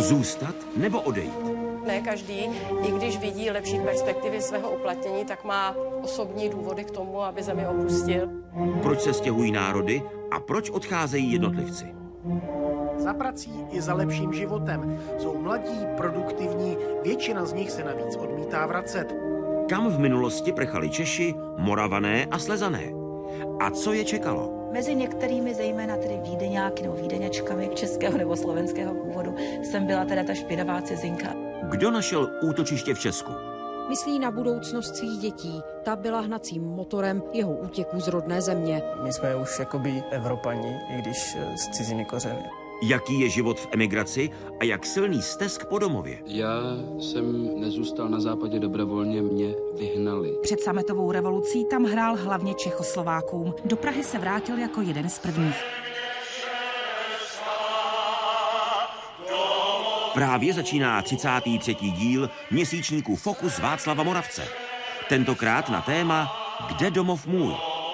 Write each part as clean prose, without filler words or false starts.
Zůstat nebo odejít? Ne každý, i když vidí lepší perspektivy svého uplatnění, tak má osobní důvody k tomu, aby zemi opustil. Proč se stěhují národy a proč odcházejí jednotlivci? Za prací i za lepším životem. Jsou mladí, produktivní, většina z nich se navíc odmítá vracet. Kam v minulosti prchali Češi, Moravané a Slezané? A co je čekalo? Mezi některými, zejména tedy Vídeňáky nebo Vídeňačkami českého nebo slovenského původu, jsem byla teda ta špinavá cizinka. Kdo našel útočiště v Česku? Myslí na budoucnost svých dětí. Ta byla hnacím motorem jeho útěku z rodné země. My jsme už jakoby Evropani, i když z ciziny kořeny. Jaký je život v emigraci a jak silný stesk po domově? Já jsem nezůstal na západě dobrovolně, mě vyhnali. Před sametovou revolucí tam hrál hlavně Čechoslovákům. Do Prahy se vrátil jako jeden z prvních. Právě začíná 33. díl měsíčníku Fokus Václava Moravce. Tentokrát na téma Kde domov můj?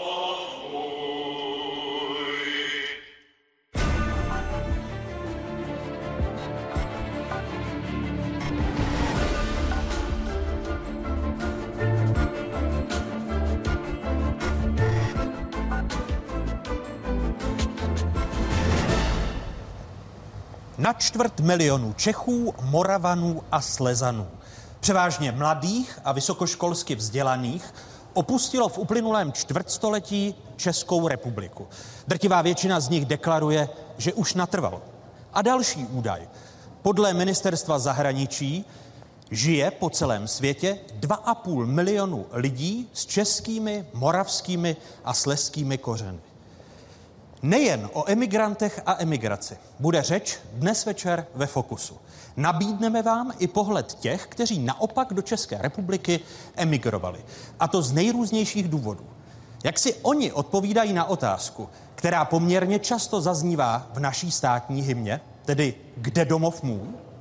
Na 250 000 Čechů, Moravanů a Slezanů, převážně mladých a vysokoškolsky vzdělaných, opustilo v uplynulém čtvrtstoletí Českou republiku. Drtivá většina z nich deklaruje, že už natrvalo. A další údaj. Podle ministerstva zahraničí žije po celém světě 2,5 milionu lidí s českými, moravskými a slezskými kořeny. Nejen o emigrantech a emigraci bude řeč dnes večer ve Fokusu. Nabídneme vám i pohled těch, kteří naopak do České republiky emigrovali. A to z nejrůznějších důvodů. Jak si oni odpovídají na otázku, která poměrně často zaznívá v naší státní hymně, tedy Kde domov můj?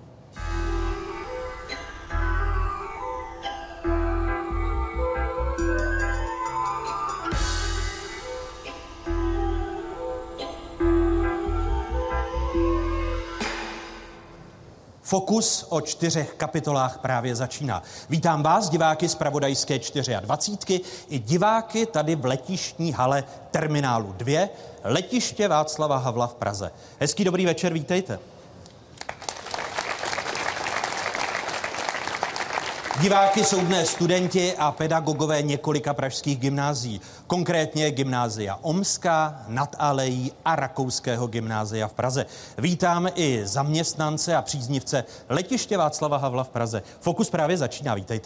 Fokus o 4 kapitolách právě začíná. Vítám vás, diváky z Pravodajské 24 i diváky tady v letištní hale Terminálu 2, letiště Václava Havla v Praze. Hezký dobrý večer, vítejte. Diváky jsou dnes studenti a pedagogové několika pražských gymnázií, konkrétně gymnázia Omská, Nad Alejí a Rakouského gymnázia v Praze. Vítám i zaměstnance a příznivce letiště Václava Havla v Praze. Fokus právě začíná, vítejte.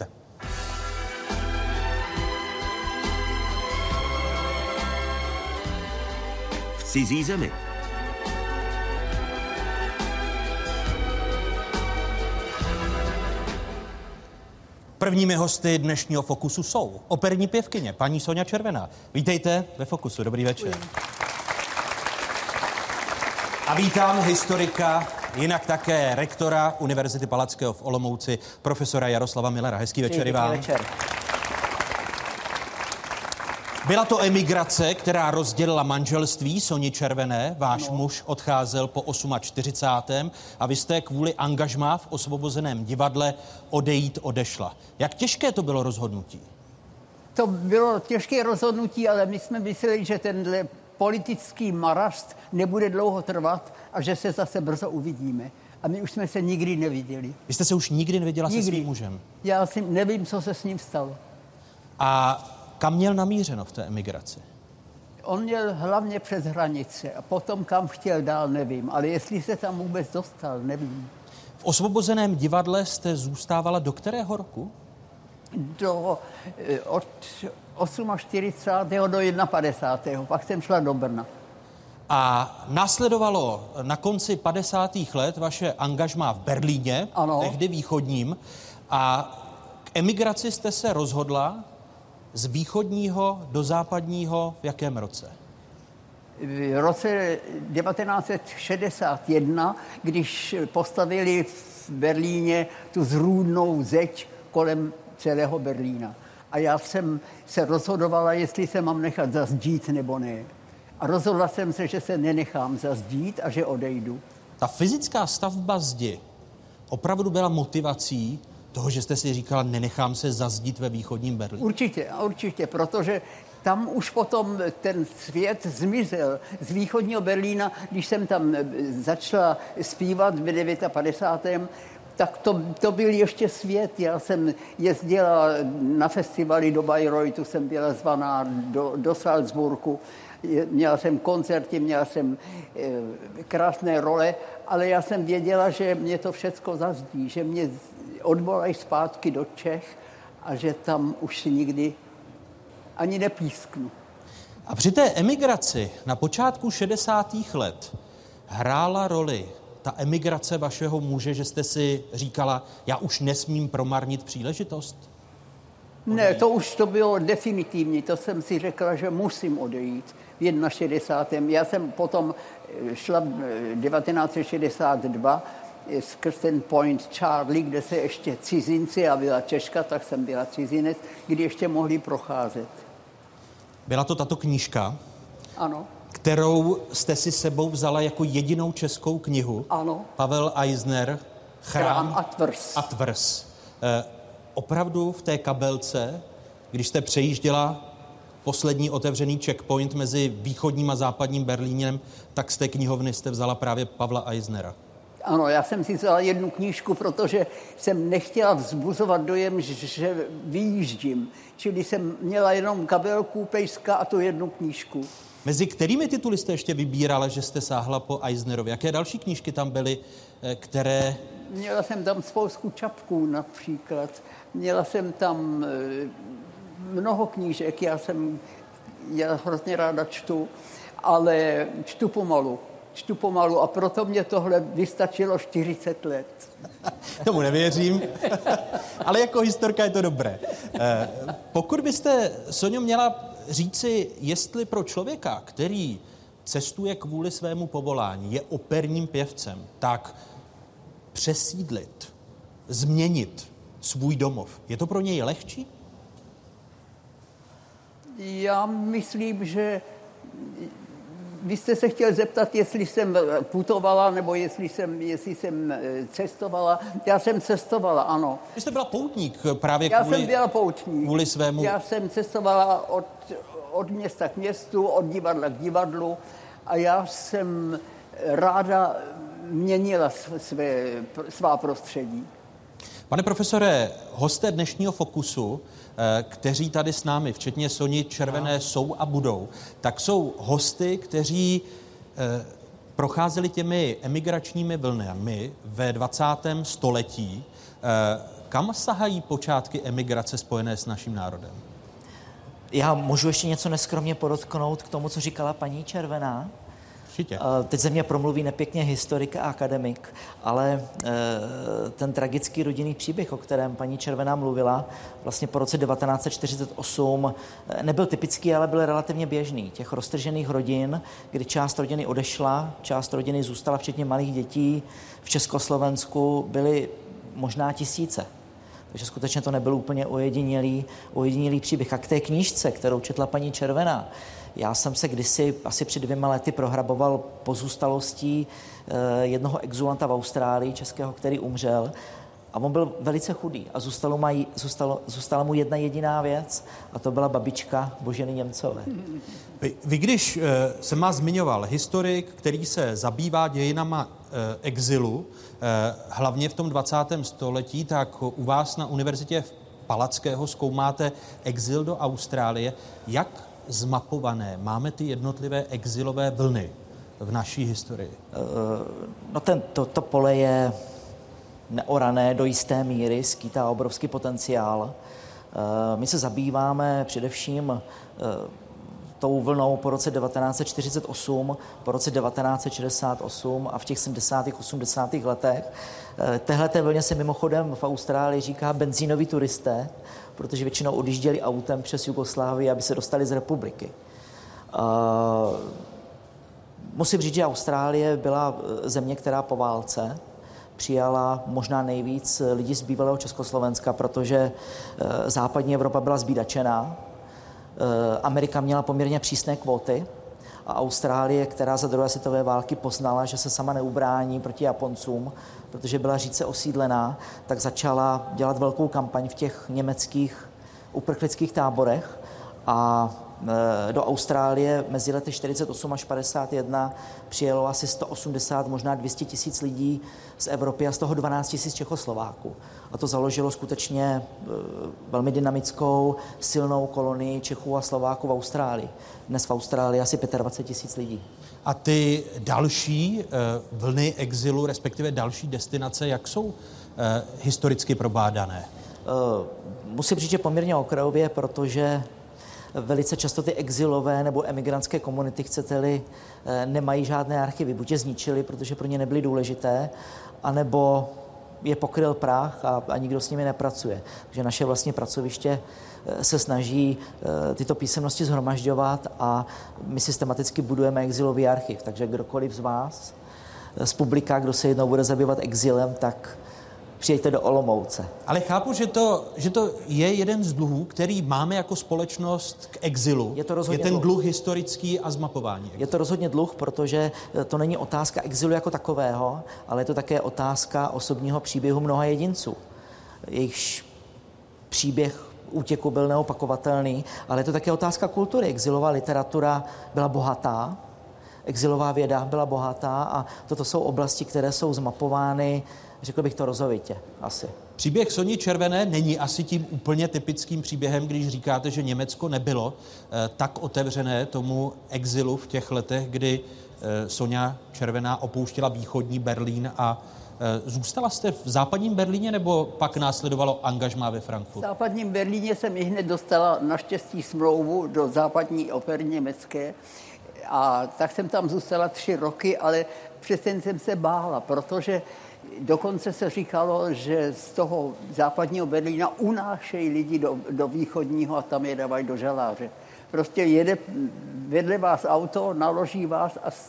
V cizí zemi. Prvními hosty dnešního Fokusu jsou operní pěvkyně, paní Soňa Červená. Vítejte ve Fokusu, dobrý večer. A vítám historika, jinak také rektora Univerzity Palackého v Olomouci, profesora Jaroslava Millera. Hezký večer i vám. Večer. Byla to emigrace, která rozdělila manželství Soni Červené. Váš muž odcházel po 48. a vy jste kvůli angažmá v Osvobozeném divadle odešla. Jak těžké to bylo rozhodnutí? To bylo těžké rozhodnutí, ale my jsme mysleli, že tenhle politický marast nebude dlouho trvat a že se zase brzo uvidíme. A my už jsme se nikdy neviděli. Vy jste se už nikdy neviděla se svým mužem? Já si nevím, co se s ním stalo. A kam měl namířeno v té emigraci? On měl hlavně přes hranice a potom kam chtěl dál, nevím. Ale jestli se tam vůbec dostal, nevím. V Osvobozeném divadle jste zůstávala do kterého roku? Od 48. do 51. Pak jsem šla do Brna. A následovalo na konci 50. let vaše angažmá v Berlíně, ano. Tehdy východním. A k emigraci jste se rozhodla z východního do západního v jakém roce? V roce 1961, když postavili v Berlíně tu zrůdnou zeď kolem celého Berlína. A já jsem se rozhodovala, jestli se mám nechat zazdít nebo ne. A rozhodla jsem se, že se nenechám zazdít a že odejdu. Ta fyzická stavba zdi opravdu byla motivací toho, že jste si říkala, nenechám se zazdít ve východním Berlíně? Určitě, protože tam už potom ten svět zmizel z východního Berlína, když jsem tam začala zpívat v 59. Tak to byl ještě svět. Já jsem jezdila na festivaly do Bayreuthu, jsem byla zvaná do Salzburgu, měla jsem koncerty, měla jsem krásné role, ale já jsem věděla, že mě to všecko zazdí, že mě odvolají zpátky do Čech a že tam už si nikdy ani nepísknu. A při té emigraci na počátku 60. let hrála roli ta emigrace vašeho muže, že jste si říkala, já už nesmím promarnit příležitost? Ne, to bylo definitivní. To jsem si řekla, že musím odejít v 61. Já jsem potom šla 1962 skrz ten Point Charlie, kde se ještě cizinci, a byla Češka, tak jsem byla cizinec, kdy ještě mohli procházet. Byla to tato knížka? Ano. Kterou jste si sebou vzala jako jedinou českou knihu? Ano. Pavel Eisner, Chrám a tvrz. Opravdu v té kabelce, když jste přejížděla poslední otevřený checkpoint mezi východním a západním Berlínem, tak z té knihovny jste vzala právě Pavla Eisnera. Ano, já jsem si vzala jednu knížku, protože jsem nechtěla vzbuzovat dojem, že vyjíždím. Čili jsem měla jenom kabelku, pejska a tu jednu knížku. Mezi kterými tituly jste ještě vybírala, že jste sáhla po Eisnerovi? Jaké další knížky tam byly, které... Měla jsem tam spoustu čapků například. Měla jsem tam mnoho knížek. Já hrozně ráda čtu, ale čtu pomalu a proto mě tohle vystačilo 40 let. Tomu nevěřím, ale jako historka je to dobré. Pokud byste, Soňo, měla říci, jestli pro člověka, který cestuje kvůli svému povolání, je operním pěvcem, tak přesídlit, změnit svůj domov, je to pro něj lehčí? Já myslím, že vy jste se chtěl zeptat, jestli jsem putovala, nebo jestli jsem cestovala. Já jsem cestovala, ano. Vy jste byla poutník právě Já jsem byla poutník. Kvůli svému... Já jsem cestovala od města k městu, od divadla k divadlu a já jsem ráda měnila svá prostředí. Pane profesore, hosté dnešního Fokusu, kteří tady s námi, včetně Soni Červené, jsou a budou, tak jsou hosty, kteří procházeli těmi emigračními vlnami ve 20. století. Kam sahají počátky emigrace spojené s naším národem? Já můžu ještě něco neskromně podotknout k tomu, co říkala paní Červená? Teď ze mě promluví nepěkně historik a akademik, ale ten tragický rodinný příběh, o kterém paní Červená mluvila, vlastně po roce 1948 nebyl typický, ale byl relativně běžný. Těch roztržených rodin, kdy část rodiny odešla, část rodiny zůstala, včetně malých dětí, v Československu byly možná tisíce. Takže skutečně to nebyl úplně ojedinělý příběh. A k té knížce, kterou četla paní Červená, já jsem se kdysi asi před 2 lety prohraboval pozůstalostí jednoho exulanta v Austrálii, českého, který umřel. A on byl velice chudý a zůstala mu jedna jediná věc a to byla babička Boženy Němcové. Vy když jsem vás zmiňoval, historik, který se zabývá dějinama exilu, hlavně v tom 20. století, tak u vás na univerzitě Palackého zkoumáte exil do Austrálie. Jak zmapované máme ty jednotlivé exilové vlny v naší historii? No to pole je neorané do jisté míry, skýtá obrovský potenciál. My se zabýváme především tou vlnou po roce 1948, po roce 1968 a v těch 70. 80. letech. Téhleté vlně se mimochodem v Austrálii říká benzínoví turisté, protože většinou odjížděli autem přes Jugoslávii, aby se dostali z republiky. Musím říct, že Austrálie byla země, která po válce přijala možná nejvíc lidí z bývalého Československa, protože západní Evropa byla zbídačená. Amerika měla poměrně přísné kvóty A Austrálie, která za druhé světové války poznala, že se sama neubrání proti Japoncům, protože byla řídce osídlená, tak začala dělat velkou kampaň v těch německých uprchlických táborech a do Austrálie mezi lety 48 až 51 přijelo asi 180, možná 200 tisíc lidí z Evropy a z toho 12 tisíc Čechoslováků. A to založilo skutečně velmi silnou kolonii Čechů a Slováků v Austrálii. Dnes v Austrálii asi 25 tisíc lidí. A ty další vlny exilu, respektive další destinace, jak jsou historicky probádané? Musím říct, že poměrně okrajově, protože velice často ty exilové nebo emigrantské komunity, chcete-li, nemají žádné archivy. Buď je zničili, protože pro ně nebyly důležité, anebo je pokryl prach a nikdo s nimi nepracuje. Takže naše vlastně pracoviště se snaží tyto písemnosti shromažďovat a my systematicky budujeme exilový archiv. Takže kdokoliv z vás, z publika, kdo se jednou bude zabývat exilem, tak přijďte do Olomouce. Ale chápu, že to je jeden z dluhů, který máme jako společnost k exilu. Je ten dluh historický a zmapování exilu. Je to rozhodně dluh, protože to není otázka exilu jako takového, ale je to také otázka osobního příběhu mnoha jedinců. Jejichž příběh útěku byl neopakovatelný, ale je to také otázka kultury. Exilová literatura byla bohatá, exilová věda byla bohatá a toto jsou oblasti, které jsou zmapovány, řekl bych to rozhovitě, asi. Příběh Soni Červené není asi tím úplně typickým příběhem, když říkáte, že Německo nebylo tak otevřené tomu exilu v těch letech, kdy Sonja Červená opouštěla východní Berlín a zůstala jste v západním Berlíně, nebo pak následovalo angažmá ve Frankfurtu? V západním Berlíně jsem i hned dostala naštěstí smlouvu do západní opery německé a tak jsem tam zůstala 3 roky, ale přesně jsem se bála, protože dokonce se říkalo, že z toho západního Berlína unášejí lidi do východního a tam je dávají do žaláře. Prostě jede vedle vás auto, naloží vás a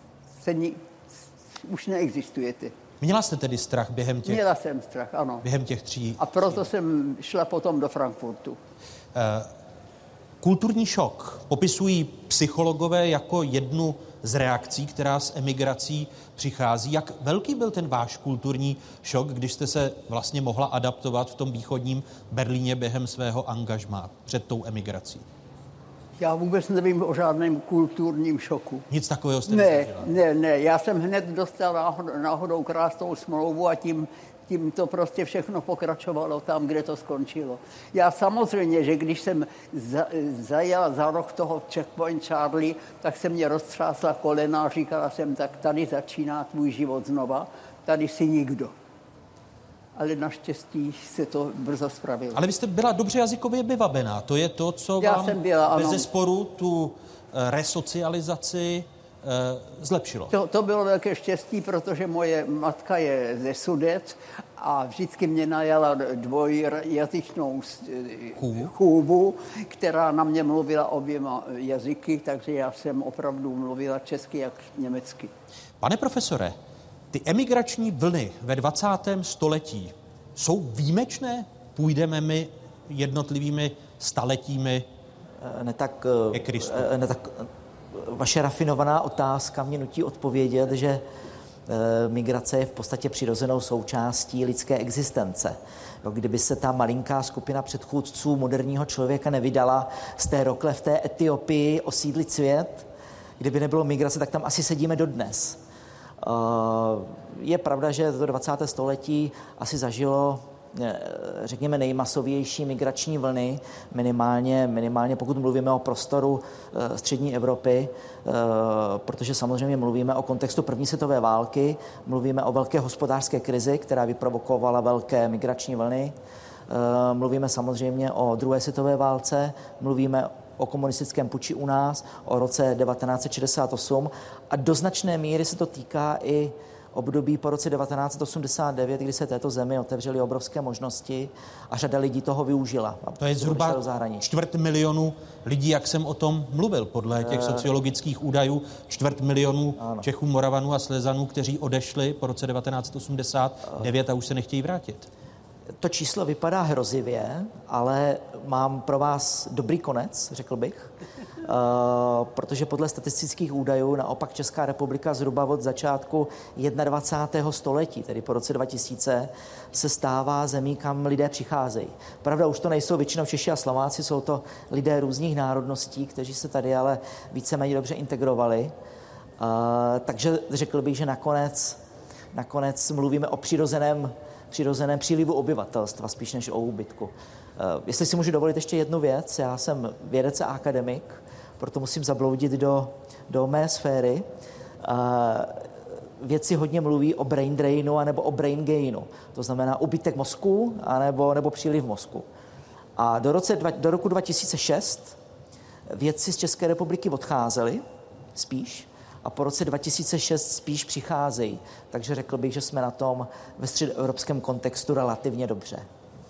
už neexistujete. Měla jste tedy strach během těch... Měla jsem strach, ano. Během těch 3... A proto jsem šla potom do Frankfurtu. Kulturní šok popisují psychologové jako jednu z reakcí, která s emigrací přichází. Jak velký byl ten váš kulturní šok, když jste se vlastně mohla adaptovat v tom východním Berlíně během svého angažmá před tou emigrací? Já vůbec nevím o žádném kulturním šoku. Nic takového jste nezažila? Ne. Já jsem hned dostal náhodou krásnou smlouvu a tím to prostě všechno pokračovalo tam, kde to skončilo. Já samozřejmě, že když jsem zajela za roh toho Checkpoint Charlie, tak se mě roztřásla kolena a říkala jsem, tak tady začíná tvůj život znova, tady si nikdo. Ale naštěstí se to brzo spravilo. Ale vy jste byla dobře jazykově vybavená. To je to, co Já vám jsem byla, bezesporu tu resocializaci zlepšilo. To bylo velké štěstí, protože moje matka je ze Sudet a vždycky mě najala dvojjazyčnou chůvu, která na mě mluvila oběma jazyky, takže já jsem opravdu mluvila česky jak německy. Pane profesore, ty emigrační vlny ve 20. století jsou výjimečné? Půjdeme my jednotlivými staletími ke Kristu? Vaše rafinovaná otázka mě nutí odpovědět, že migrace je v podstatě přirozenou součástí lidské existence. Kdyby se ta malinká skupina předchůdců moderního člověka nevydala z té rokle v té Etiopii osídlit svět, kdyby nebylo migrace, tak tam asi sedíme dodnes. Je pravda, že to 20. století asi zažilo, řekněme, nejmasovější migrační vlny, minimálně pokud mluvíme o prostoru střední Evropy, protože samozřejmě mluvíme o kontextu první světové války, mluvíme o velké hospodářské krizi, která vyprovokovala velké migrační vlny, mluvíme samozřejmě o druhé světové válce, mluvíme o komunistickém puči u nás, o roce 1968 a do značné míry se to týká i období po roce 1989, kdy se této zemi otevřely obrovské možnosti a řada lidí toho využila. To je zhruba 250 000 lidí, jak jsem o tom mluvil, podle těch sociologických údajů, 250 000 Čechů, Moravanů a Slezanů, kteří odešli po roce 1989 a už se nechtějí vrátit. To číslo vypadá hrozivě, ale mám pro vás dobrý konec, řekl bych. protože podle statistických údajů naopak Česká republika zhruba od začátku 21. století, tedy po roce 2000, se stává zemí, kam lidé přicházejí. Pravda, už to nejsou většinou Češi a Slováci, jsou to lidé různých národností, kteří se tady ale víceméně dobře integrovali. Takže řekl bych, že nakonec mluvíme o přirozeném přílivu obyvatelstva, spíš než o úbytku. Jestli si můžu dovolit ještě jednu věc, já jsem vědec a akademik, proto musím zabloudit do mé sféry. Vědci hodně mluví o brain drainu anebo o brain gainu, to znamená úbytek mozku nebo příliv mozku. A do roku 2006 vědci z České republiky odcházeli spíš, a po roce 2006 spíš přicházejí. Takže řekl bych, že jsme na tom ve středoevropském kontextu relativně dobře.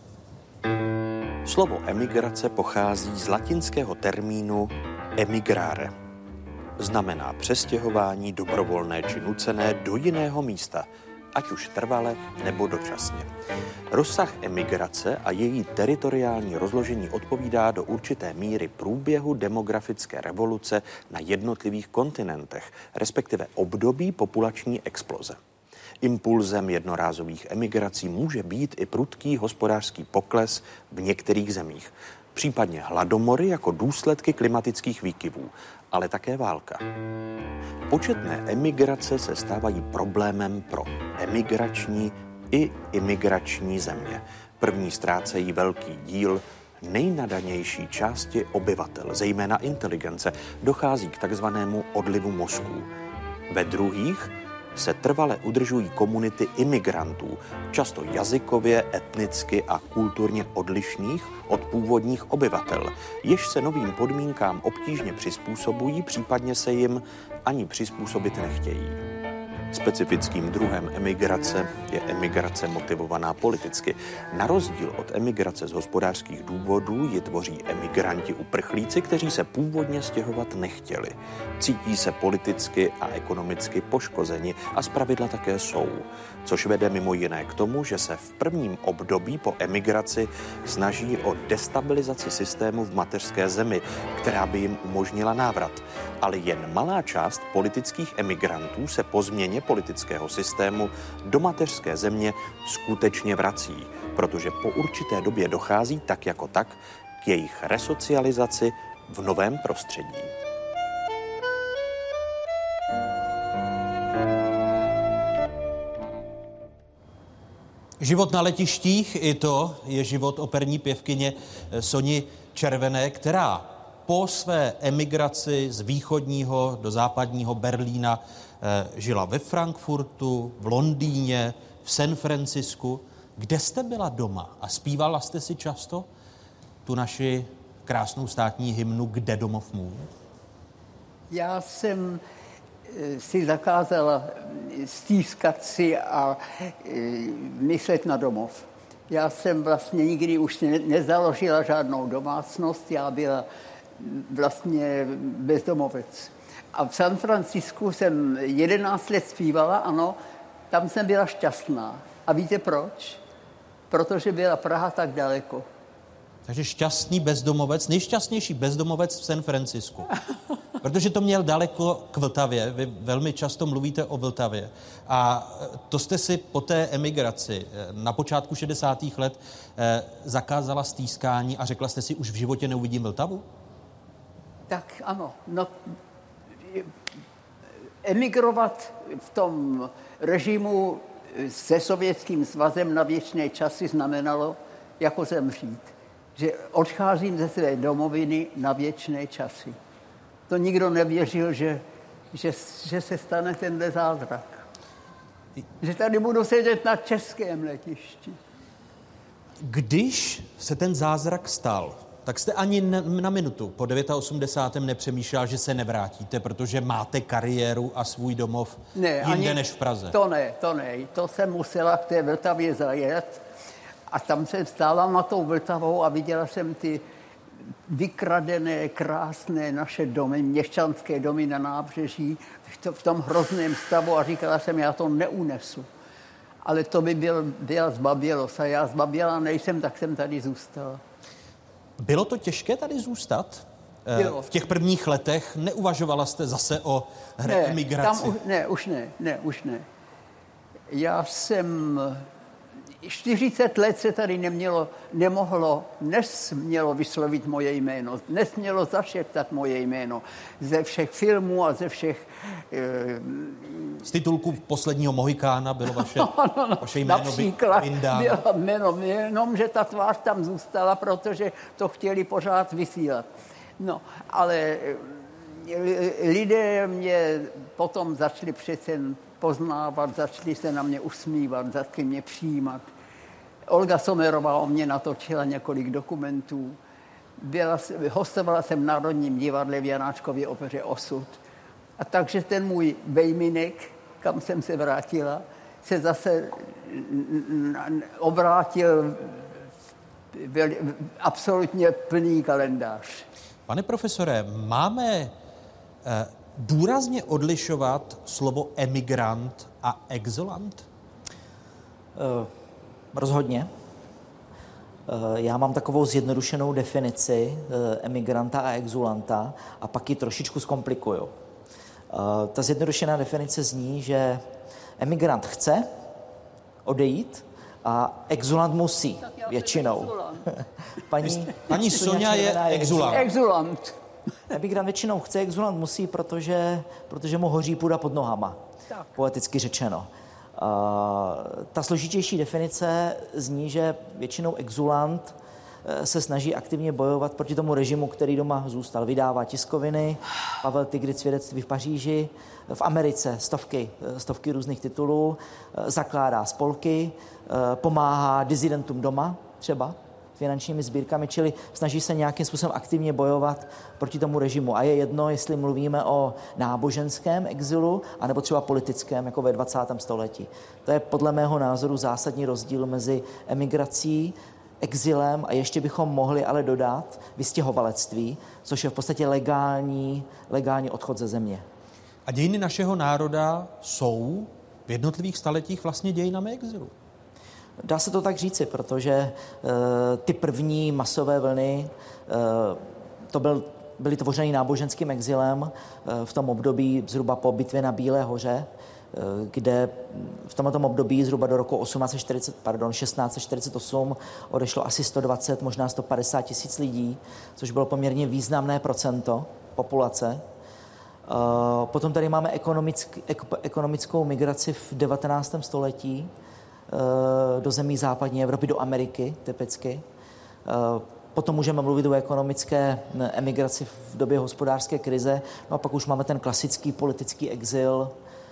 Slovo emigrace pochází z latinského termínu emigrare. Znamená přestěhování dobrovolné či nucené do jiného místa, ať už trvale nebo dočasně. Rozsah emigrace a její teritoriální rozložení odpovídá do určité míry průběhu demografické revoluce na jednotlivých kontinentech, respektive období populační exploze. Impulzem jednorázových emigrací může být i prudký hospodářský pokles v některých zemích, případně hladomory jako důsledky klimatických výkyvů, ale také válka. Početné emigrace se stávají problémem pro emigrační i imigrační země. První ztrácejí velký díl nejnadanější části obyvatel, zejména inteligence, dochází k takzvanému odlivu mozků. Ve druhých se trvale udržují komunity imigrantů, často jazykově, etnicky a kulturně odlišných od původních obyvatel, jež se novým podmínkám obtížně přizpůsobují, případně se jim ani přizpůsobit nechtějí. Specifickým druhem emigrace je emigrace motivovaná politicky. Na rozdíl od emigrace z hospodářských důvodů ji tvoří emigranti uprchlíci, kteří se původně stěhovat nechtěli. Cítí se politicky a ekonomicky poškozeni a zpravidla také jsou, což vede mimo jiné k tomu, že se v prvním období po emigraci snaží o destabilizaci systému v mateřské zemi, která by jim umožnila návrat. Ale jen malá část politických emigrantů se po změně politického systému do mateřské země skutečně vrací, protože po určité době dochází tak jako tak k jejich resocializaci v novém prostředí. Život na letištích, i to je život operní pěvkyně Soni Červené, která po své emigraci z východního do západního Berlína žila ve Frankfurtu, v Londýně, v San Francisku. Kde jste byla doma a zpívala jste si často tu naši krásnou státní hymnu Kde domov můj? Já jsem si zakázala stískat si a myslet na domov. Já jsem vlastně nikdy už nezaložila žádnou domácnost, já byla vlastně bezdomovec. A v San Francisku jsem 11 let zpívala, ano, tam jsem byla šťastná. A víte proč? Protože byla Praha tak daleko. Takže šťastný bezdomovec, nejšťastnější bezdomovec v San Francisku. Protože to měl daleko k Vltavě, vy velmi často mluvíte o Vltavě. A to jste si po té emigraci na počátku 60. let zakázala stýskání a řekla jste si, už v životě neuvidím Vltavu? Tak ano, no, emigrovat v tom režimu se Sovětským svazem na věčné časy znamenalo jako zemřít. Že odcházím ze své domoviny na věčné časy. To nikdo nevěřil, že se stane tenhle zázrak. Že tady budu sedět na českém letišti. Když se ten zázrak stal, tak jste ani na minutu po 89. nepřemýšlel, že se nevrátíte, protože máte kariéru a svůj domov jinde než v Praze. To ne. To jsem musela v té Vltavě zajet a tam jsem stála na tou Vltavou a viděla jsem ty vykradené, krásné naše domy, měšťanské domy na nábřeží v tom hrozném stavu a říkala jsem, já to neunesu. Ale to by byla zbabělost a já zbaběla nejsem, tak jsem tady zůstala. Bylo to těžké tady zůstat? v těch prvních letech neuvažovala jste zase o reemigraci? Už ne. Já jsem 40 let se tady nesmělo vyslovit moje jméno, nesmělo zašeptat moje jméno ze všech filmů a ze všech... Z titulku Posledního Mohikána bylo vaše jméno například vyndáno. Bylo jenom, že ta tvář tam zůstala, protože to chtěli pořád vysílat. No, ale lidé mě potom začali přece poznávat, začali se na mě usmívat, začali mě přijímat. Olga Sommerová o mě natočila několik dokumentů. Hostovala jsem v Národním divadle v Janáčkově opeře Osud. A takže ten můj vejminek, kam jsem se vrátila, se zase obrátil absolutně plný kalendář. Pane profesore, máme důrazně odlišovat slovo emigrant a exilant? Rozhodně. Já mám takovou zjednodušenou definici emigranta a exulanta a pak ji trošičku zkomplikuju. Ta zjednodušená definice zní, že emigrant chce odejít a exulant musí většinou. Paní Soňa je exulant. Emigrant většinou chce, exulant musí, protože mu hoří půda pod nohama, poeticky řečeno. Ta složitější definice zní, že většinou exulant se snaží aktivně bojovat proti tomu režimu, který doma zůstal. Vydává tiskoviny, Pavel Tigric svědectví v Paříži, v Americe stovky různých titulů, zakládá spolky, pomáhá disidentům doma třeba finančními sbírkami, čili snaží se nějakým způsobem aktivně bojovat proti tomu režimu. A je jedno, jestli mluvíme o náboženském exilu, anebo třeba politickém, jako ve 20. století. To je podle mého názoru zásadní rozdíl mezi emigrací, exilem a ještě bychom mohli ale dodat vystěhovalectví, což je v podstatě legální odchod ze země. A dějiny našeho národa jsou v jednotlivých staletích vlastně dějinami exilu. Dá se to tak říci, protože ty první masové vlny byly tvořeny náboženským exilem v tom období zhruba po bitvě na Bílé hoře, kde v tomto období zhruba do roku 1648 odešlo asi 120, možná 150 tisíc lidí, což bylo poměrně významné procento populace. Potom tady máme ekonomickou migraci v 19. století do zemí západní Evropy, do Ameriky typicky. Potom můžeme mluvit o ekonomické emigraci v době hospodářské krize. No a pak už máme ten klasický politický exil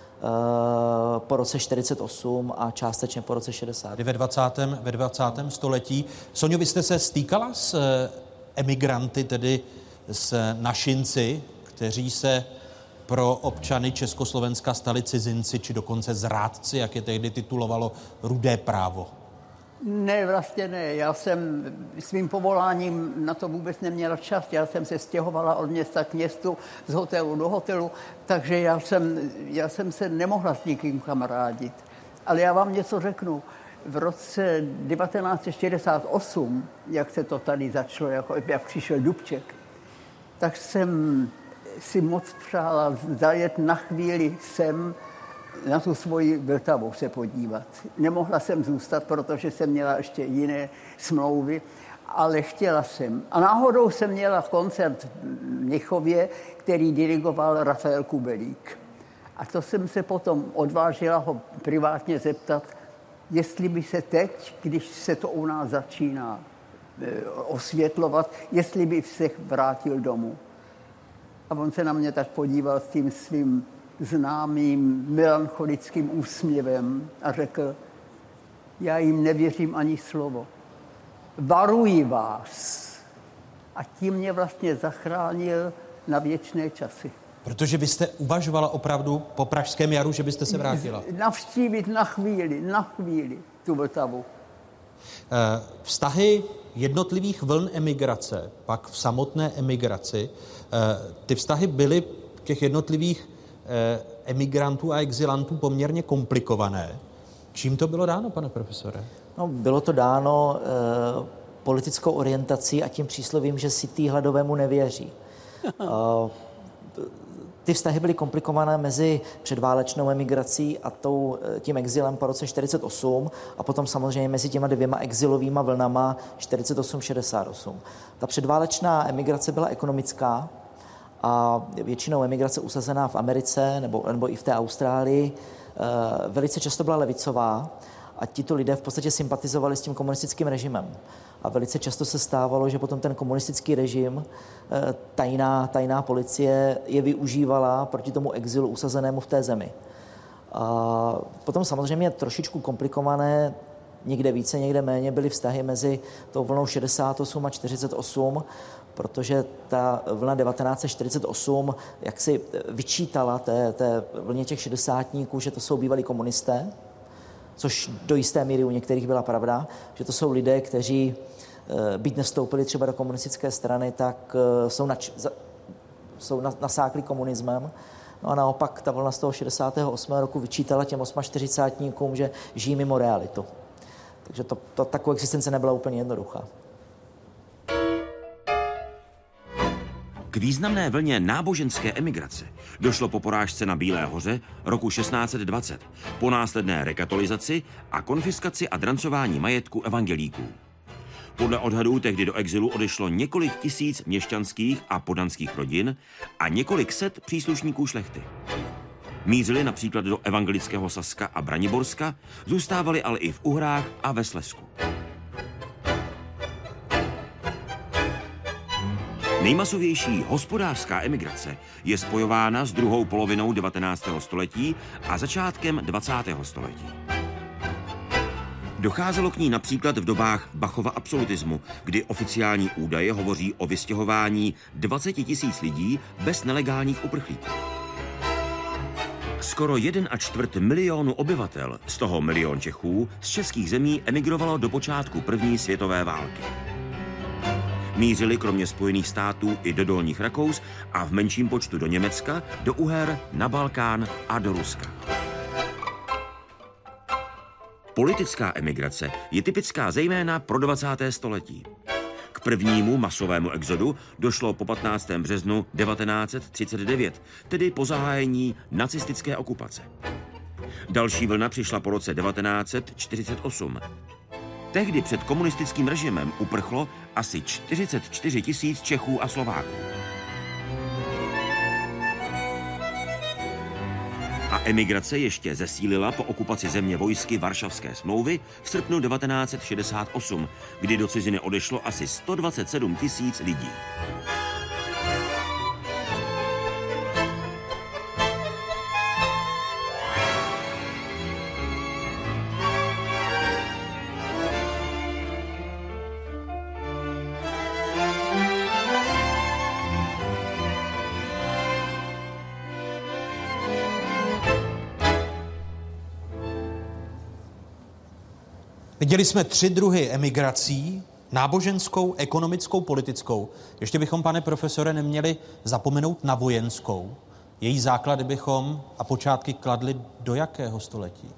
po roce 48 a částečně po roce 60. Ve 20. století. Soňo, vy jste se stýkala s emigranty, tedy s našinci, kteří se pro občany Československa stali cizinci, či dokonce zrádci, jak je tehdy titulovalo Rudé právo? Ne, vlastně ne. Já jsem svým povoláním na to vůbec neměla čas. Já jsem se stěhovala od města k městu, z hotelu do hotelu, takže já jsem se nemohla s nikým kamarádit. Ale já vám něco řeknu. V roce 1968, jak se to tady začalo, jak přišel Dubček, tak jsem si moc přála zajet na chvíli sem na tu svoji Vltavu se podívat. Nemohla jsem zůstat, protože jsem měla ještě jiné smlouvy, ale chtěla jsem. A náhodou jsem měla koncert v Mnichově, který dirigoval Rafael Kubelík. A to jsem se potom odvážila ho privátně zeptat, jestli by se teď, když se to u nás začíná osvětlovat, jestli by se vrátil domů. A on se na mě tak podíval s tím svým známým melancholickým úsměvem a řekl, já jim nevěřím ani slovo. Varuji vás. A tím mě vlastně zachránil na věčné časy. Protože vy jste uvažovala opravdu po Pražském jaru, že byste se vrátila? Navštívit na chvíli tu Vltavu. Vztahy jednotlivých vln emigrace, pak v samotné emigraci, ty vztahy byly těch jednotlivých emigrantů a exilantů poměrně komplikované. Čím to bylo dáno, pane profesore? No, bylo to dáno politickou orientací a tím příslovím, že sytý hladovému nevěří. Ty vztahy byly komplikované mezi předválečnou emigrací a tím exilem po roce 48 a potom samozřejmě mezi těma dvěma exilovýma vlnama 48-68. Ta předválečná emigrace byla ekonomická a většinou emigrace usazená v Americe nebo i v té Austrálii velice často byla levicová a tito lidé v podstatě sympatizovali s tím komunistickým režimem. A velice často se stávalo, že potom ten komunistický režim, tajná policie je využívala proti tomu exilu usazenému v té zemi. A potom samozřejmě trošičku komplikované, někde více, někde méně, byly vztahy mezi tou vlnou 68 a 48, protože ta vlna 1948 jaksi vyčítala té vlně těch šedesátníků, že to jsou bývalí komunisté, což do jisté míry u některých byla pravda, že to jsou lidé, kteří byť nevstoupili třeba do komunistické strany, tak jsou nasáklí komunismem. No a naopak ta vlna z toho 68. roku vyčítala těm 48níkům, že žijí mimo realitu. Takže ta koexistence nebyla úplně jednoduchá. K významné vlně náboženské emigrace došlo po porážce na Bílé hoře roku 1620, po následné rekatolizaci a konfiskaci a drancování majetku evangelíků. Podle odhadů tehdy do exilu odešlo několik tisíc měšťanských a poddanských rodin a několik set příslušníků šlechty. Mířili například do evangelického Saska a Braniborska, zůstávali ale i v Uhrách a ve Slezsku. Nejmasovější hospodářská emigrace je spojována s druhou polovinou 19. století a začátkem 20. století. Docházelo k ní například v dobách Bachova absolutismu, kdy oficiální údaje hovoří o vystěhování 20 000 lidí bez nelegálních uprchlíků. Skoro 1,25 milionu obyvatel, z toho 1 milion Čechů, z českých zemí emigrovalo do počátku první světové války. Mířili kromě Spojených států i do Dolních Rakous a v menším počtu do Německa, do Uher, na Balkán a do Ruska. Politická emigrace je typická zejména pro 20. století. K prvnímu masovému exodu došlo po 15. březnu 1939, tedy po zahájení nacistické okupace. Další vlna přišla po roce 1948. Tehdy před komunistickým režimem uprchlo asi 44 000 Čechů a Slováků. A emigrace ještě zesílila po okupaci země vojsky Varšavské smlouvy v srpnu 1968, kdy do ciziny odešlo asi 127 000 lidí. Viděli jsme 3 druhy emigrací, náboženskou, ekonomickou, politickou. Ještě bychom, pane profesore, neměli zapomenout na vojenskou. Její základy bychom a počátky kladli do jakého století?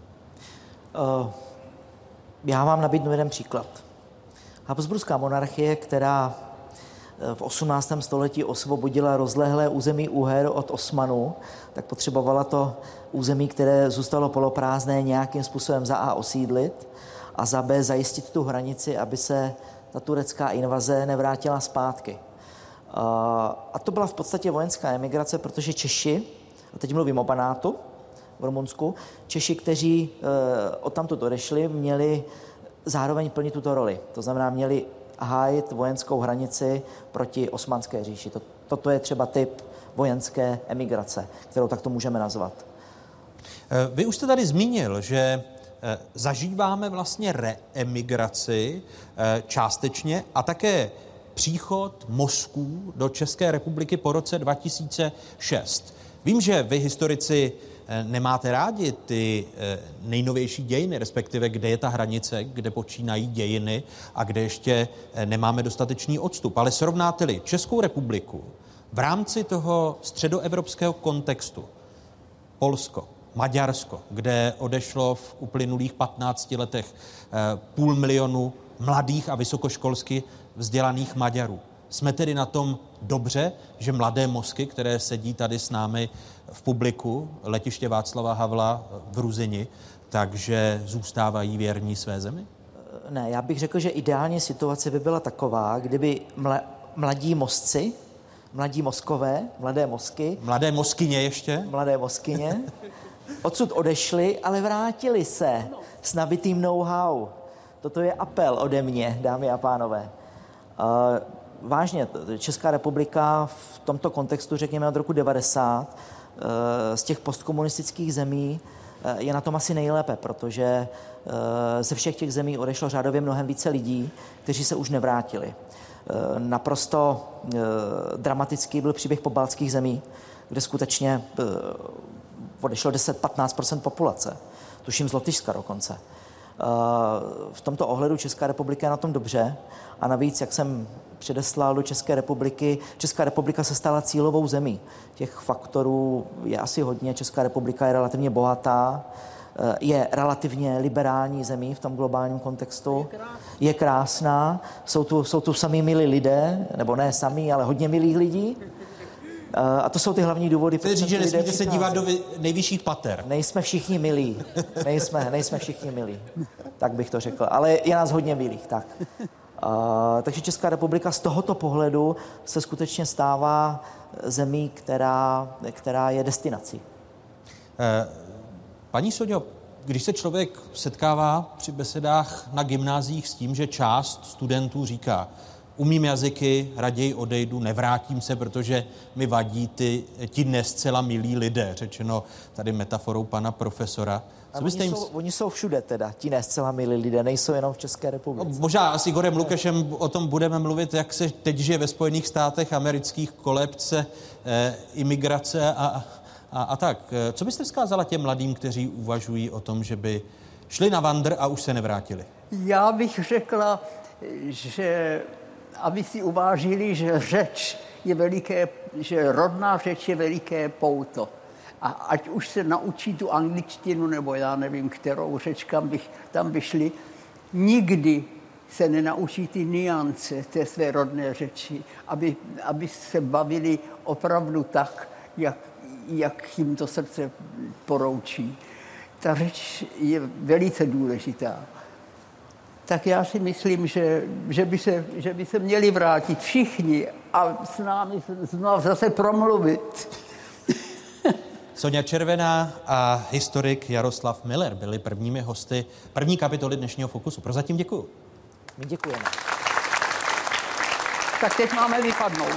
Já vám nabídnu jeden příklad. Habsburská monarchie, která v 18. století osvobodila rozlehlé území Uher od Osmanů, tak potřebovala to území, které zůstalo poloprázdné, nějakým způsobem za A osídlit a za B zajistit tu hranici, aby se ta turecká invaze nevrátila zpátky. A to byla v podstatě vojenská emigrace, protože Češi, a teď mluvím o Banátu v Rumunsku, Češi, kteří odtamtud odešli, měli zároveň plnit tuto roli. To znamená, měli hájit vojenskou hranici proti Osmanské říši. Toto je třeba typ vojenské emigrace, kterou takto můžeme nazvat. Vy už jste tady zmínil, že zažíváme vlastně reemigraci částečně a také příchod mozků do České republiky po roce 2006. Vím, že vy, historici, nemáte rádi ty nejnovější dějiny, respektive kde je ta hranice, kde počínají dějiny a kde ještě nemáme dostatečný odstup. Ale srovnáte-li Českou republiku v rámci toho středoevropského kontextu, Polsko, Maďarsko, kde odešlo v uplynulých 15 letech 500 000 mladých a vysokoškolsky vzdělaných Maďarů. Jsme tedy na tom dobře, že mladé mozky, které sedí tady s námi v publiku letiště Václava Havla v Ruzyni, takže zůstávají věrní své zemi? Ne, já bych řekl, že ideální situace by byla taková, kdyby mladí mozci, mladí mozkové, mladé mozky... Mladé mozkyně ještě? Mladé mozkyně. Odsud odešli, ale vrátili se s nabitým know-how. Toto je apel ode mě, dámy a pánové. Vážně, Česká republika v tomto kontextu, řekněme od roku 90, z těch postkomunistických zemí je na tom asi nejlépe, protože ze všech těch zemí odešlo řádově mnohem více lidí, kteří se už nevrátili. Naprosto dramatický byl příběh pobaltských zemí, kde skutečně odešlo 10-15% populace. Tuším z Lotyšska dokonce. V tomto ohledu Česká republika je na tom dobře a navíc, jak jsem předeslal do České republiky, Česká republika se stala cílovou zemí. Těch faktorů je asi hodně. Česká republika je relativně bohatá, je relativně liberální zemí v tom globálním kontextu. Je krásná, jsou tu samí milí lidé, nebo ne samí, ale hodně milých lidí. A to jsou ty hlavní důvody. Chci říct, že nesmíte se dívat do nejvyšších pater. Nejsme všichni milí. Nejsme všichni milí. Tak bych to řekl. Ale je nás hodně milých, tak. Takže Česká republika z tohoto pohledu se skutečně stává zemí, která je destinací. Paní Soňo, když se člověk setkává při besedách na gymnáziích s tím, že část studentů říká, umím jazyky, raději odejdu, nevrátím se, protože mi vadí ti nescela milí lidé, řečeno tady metaforou pana profesora. Oni jsou všude teda, ti nescela milí lidé, nejsou jenom v České republice. No, možná s Igorem Lukešem o tom budeme mluvit, jak se teď žije ve Spojených státech amerických, kolébce, imigrace a tak. Co byste vzkázala těm mladým, kteří uvažují o tom, že by šli na vandr a už se nevrátili? Já bych řekla, že aby si uvážili, že řeč je veliké, že rodná řeč je veliké pouto. A ať už se naučí tu angličtinu, nebo já nevím, kterou řeč, tam by šli, nikdy se nenaučí ty nuance té své rodné řeči, aby se bavili opravdu tak, jak jim to srdce poroučí. Ta řeč je velice důležitá. Tak já si myslím, že by se měli vrátit všichni a s námi znovu zase promluvit. Soňa Červená a historik Jaroslav Miller byli prvními hosty první kapitoly dnešního Fokusu. Prozatím děkuju. My děkujeme. Tak teď máme vypadnout.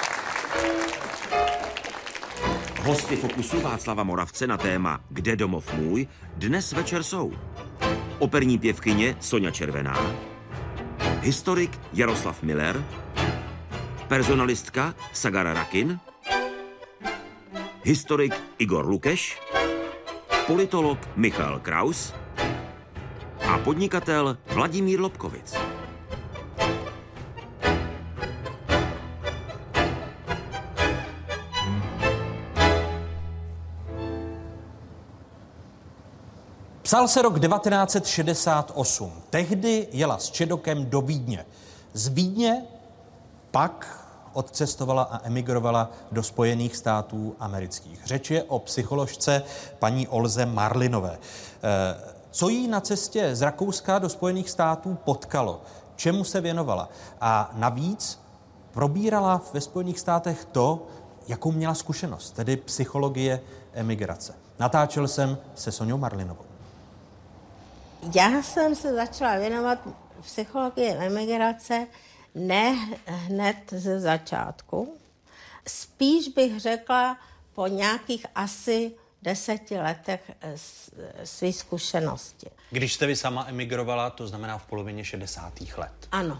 Hosty Fokusu Václava Moravce na téma Kde domov můj dnes večer jsou operní pěvkyně Soňa Červená, historik Jaroslav Miller, personalistka Sagara Rakin, historik Igor Lukeš, politolog Michal Kraus a podnikatel Vladimír Lobkovic. Psal se rok 1968. Tehdy jela s Čedokem do Vídně. Z Vídně pak odcestovala a emigrovala do Spojených států amerických. Řeč je o psycholožce paní Olze Marlinové. Co jí na cestě z Rakouska do Spojených států potkalo? Čemu se věnovala? A navíc probírala ve Spojených státech to, jakou měla zkušenost, tedy psychologie emigrace. Natáčel jsem se Soňou Marlinovou. Já jsem se začala věnovat psychologii emigrace ne hned ze začátku. Spíš bych řekla po nějakých asi 10 letech své zkušenosti. Když jste vy sama emigrovala, to znamená v polovině 60. let. Ano.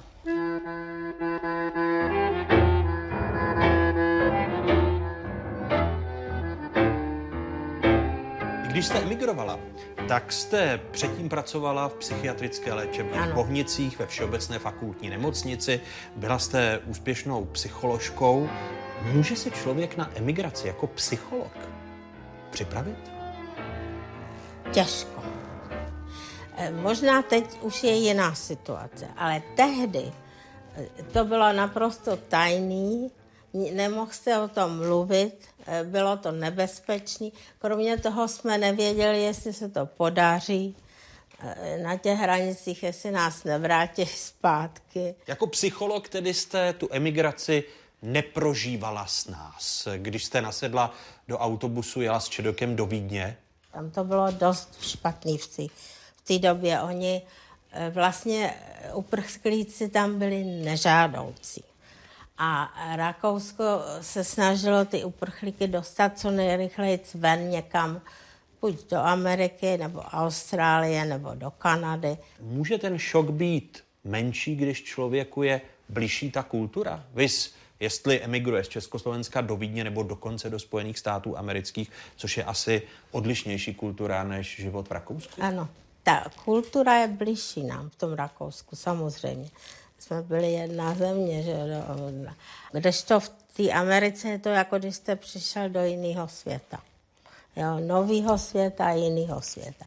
Když jste emigrovala, tak jste předtím pracovala v psychiatrické léčebně v Bohnicích, ve Všeobecné fakultní nemocnici. Byla jste úspěšnou psycholožkou. Může se člověk na emigraci jako psycholog připravit? Těžko. Možná teď už je jiná situace, ale tehdy To bylo naprosto tajný, nemohl se o tom mluvit, bylo to nebezpečné. Kromě toho jsme nevěděli, jestli se to podaří na těch hranicích, jestli nás nevrátí zpátky. Jako psycholog tedy jste tu emigraci neprožívala s nás. Když jste nasedla do autobusu, jela s Čedokem do Vídně? Tam to bylo dost špatný v té době. Oni vlastně uprchlíci tam byli nežádoucí. A Rakousko se snažilo ty uprchlíky dostat co nejrychleji ven někam, buď do Ameriky, nebo Austrálie, nebo do Kanady. Může ten šok být menší, když člověku je bližší ta kultura? Vys, jestli emigruje z Československa do Vídně nebo dokonce do Spojených států amerických, což je asi odlišnější kultura než život v Rakousku? Ano, ta kultura je bližší nám v tom Rakousku, samozřejmě. Jsme byli jedna země, že kdežto v té Americe je to jako když jste přišel do jiného světa. Jo, novýho světa, jiného světa.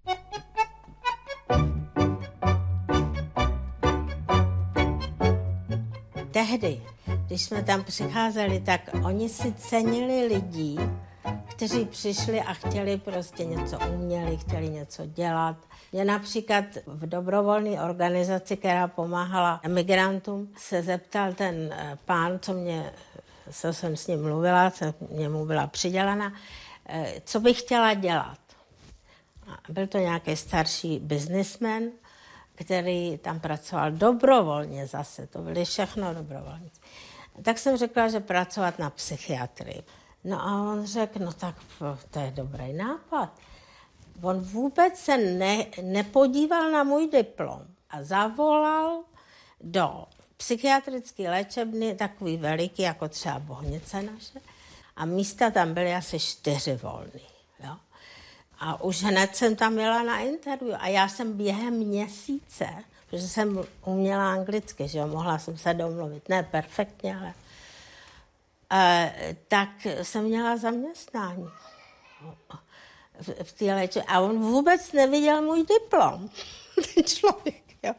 Tehdy, když jsme tam přicházeli, tak oni si cenili lidí, kteří přišli a chtěli prostě něco uměli, chtěli něco dělat. Mě například v dobrovolné organizaci, která pomáhala emigrantům, se zeptal ten pán, co jsem s ním mluvila, co němu byla přidělena, co bych chtěla dělat. Byl to nějaký starší businessman, který tam pracoval dobrovolně zase, to byly všechno dobrovolníci. Tak jsem řekla, že pracovat na psychiatrii. No a on řekl, no tak to je dobrý nápad. On vůbec se nepodíval na můj diplom a zavolal do psychiatrické léčebny, takový veliký, jako třeba Bohnice naše, a místa tam byly asi 4 volný. Jo? A už hned jsem tam jela na interview a já jsem během měsíce, protože jsem uměla anglicky, že jo, mohla jsem se domluvit, ne perfektně, ale tak jsem měla zaměstnání v té léčebně. A on vůbec neviděl můj diplom, ten člověk. Jo.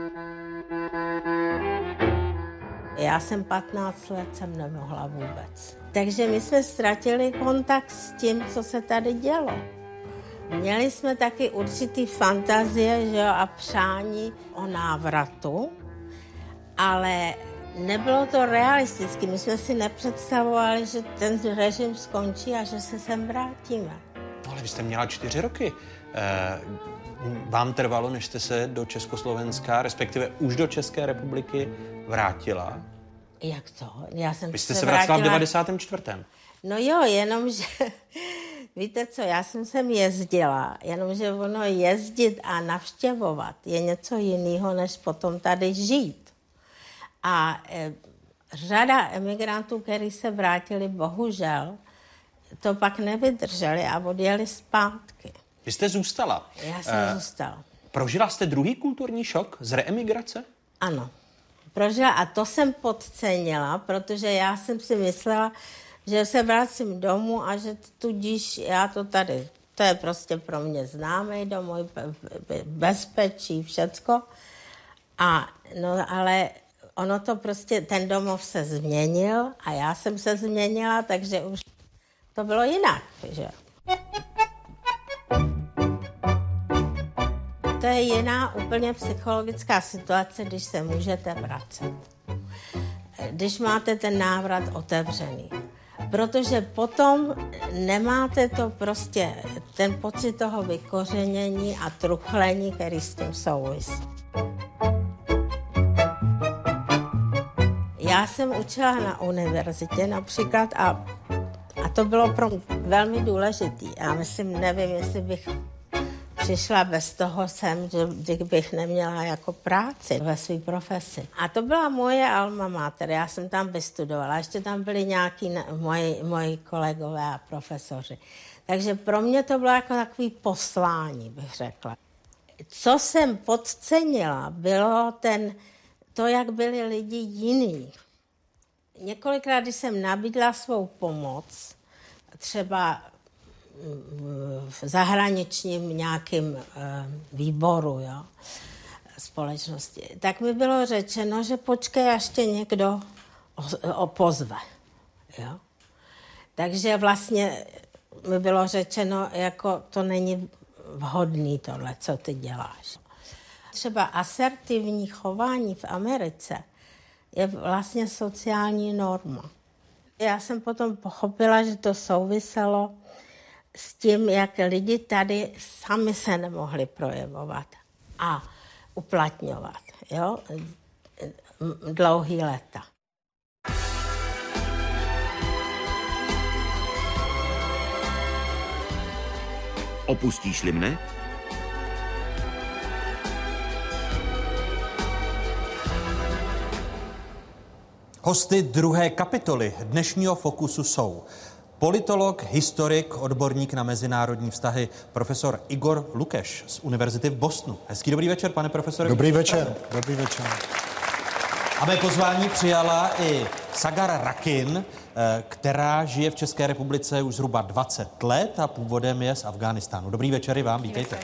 Já jsem 15 let jsem nemohla vůbec. Takže my jsme ztratili kontakt s tím, co se tady dělo. Měli jsme taky určitý fantazie, že jo, a přání o návratu, ale nebylo to realistické. My jsme si nepředstavovali, že ten režim skončí a že se sem vrátíme. No, ale vy jste měla 4 roky. Vám trvalo, než jste se do Československa, respektive už do České republiky vrátila? Jak to? Vy jste se vrátila v 94. No jo, jenomže, víte co, já jsem sem jezdila, jenomže ono jezdit a navštěvovat je něco jiného, než potom tady žít. A řada emigrantů, kteří se vrátili, bohužel, to pak nevydrželi a odjeli zpátky. Vy jste zůstala? Já jsem zůstala. Prožila jste druhý kulturní šok z reemigrace? Ano, prožila a to jsem podcenila, protože já jsem si myslela, že se vracím domů a že tudíž já to tady, to je prostě pro mě známý dom, můj bezpečí, všecko. A no ale ono to prostě, ten domov se změnil a já jsem se změnila, takže už to bylo jinak, že? To je jiná úplně psychologická situace, když se můžete vracet. Když máte ten návrat otevřený. Protože potom nemáte to prostě, ten pocit toho vykořenění a truchlení, který s tím souvisí. Já jsem učila na univerzitě například a to bylo pro mě velmi důležitý. Já myslím, nevím, jestli bych přišla bez toho sem, že bych neměla jako práci ve své profesi. A to byla moje alma mater, já jsem tam vystudovala, ještě tam byli nějaký moji kolegové a profesoři. Takže pro mě to bylo jako takový poslání, bych řekla. Co jsem podcenila, bylo to, jak byli lidi jiní. Několikrát, když jsem nabídla svou pomoc, třeba v zahraničním nějakém výboru, jo, společnosti, tak mi bylo řečeno, že počkej, až tě někdo pozve. Jo? Takže vlastně mi bylo řečeno, jako to není vhodný tohle, co ty děláš. Třeba asertivní chování v Americe je vlastně sociální norma. Já jsem potom pochopila, že to souviselo s tím, jak lidi tady sami se nemohli projevovat a uplatňovat, jo? Dlouhý léta. Opustíš-li mne? Hosty druhé kapitoly dnešního Fokusu jsou politolog, historik, odborník na mezinárodní vztahy, profesor Igor Lukeš z Univerzity v Bostonu. Hezký dobrý večer, pane profesore. Dobrý večer, dobrý večer. A mé pozvání přijala i Sagar Rakin, která žije v České republice už zhruba 20 let a původem je z Afghánistánu. Dobrý večer i vám, vítejte.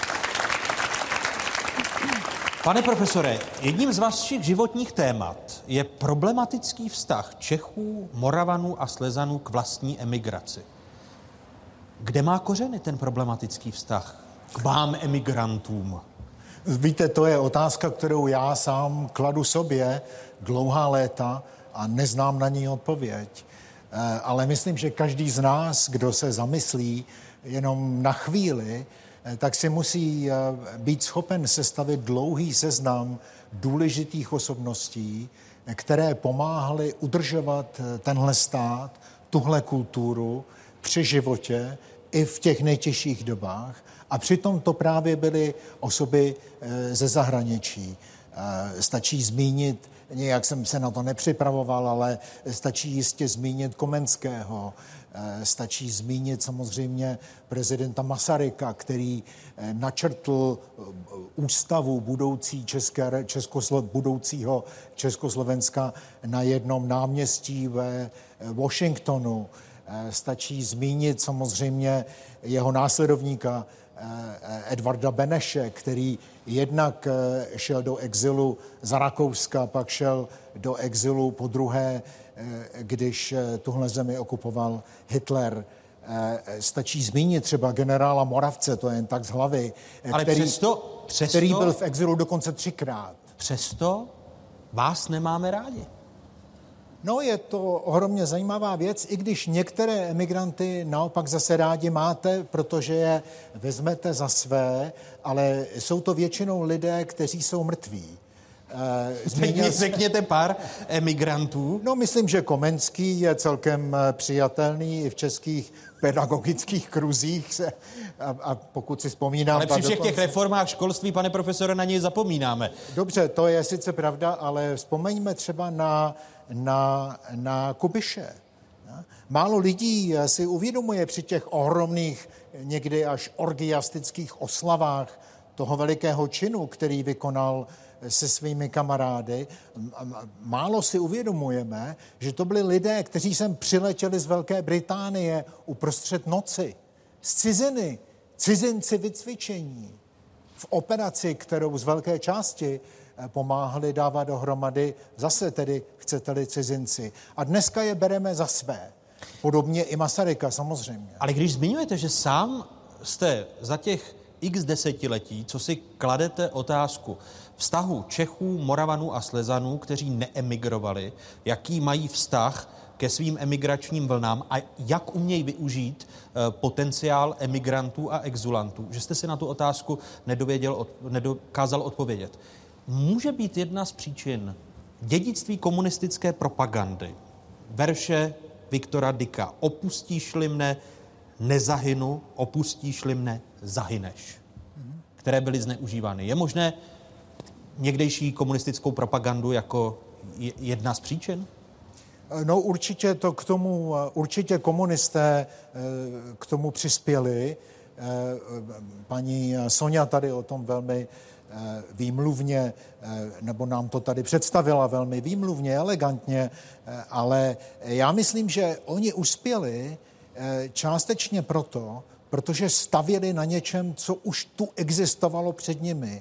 Pane profesore, jedním z vašich životních témat je problematický vztah Čechů, Moravanů a Slezanů k vlastní emigraci. Kde má kořeny ten problematický vztah k vám, emigrantům? Víte, to je otázka, kterou já sám kladu sobě dlouhá léta a neznám na ní odpověď. Ale myslím, že každý z nás, kdo se zamyslí jenom na chvíli, tak si musí být schopen sestavit dlouhý seznam důležitých osobností, které pomáhaly udržovat tenhle stát, tuhle kulturu při životě i v těch nejtěžších dobách. A přitom to právě byly osoby ze zahraničí. Stačí zmínit, nějak jsem se na to nepřipravoval, ale stačí jistě zmínit Komenského, stačí zmínit samozřejmě prezidenta Masaryka, který načrtl ústavu budoucího Československa na jednom náměstí ve Washingtonu. Stačí zmínit samozřejmě jeho následovníka Edvarda Beneše, který jednak šel do exilu za Rakouska, pak šel do exilu po druhé, když tuhle zemi okupoval Hitler. Stačí zmínit třeba generála Moravce, to je jen tak z hlavy, který byl v exilu dokonce 3krát. Přesto vás nemáme rádi. No, je to ohromně zajímavá věc, i když některé emigranty naopak zase rádi máte, protože je vezmete za své, ale jsou to většinou lidé, kteří jsou mrtví. Řekněte pár emigrantů. No, myslím, že Komenský je celkem přijatelný i v českých pedagogických kruzích. A pokud si vzpomínám... Ale při všech těch reformách školství, pane profesore, na něj zapomínáme. Dobře, to je sice pravda, ale vzpomeňme třeba na Kubiše. Málo lidí si uvědomuje při těch ohromných, někdy až orgiastických oslavách toho velikého činu, který vykonal se svými kamarády. Málo si uvědomujeme, že to byli lidé, kteří sem přiletěli z Velké Británie uprostřed noci, z ciziny, cizinci vycvičení, v operaci, kterou z velké části pomáhali dávat dohromady zase tedy, chcete-li, cizinci. A dneska je bereme za své. Podobně i Masaryka, samozřejmě. Ale když zmiňujete, že sám jste za těch x desetiletí, co si kladete otázku vztahu Čechů, Moravanů a Slezanů, kteří neemigrovali, jaký mají vztah ke svým emigračním vlnám a jak umějí využít potenciál emigrantů a exulantů, že jste si na tu otázku nedokázal odpovědět. Může být jedna z příčin dědictví komunistické propagandy, verše Viktora Dyka, opustíš-li mne, nezahynu, opustíš-li mne, zahyneš, které byly zneužívány. Je možné někdejší komunistickou propagandu jako jedna z příčin? No určitě určitě komunisté k tomu přispěli. Paní Sonja tady o tom velmi výmluvně, nebo nám to tady představila velmi výmluvně, elegantně, ale já myslím, že oni uspěli částečně proto, protože stavěli na něčem, co už tu existovalo před nimi.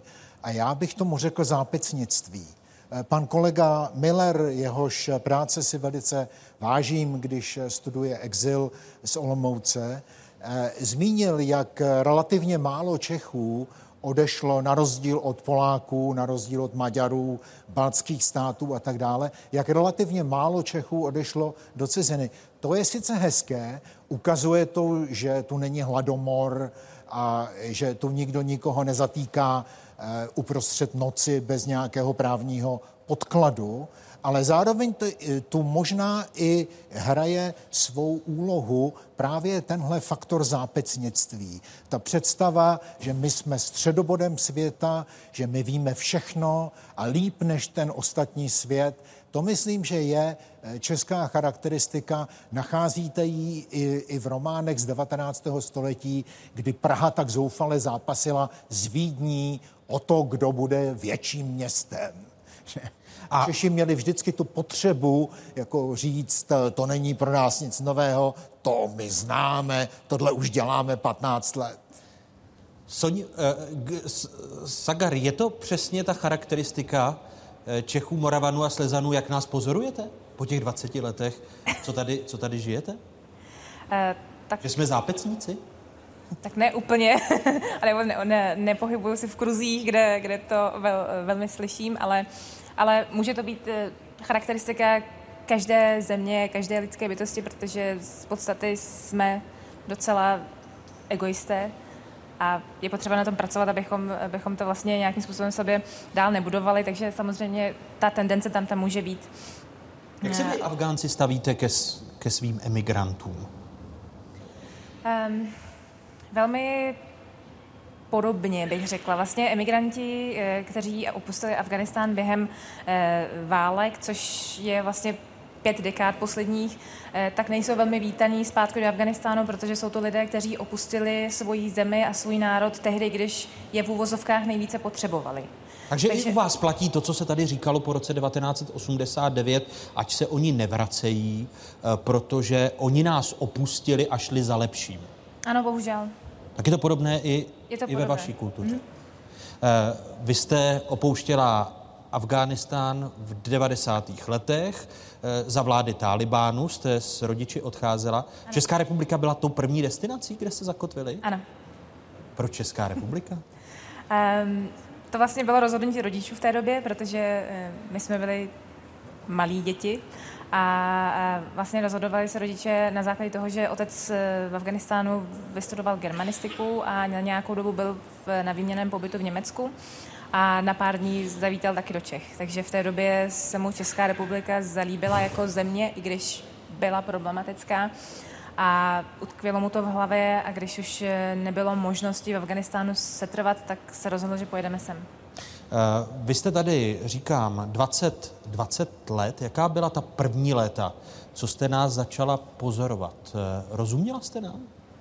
A já bych tomu řekl zápecnictví. Pan kolega Miller, jehož práce si velice vážím, když studuje exil z Olomouce, zmínil, jak relativně málo Čechů odešlo na rozdíl od Poláků, na rozdíl od Maďarů, baltských států a tak dále, jak relativně málo Čechů odešlo do ciziny. To je sice hezké, ukazuje to, že tu není hladomor a že tu nikdo nikoho nezatýká uprostřed noci bez nějakého právního podkladu, ale zároveň tu možná i hraje svou úlohu právě tenhle faktor zápecnictví. Ta představa, že my jsme středobodem světa, že my víme všechno a líp než ten ostatní svět, to myslím, že je česká charakteristika. Nacházíte ji i v románech z 19. století, kdy Praha tak zoufale zápasila s Vídní o to, kdo bude větším městem. A Češi měli vždycky tu potřebu jako říct, to není pro nás nic nového, to my známe, tohle už děláme 15 let. Sagar, je to přesně ta charakteristika Čechů, Moravanů a Slezanů, jak nás pozorujete po těch 20 letech, co tady žijete? Že jsme zápecníci? Tak ne úplně, nepohybuju si v kruzích, kde to velmi slyším, ale může to být charakteristika každé země, každé lidské bytosti, protože z podstaty jsme docela egoisté a je potřeba na tom pracovat, abychom to vlastně nějakým způsobem sobě dál nebudovali, takže samozřejmě ta tendence tam může být. Jak se vy Afgánci stavíte ke svým emigrantům? Velmi podobně bych řekla. Vlastně emigranti, kteří opustili Afghánistán během válek, což je vlastně 5 dekád posledních, tak nejsou velmi vítaní zpátky do Afghánistánu, protože jsou to lidé, kteří opustili svoji zemi a svůj národ tehdy, když je v úvozovkách nejvíce potřebovali. Takže i u vás platí to, co se tady říkalo po roce 1989, ať se oni nevracejí, protože oni nás opustili a šli za lepším. Ano, bohužel. Tak je to podobné i ve vaší kultuře. Vy jste opouštěla Afghánistán v 90. letech. Za vlády Tálibánu jste s rodiči odcházela. Ano. Česká republika byla tou první destinací, kde jste zakotvili? Ano. Proč Česká republika? To vlastně bylo rozhodnutí rodičů v té době, protože my jsme byli malí děti a vlastně rozhodovali se rodiče na základě toho, že otec v Afghánistánu vystudoval germanistiku a nějakou dobu byl na výměnném pobytu v Německu a na pár dní zavítal taky do Čech. Takže v té době se mu Česká republika zalíbila jako země, i když byla problematická. A utkvělo mu to v hlavě a když už nebylo možnosti v Afghánistánu setrvat, tak se rozhodl, že pojedeme sem. Vy jste tady, říkám, 20 let. Jaká byla ta první léta, co jste nás začala pozorovat? Rozuměla jste nám?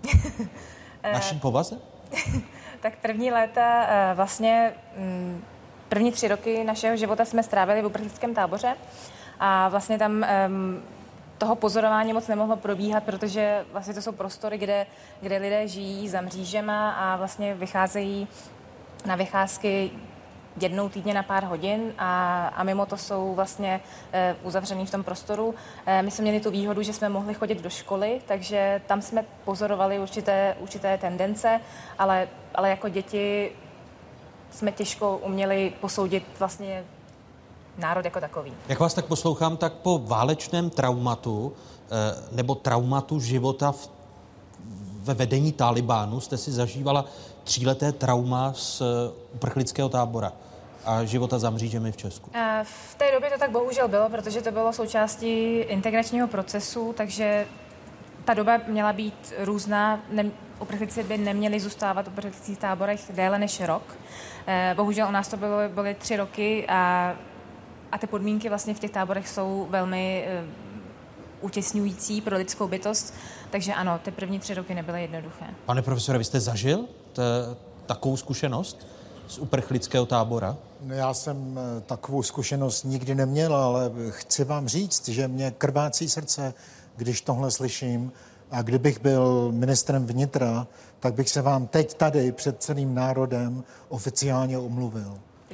Naší povaze? Tak první léta, vlastně první 3 roky našeho života jsme strávili v uprchlickém táboře a vlastně tam toho pozorování moc nemohlo probíhat, protože vlastně to jsou prostory, kde lidé žijí za mřížema a vlastně vycházejí na vycházky jednou týdně na pár hodin a mimo to jsou vlastně uzavřený v tom prostoru. My jsme měli tu výhodu, že jsme mohli chodit do školy, takže tam jsme pozorovali určité tendence, ale jako děti jsme těžko uměli posoudit vlastně národ jako takový. Jak vás tak poslouchám, tak po válečném traumatu nebo traumatu života ve vedení Tálibánu jste si zažívala 3leté trauma z uprchlického tábora a života za mřížemi v Česku. V té době to tak bohužel bylo, protože to bylo součástí integračního procesu, takže ta doba měla být různá. Uprchlíci by neměli zůstávat v uprchlických táborech déle než rok. Bohužel u nás to byly 3 roky a ty podmínky vlastně v těch táborech jsou velmi utěsňující pro lidskou bytost, takže ano, ty první 3 roky nebyly jednoduché. Pane profesore, vy jste zažil takovou zkušenost z uprchlického tábora? Já jsem takovou zkušenost nikdy neměl, ale chci vám říct, že mě krvácí srdce, když tohle slyším, a kdybych byl ministrem vnitra, tak bych se vám teď tady před celým národem oficiálně omluvil.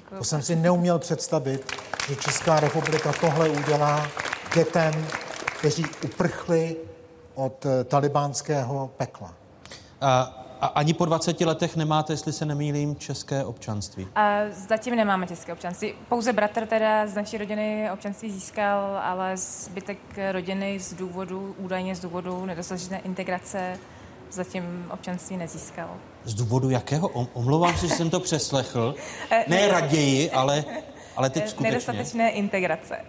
To jsem si neuměl představit, že Česká republika tohle udělá dětem, kteří uprchli od talibánského pekla. A ani po 20 letech nemáte, jestli se nemýlím, české občanství? Zatím nemáme české občanství. Pouze bratr teda z naší rodiny občanství získal, ale zbytek rodiny údajně z důvodu nedostatečné integrace zatím občanství nezískal. Z důvodu jakého? Omlouvám se, že jsem to přeslechl. Ne raději, ale teď skutečně. Nedostatečné integrace.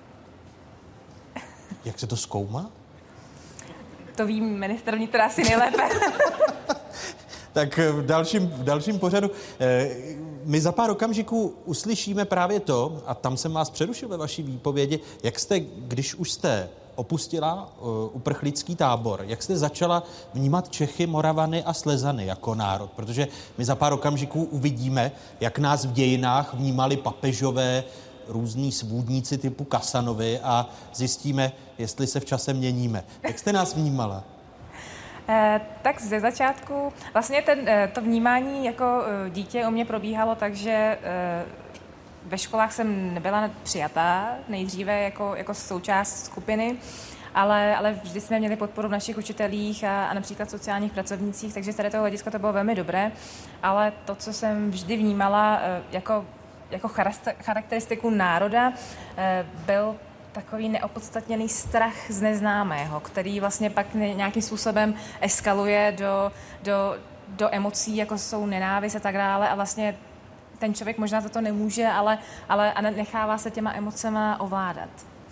Jak se to zkoumá? To ví ministr vnitra asi nejlépe. Tak v dalším pořadu my za pár okamžiků uslyšíme právě to, a tam jsem vás přerušil ve vaší výpovědi, jak jste, když už jste opustila uprchlický tábor, jak jste začala vnímat Čechy, Moravany a Slezany jako národ, protože my za pár okamžiků uvidíme, jak nás v dějinách vnímali papežové, různí svůdníci typu Kasanovi a zjistíme, jestli se v čase měníme. Jak jste nás vnímala? Tak ze začátku vlastně to vnímání jako dítě u mě probíhalo tak, že ve školách jsem nebyla přijatá nejdříve jako součást skupiny, ale vždy jsme měli podporu v našich učitelích a například sociálních pracovnících, takže z tady toho hlediska to bylo velmi dobré, ale to, co jsem vždy vnímala jako charakteristiku národa, byl takový neopodstatněný strach z neznámého, který vlastně pak nějakým způsobem eskaluje do emocí, jako jsou nenávist a tak dále a vlastně ten člověk možná toto nemůže, ale nechává se těma emocema ovládat.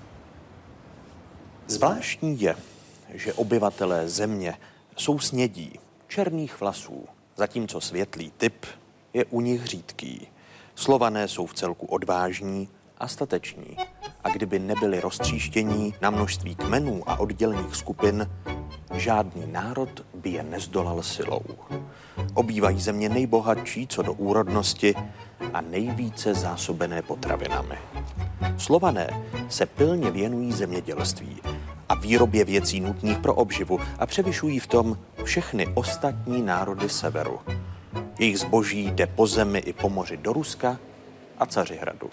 Zvláštní je, že obyvatelé země jsou snědí, černých vlasů, zatímco světlý typ je u nich řídký. Slované jsou v celku odvážní a stateční. A kdyby nebyli roztříštění na množství kmenů a oddělených skupin, žádný národ by je nezdolal silou. Obývají země nejbohatší co do úrodnosti a nejvíce zásobené potravinami. Slované se pilně věnují zemědělství a výrobě věcí nutných pro obživu a převyšují v tom všechny ostatní národy severu. Jejich zboží jde po zemi i po moři do Ruska a Cařihradu.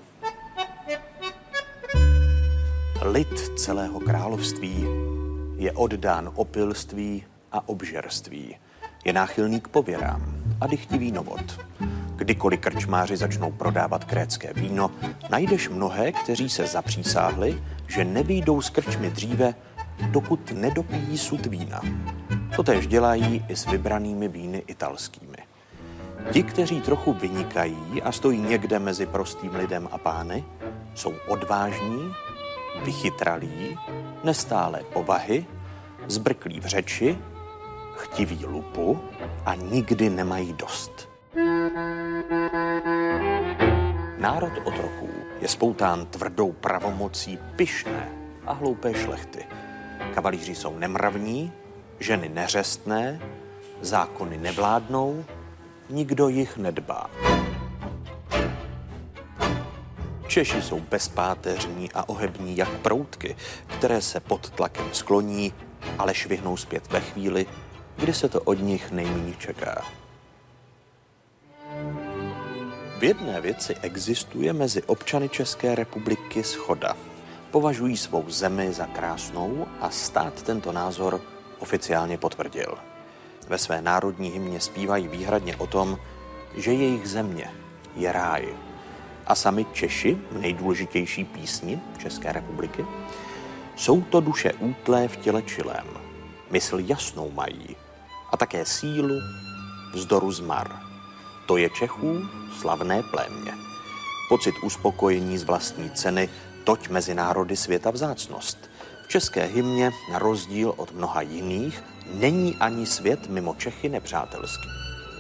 Lid celého království je oddán opilství a obžerství. Je náchylný k pověrám a dychtivý novot. Kdykoliv krčmáři začnou prodávat krétské víno, najdeš mnohé, kteří se zapřísáhli, že nevyjdou z krčmy dříve, dokud nedopijí sud vína. Totéž dělají i s vybranými víny italskými. Ti, kteří trochu vynikají a stojí někde mezi prostým lidem a pány, jsou odvážní, vychytralí, nestálé povahy, zbrklí v řeči, chtiví lupu a nikdy nemají dost. Národ otroků je spoután tvrdou pravomocí pyšné a hloupé šlechty. Kavalíři jsou nemravní, ženy neřestné, zákony nevládnou, nikdo jich nedbá. Češi jsou bezpáteřní a ohební jak proutky, které se pod tlakem skloní, ale švihnou zpět ve chvíli, kdy se to od nich nejméně čeká. V jedné věci existuje mezi občany České republiky shoda. Považují svou zemi za krásnou a stát tento názor oficiálně potvrdil. Ve své národní hymně zpívají výhradně o tom, že jejich země je ráj. A sami Češi, v nejdůležitější písni České republiky, jsou to duše útlé v těle čilém. Mysl jasnou mají a také sílu vzdoru zmar. To je Čechů slavné plémě. Pocit uspokojení z vlastní ceny, toť mezi národy světa vzácnost. V české hymně, na rozdíl od mnoha jiných, není ani svět mimo Čechy nepřátelský.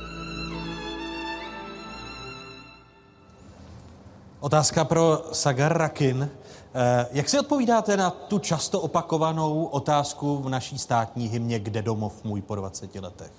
Otázka pro Sagar Rakin. Jak si odpovídáte na tu často opakovanou otázku v naší státní hymně Kde domov můj po 20 letech?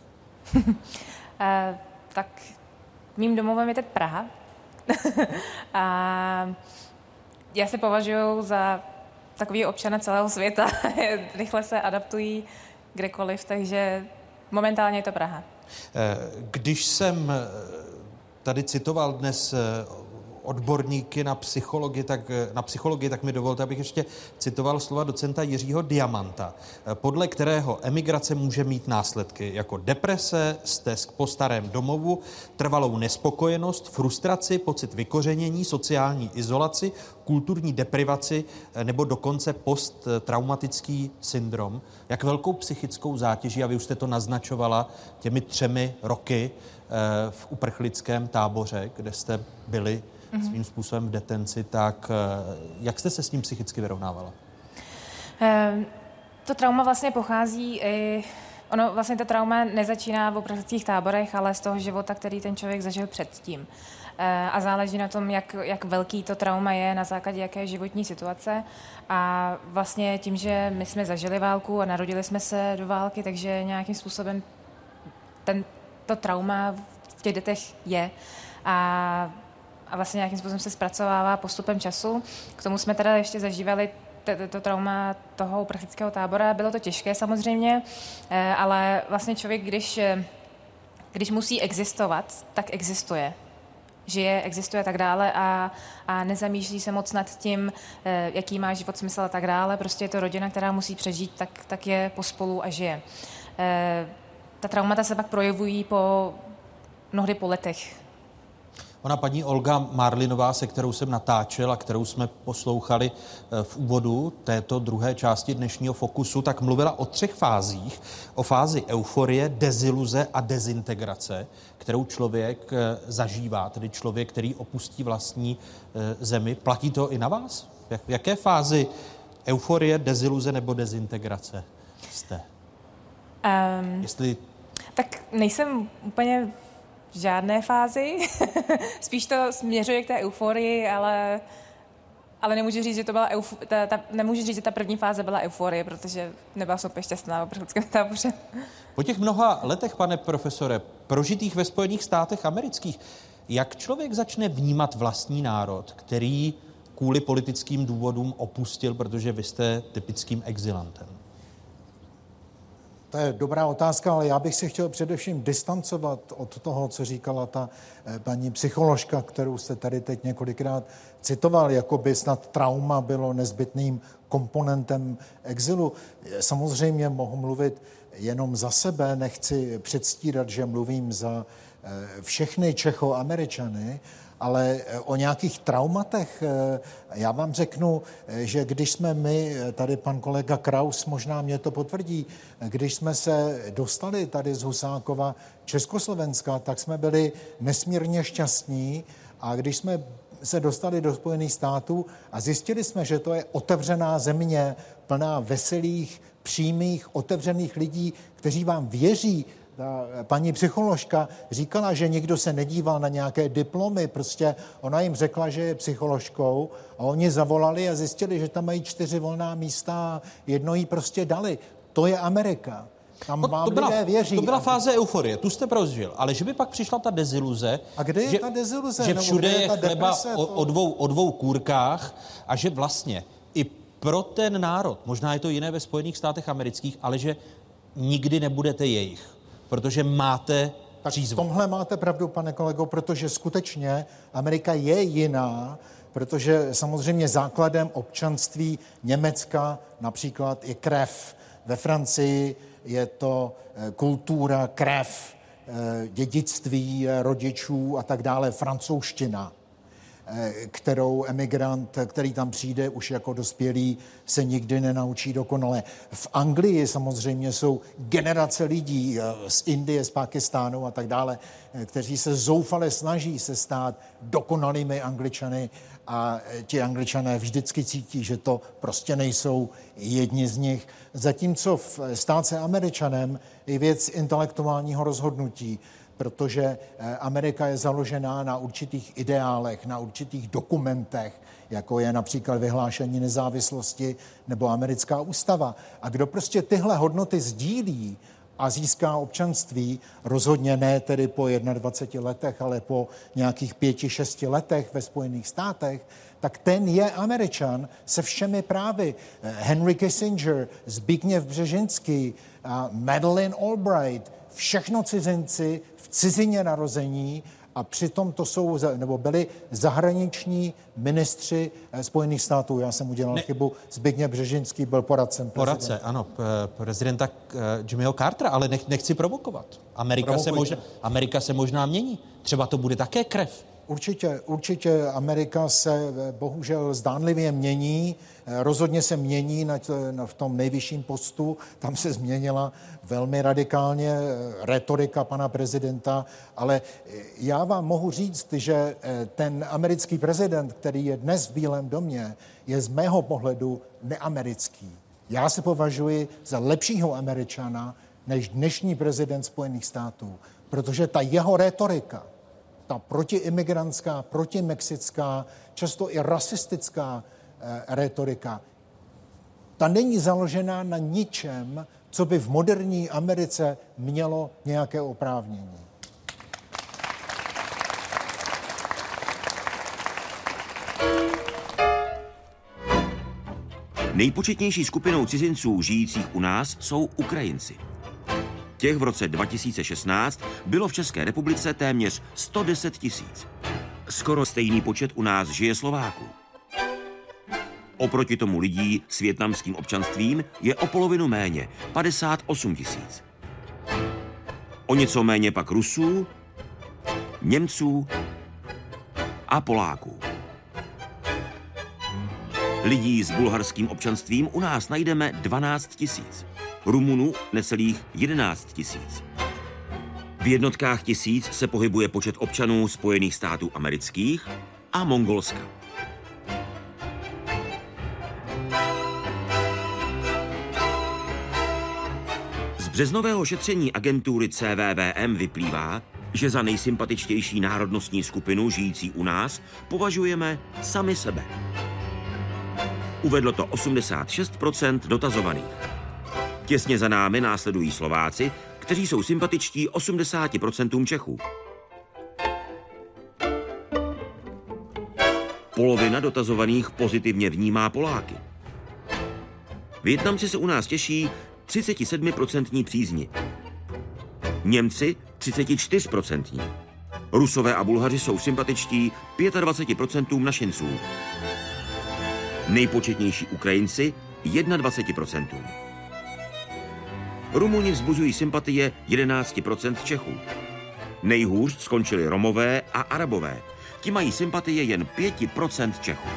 Tak mým domovem je teď Praha. A já se považuji za takový občana celého světa. Rychle se adaptují kdekoliv, takže momentálně je to Praha. Když jsem tady citoval dnes odborníky na psychologii, tak mi dovolte, abych ještě citoval slova docenta Jiřího Diamanta, podle kterého emigrace může mít následky jako deprese, stesk po starém domovu, trvalou nespokojenost, frustraci, pocit vykořenění, sociální izolaci, kulturní deprivaci nebo dokonce posttraumatický syndrom. Jak velkou psychickou zátěží, a vy už jste to naznačovala těmi 3 roky v uprchlickém táboře, kde jste byli svým způsobem v detenci, tak jak jste se s ním psychicky vyrovnávala? To trauma vlastně pochází ono vlastně to trauma nezačíná v uprchlických táborech, ale z toho života, který ten člověk zažil předtím. A záleží na tom, jak velký to trauma je, na základě jaké životní situace. A vlastně tím, že my jsme zažili válku a narodili jsme se do války, takže nějakým způsobem to trauma v těch dětech je. A vlastně nějakým způsobem se zpracovává postupem času. K tomu jsme teda ještě zažívali to trauma toho uprchlického tábora. Bylo to těžké samozřejmě, ale vlastně člověk, když musí existovat, tak existuje. Žije, existuje a tak dále a nezamýšlí se moc nad tím, jaký má život smysl a tak dále. Prostě je to rodina, která musí přežít, tak je pospolu a žije. Ta traumata se pak projevují mnohdy po letech. Ona paní Olga Marlinová, se kterou jsem natáčel a kterou jsme poslouchali v úvodu této druhé části dnešního Fokusu, tak mluvila o 3 fázích. O fázi euforie, deziluze a dezintegrace, kterou člověk zažívá, tedy člověk, který opustí vlastní zemi. Platí to i na vás? V jaké fázi euforie, deziluze nebo dezintegrace jste? Tak nejsem úplně v žádné fázi. Spíš to směřuje k té euforii, ale nemůžu říct, že to byla nemůžu říct, že ta první fáze byla euforie, protože nebyla super šťastná v uprchlickém táboře. Po těch mnoha letech, pane profesore, prožitých ve Spojených státech amerických, jak člověk začne vnímat vlastní národ, který kvůli politickým důvodům opustil, protože vy jste typickým exilantem? To je dobrá otázka, ale já bych si chtěl především distancovat od toho, co říkala ta paní psycholožka, kterou jste tady teď několikrát citoval, jako by snad trauma bylo nezbytným komponentem exilu. Samozřejmě mohu mluvit jenom za sebe, nechci předstírat, že mluvím za všechny Čechoameričany, ale o nějakých traumatech já vám řeknu, že když jsme my, tady pan kolega Kraus možná mě to potvrdí, když jsme se dostali tady z Husákova Československa, tak jsme byli nesmírně šťastní a když jsme se dostali do Spojených států a zjistili jsme, že to je otevřená země, plná veselých, přímých, otevřených lidí, kteří vám věří. Ta paní psycholožka říkala, že nikdo se nedíval na nějaké diplomy, prostě ona jim řekla, že je psycholožkou a oni zavolali a zjistili, že tam mají 4 volná místa a jedno jí prostě dali. To je Amerika. Tam vám lidé věří. To byla fáze euforie, tu jste prožil, ale že by pak přišla ta deziluze. A kde je ta deziluze? Že všude je chleba o dvou kůrkách a že vlastně i pro ten národ, možná je to jiné ve Spojených státech amerických, ale že nikdy nebudete jejich. Protože máte přízvu. Tak v tomhle máte pravdu, pane kolego, protože skutečně Amerika je jiná, protože samozřejmě základem občanství Německa například je krev. Ve Francii je to kultura, krev, dědictví rodičů a tak dále, francouzština, kterou emigrant, který tam přijde už jako dospělý, se nikdy nenaučí dokonale. V Anglii samozřejmě jsou generace lidí z Indie, z Pákistánu a tak dále, kteří se zoufale snaží se stát dokonalými Angličany a ti Angličané vždycky cítí, že to prostě nejsou jedni z nich. Zatímco stát se Američanem je věc intelektuálního rozhodnutí, protože Amerika je založená na určitých ideálech, na určitých dokumentech, jako je například vyhlášení nezávislosti nebo americká ústava. A kdo prostě tyhle hodnoty sdílí a získá občanství, rozhodně ne tedy po 21 letech, ale po nějakých 5-6 letech ve Spojených státech, tak ten je Američan se všemi právy. Henry Kissinger, Zbigněv Břežinský, Madeleine Albright, všechno cizinci v cizině narození a přitom to jsou, nebo byli zahraniční ministři Spojených států. Já jsem udělal chybu, Zbigněv Břežinský byl poradcem prezidenta. Poradce, ano, prezidenta Jimmyho Cartera, ale nechci provokovat. Amerika se možná mění. Třeba to bude také krev. Určitě Amerika se bohužel zdánlivě mění, rozhodně se mění v tom nejvyšším postu, tam se změnila velmi radikálně retorika pana prezidenta, ale já vám mohu říct, že ten americký prezident, který je dnes v Bílém domě, je z mého pohledu neamerický. Já se považuji za lepšího Američana než dnešní prezident Spojených států, protože ta jeho retorika, ta protiimigrantská, protimexická, často i rasistická retorika, ta není založená na ničem, co by v moderní Americe mělo nějaké oprávnění. Nejpočetnější skupinou cizinců žijících u nás jsou Ukrajinci. Těch v roce 2016 bylo v České republice téměř 110 000. Skoro stejný počet u nás žije Slováků. Oproti tomu lidí s vietnamským občanstvím je o polovinu méně, 58 000. O něco méně pak Rusů, Němců a Poláků. Lidí s bulharským občanstvím u nás najdeme 12 000. Rumunů necelých 11 000. V jednotkách tisíc se pohybuje počet občanů Spojených států amerických a Mongolska. Z březnového šetření agentury CVVM vyplývá, že za nejsympatičtější národnostní skupinu žijící u nás považujeme sami sebe. Uvedlo to 86% dotazovaných. Těsně za námi následují Slováci, kteří jsou sympatičtí 80% Čechů. Polovina dotazovaných pozitivně vnímá Poláky. Vietnamci se u nás těší 37% přízni. Němci 34%. Rusové a Bulhaři jsou sympatičtí 25% našinců. Nejpočetnější Ukrajinci 21%. Rumuni vzbuzují sympatie 11% Čechů. Nejhůř skončili Romové a Arabové. Ti mají sympatie jen 5% Čechů.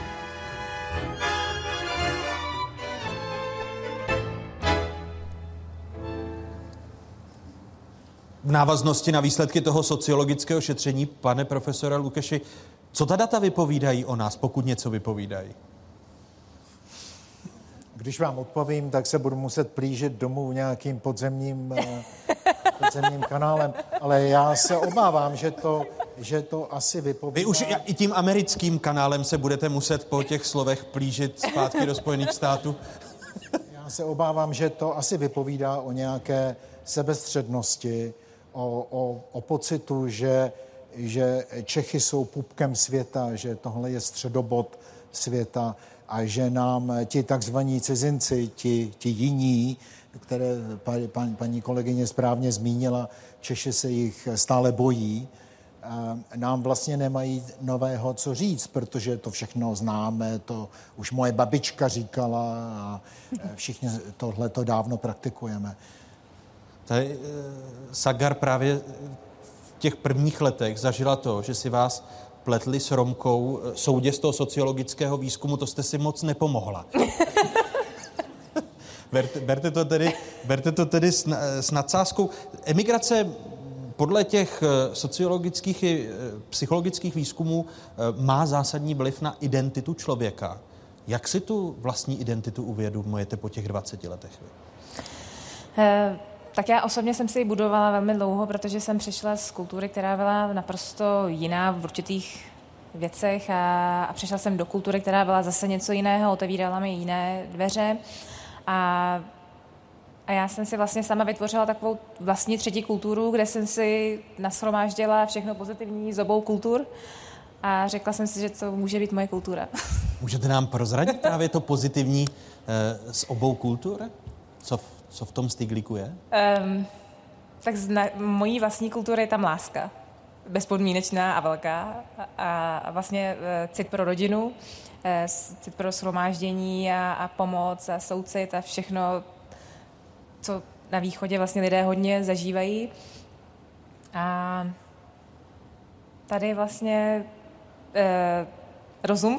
V návaznosti na výsledky toho sociologického šetření, pane profesore Lukeši, co ta data vypovídají o nás, pokud něco vypovídají? Když vám odpovím, tak se budu muset plížit domů nějakým podzemním kanálem, ale já se obávám, že to asi vypovídá. Vy už i tím americkým kanálem se budete muset po těch slovech plížit zpátky do Spojených států? Já se obávám, že to asi vypovídá o nějaké sebestřednosti, o pocitu, že Čechy jsou pupkem světa, že tohle je středobod světa a že nám ti takzvaní cizinci, ti jiní, které paní kolegyně správně zmínila, Češi se jich stále bojí, nám vlastně nemají nového co říct, protože to všechno známe, to už moje babička říkala a všichni tohleto dávno praktikujeme. Tady Sagar právě v těch prvních letech zažila to, že si vás pletli s Romkou. Soudě z toho sociologického výzkumu, to jste si moc nepomohla. Berte to tedy s nadsázkou. Emigrace podle těch sociologických i psychologických výzkumů má zásadní vliv na identitu člověka. Jak si tu vlastní identitu uvědomujete po těch 20 letech? Tak já osobně jsem si ji budovala velmi dlouho, protože jsem přišla z kultury, která byla naprosto jiná v určitých věcech a přišla jsem do kultury, která byla zase něco jiného, otevírala mi jiné dveře a já jsem si vlastně sama vytvořila takovou vlastní třetí kulturu, kde jsem si nashromáždila všechno pozitivní z obou kultur a řekla jsem si, že to může být moje kultura. Můžete nám prozradit právě to pozitivní z obou kultur? Co v tom Stiglíku je? Tak z mojí vlastní kultury je tam láska. bezpodmínečná a velká a vlastně cit pro rodinu, cit pro shromáždění a pomoc a soucit a všechno, co na východě vlastně lidé hodně zažívají. A tady vlastně rozum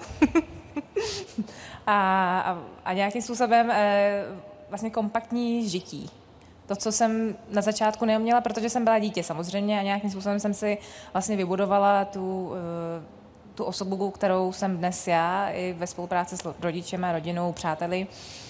a nějakým způsobem vlastně kompaktní žití. To, co jsem na začátku neuměla, protože jsem byla dítě samozřejmě a nějakým způsobem jsem si vlastně vybudovala tu osobu, kterou jsem dnes já, i ve spolupráci s rodičem a rodinou, přáteli,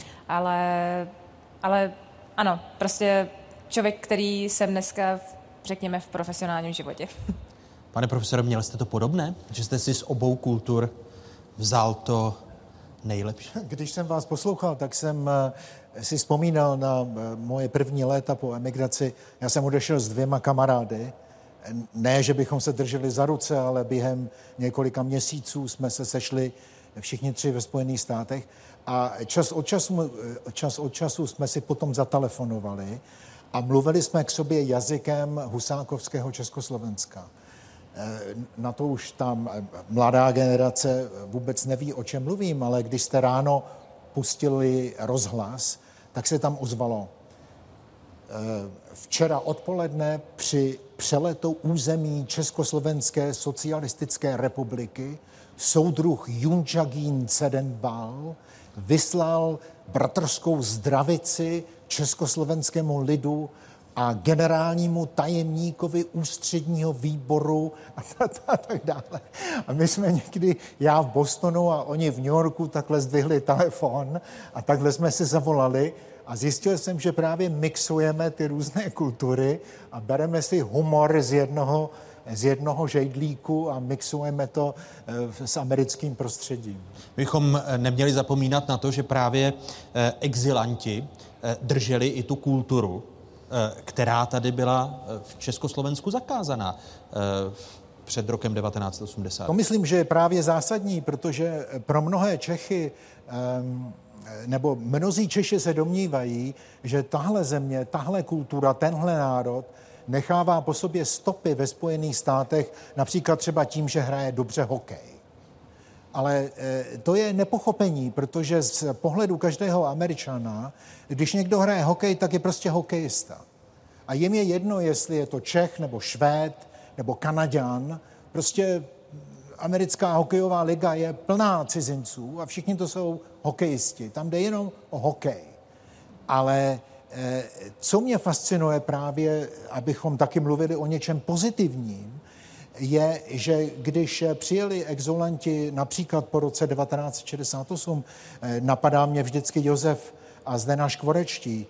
ale ano, prostě člověk, který jsem dneska, řekněme, v profesionálním životě. Pane profesore, měl jste to podobné? Že jste si z obou kultur vzal to nejlepší? Když jsem vás poslouchal, tak jsem si vzpomínal na moje první léta po emigraci. Já jsem odešel s 2 kamarády. Ne, že bychom se drželi za ruce, ale během několika měsíců jsme se sešli všichni 3 ve Spojených státech a čas od času jsme si potom zatelefonovali a mluvili jsme k sobě jazykem husákovského Československa. Na to už tam mladá generace vůbec neví, o čem mluvím, ale když jste ráno pustili rozhlas, tak se tam ozvalo. Včera odpoledne při přeletu území Československé socialistické republiky soudruh Junčagín Cedenbal vyslal bratrskou zdravici československému lidu a generálnímu tajemníkovi ústředního výboru a tak dále. A my jsme někdy, já v Bostonu a oni v New Yorku, takhle zdvihli telefon a takhle jsme si zavolali a zjistil jsem, že právě mixujeme ty různé kultury a bereme si humor z jednoho žejdlíku a mixujeme to s americkým prostředím. Bychom neměli zapomínat na to, že právě exilanti drželi i tu kulturu, která tady byla v Československu zakázaná před rokem 1980. To myslím, že je právě zásadní, protože pro mnohé Čechy, nebo mnozí Češi se domnívají, že tahle země, tahle kultura, tenhle národ nechává po sobě stopy ve Spojených státech, například třeba tím, že hraje dobře hokej. Ale to je nepochopení, protože z pohledu každého Američana, když někdo hraje hokej, tak je prostě hokejista. A jim je jedno, jestli je to Čech, nebo Švéd, nebo Kanaďan. Prostě americká hokejová liga je plná cizinců a všichni to jsou hokejisti. Tam jde jenom o hokej. Ale co mě fascinuje právě, abychom taky mluvili o něčem pozitivním, je, že když přijeli exulanti například po roce 1968, napadá mě vždycky Josef a Zdena Škvorečtí,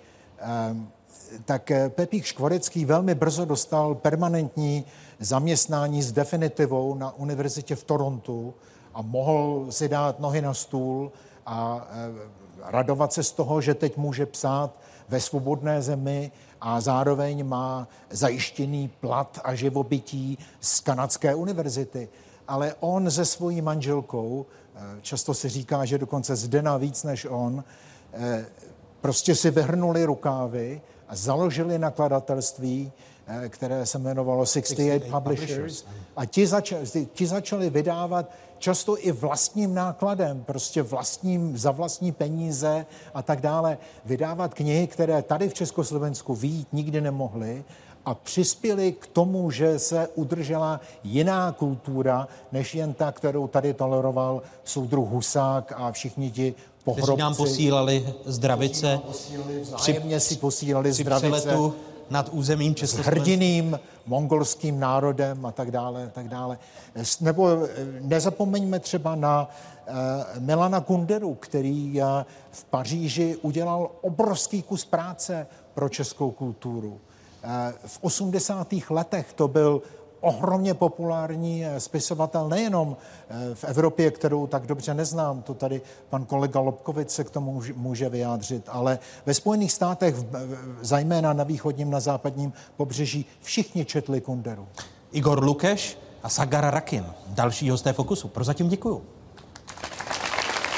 tak Pepík Škvorecký velmi brzo dostal permanentní zaměstnání s definitivou na univerzitě v Torontu a mohl si dát nohy na stůl a radovat se z toho, že teď může psát ve svobodné zemi a zároveň má zajištěný plat a živobytí z kanadské univerzity. Ale on se svojí manželkou, často se říká, že dokonce Zdena víc než on, prostě si vyhrnuli rukávy a založili nakladatelství, které se jmenovalo 68 Publishers. A ti začali vydávat často i vlastním nákladem, prostě za vlastní peníze a tak dále, vydávat knihy, které tady v Československu vyjít nikdy nemohly a přispěli k tomu, že se udržela jiná kultura, než jen ta, kterou tady toleroval soudruh Husák a všichni ti pohrobci. Kteří nám posílali zdravice. Vzájemně si posílali zdravice. Přeletu nad územím Československa. S hrdiným mongolským národem a tak dále, tak dále. Nebo nezapomeňme třeba na Milana Kunderu, který v Paříži udělal obrovský kus práce pro českou kulturu. V 80. letech to byl ohromně populární spisovatel nejenom v Evropě, kterou tak dobře neznám, to tady pan kolega Lobkovic se k tomu může vyjádřit, ale ve Spojených státech, zejména na východním, na západním pobřeží, všichni četli Kunderu. Igor Lukeš a Sagar Rakin, další hosté Fokusu. Prozatím děkuju.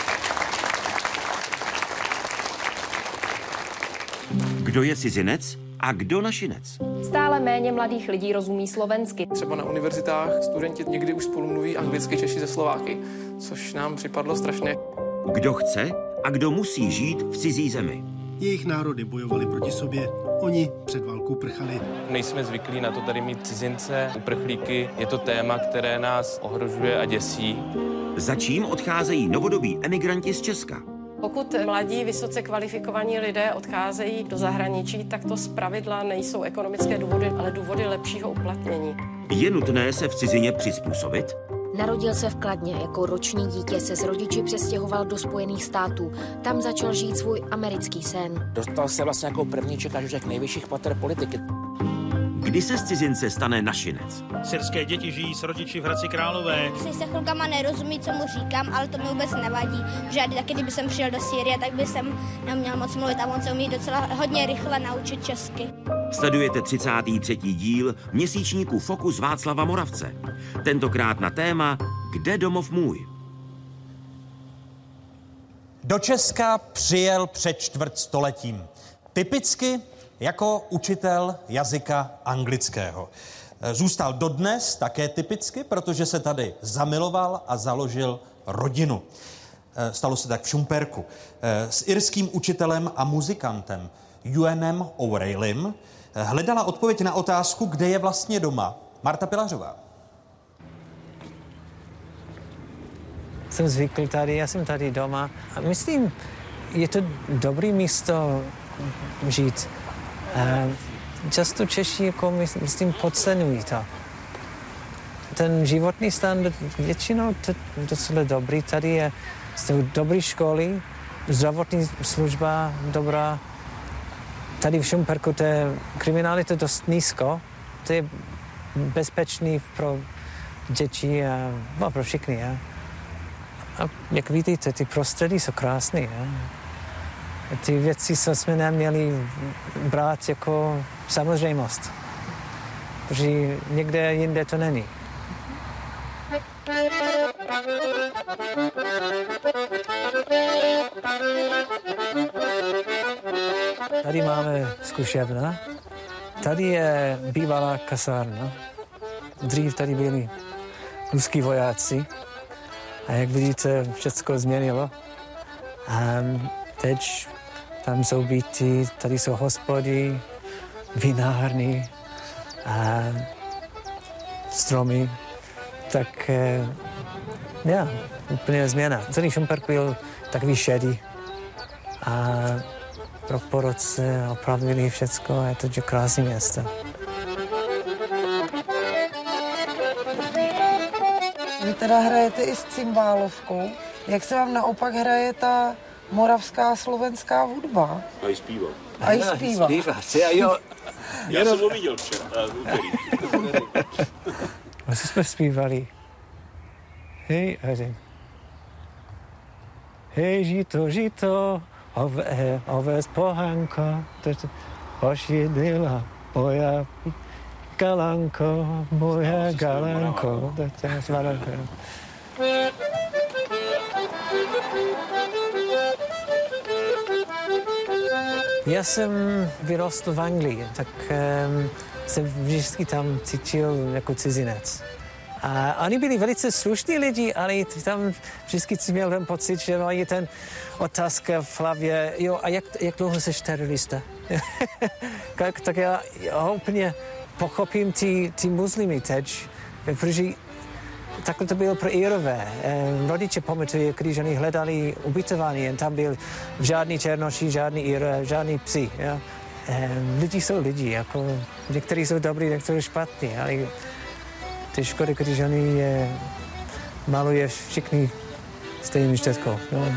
Kdo je cizinec? A kdo našinec? Stále méně mladých lidí rozumí slovensky. Třeba na univerzitách studenti někdy už spolu mluví anglicky Češi se Slováky, což nám připadlo strašně. Kdo chce a kdo musí žít v cizí zemi? Jejich národy bojovaly proti sobě, oni před válkou prchali. Nejsme zvyklí na to tady mít cizince, uprchlíky. Je to téma, které nás ohrožuje a děsí. Za čím odcházejí novodobí emigranti z Česka? Pokud mladí, vysoce kvalifikovaní lidé odcházejí do zahraničí, tak to zpravidla nejsou ekonomické důvody, ale důvody lepšího uplatnění. Je nutné se v cizině přizpůsobit? Narodil se v Kladně, jako roční dítě se s rodiči přestěhoval do Spojených států. Tam začal žít svůj americký sen. Dostal se vlastně jako prvníček až k nejvyšších pater politiky. Kdy se z cizince stane našinec? Syrské děti žijí s rodiči v Hradci Králové. Si se chvilkama nerozumí, co mu říkám, ale to mi vůbec nevadí. Že taky, kdyby jsem přijel do Sýrie, tak by jsem neměl moc mluvit a on se umí docela hodně rychle naučit česky. Sledujete 33. díl měsíčníku Fokus Václava Moravce. Tentokrát na téma Kde domov můj? Do Česka přijel před čtvrtstoletím. Typicky jako učitel jazyka anglického. Zůstal dodnes také typicky, protože se tady zamiloval a založil rodinu. Stalo se tak v Šumperku. S irským učitelem a muzikantem Ewanem O'Reillym hledala odpověď na otázku, kde je vlastně doma, Marta Pilařová. Jsem zvyklý tady, já jsem tady doma a myslím, je to dobré místo žít. Často Češi, jako myslím, podceňují to. Ten životní standard většinou to docela dobrý. Tady jsou dobré školy, zdravotní služba dobrá. Tady v Šumperku to je kriminalita dost nízko. To je bezpečný pro děti a pro všechny. A jak vidíte, ty prostředí jsou krásné. Ty věci jsme neměli brát jako samozřejmost, protože někde jinde to není. Tady máme zkušebna, tady je bývalá kasárna. Dřív tady byli ruský vojáci a jak vidíte, všechno změnilo. Teď tam jsou byty, tady jsou hospody, vinárny a stromy. Tak úplně změna. Celý Šumperk byl takový šedý a rok po roce opravili všecko a je to krásné město. Vy teda hrajete i s cymbálovkou. Jak se vám naopak hraje ta moravská a slovenská hudba? A i zpívá. A i zpívá. Já jsem ho viděl včera, A co jsme zpívali? Hej, žito, oves pohanko, ošidila moja galanko, moja galanko. Já jsem vyrostl v Anglii, tak jsem vždycky tam cítil jako cizinec. A oni byli velice slušní lidi, ale tam vždycky jsem měl ten pocit, že mají ten otázka v hlavě, jo, a jak dlouho jsi terorista? Tak já úplně pochopím ty muslimy teď, protože takhle to bylo pro Irové. Rodiče pamatují, když oni hledali ubytování, jen tam byl žádný černoši, žádný Ir, žádný psi. Ja? Lidi jsou lidi, jako někteří jsou dobrý, někteří špatný, ale to je škoda, když oni maluje všichni stejným štětkou. No.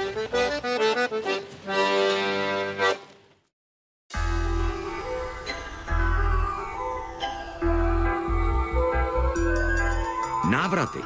Návraty.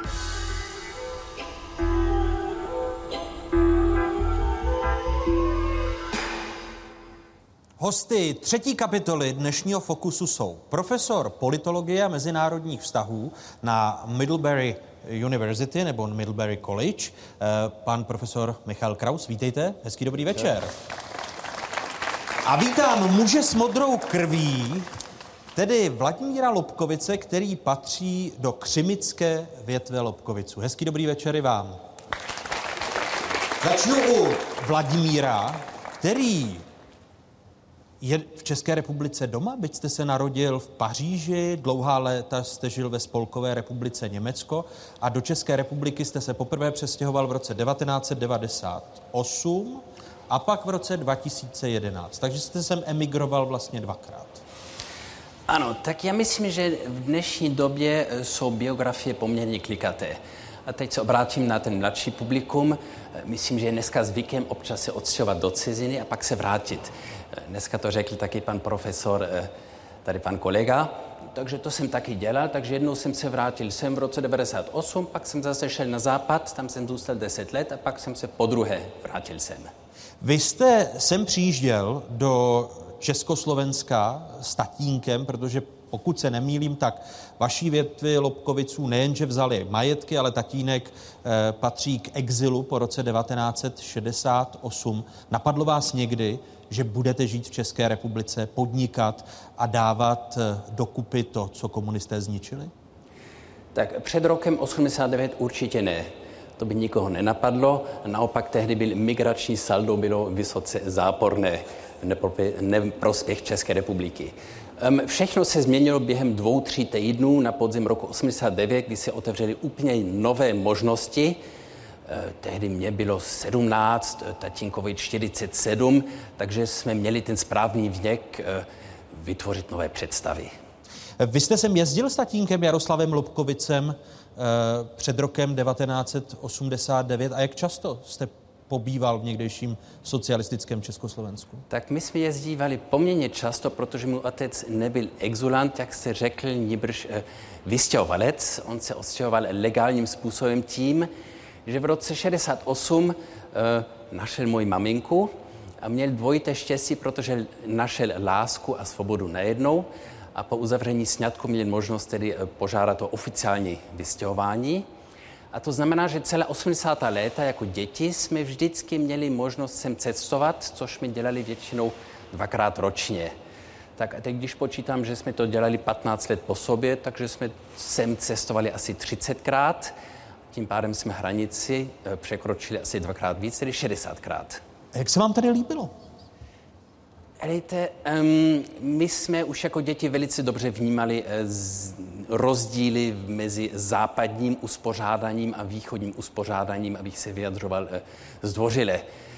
Hosty třetí kapitoly dnešního Fokusu jsou profesor politologie a mezinárodních vztahů na Middlebury University nebo Middlebury College, pan profesor Michal Kraus. Vítejte, hezký dobrý večer. A vítám muže s modrou krví, tedy Vladimíra Lobkovice, který patří do křimické větve Lobkoviců. Hezký dobrý večer i vám. Začnu u Vladimíra, který je v České republice doma, byť jste se narodil v Paříži, dlouhá léta jste žil ve Spolkové republice Německo a do České republiky jste se poprvé přestěhoval v roce 1998 a pak v roce 2011. Takže jste sem emigroval vlastně dvakrát. Ano, tak já myslím, že v dnešní době jsou biografie poměrně klikaté. A teď se obrátím na ten mladší publikum. Myslím, že je dneska zvykem občas se odstěhovat do ciziny a pak se vrátit. Dneska to řekl taky pan profesor, tady pan kolega. Takže to jsem taky dělal, takže jednou jsem se vrátil sem v roce 1998, pak jsem zase šel na západ, tam jsem zůstal 10 let a pak jsem se podruhé vrátil sem. Vy jste sem přijížděl do Československa s tatínkem, protože pokud se nemýlím, tak vaší větvi Lobkoviců nejenže vzali majetky, ale tatínek patří k exilu po roce 1968. Napadlo vás někdy, že budete žít v České republice, podnikat a dávat dokupy to, co komunisté zničili? Tak před rokem 89 určitě ne. To by nikoho nenapadlo. Naopak tehdy byl migrační saldo bylo vysoce záporné neprospěch České republiky. Všechno se změnilo během 2-3 týdnů na podzim roku 89, kdy se otevřely úplně nové možnosti. Tehdy mě bylo 17, tatínkovi 47, takže jsme měli ten správný věk vytvořit nové představy. Vy jste sem jezdil s tatínkem Jaroslavem Lobkovicem před rokem 1989 a jak často jste pobýval v někdejším socialistickém Československu? Tak my jsme jezdívali poměrně často, protože můj otec nebyl exulant, jak se řekl, nýbrž vystěhovalec. On se odstěhoval legálním způsobem tím, že v roce 68 našel moji maminku a měl dvojité štěstí, protože našel lásku a svobodu najednou a po uzavření sňatku měl možnost tedy požádat o oficiální vystěhování. A to znamená, že celé 80. léta jako děti jsme vždycky měli možnost sem cestovat, což jsme dělali většinou 2krát ročně. Tak a teď, když počítám, že jsme to dělali 15 let po sobě, takže jsme sem cestovali asi 30krát. Tím pádem jsme hranici překročili asi 2krát víc, tedy 60krát. A jak se vám tady líbilo? Helejte, my jsme už jako děti velice dobře vnímali rozdíly mezi západním uspořádáním a východním uspořádáním, abych se vyjadřoval zdvořile.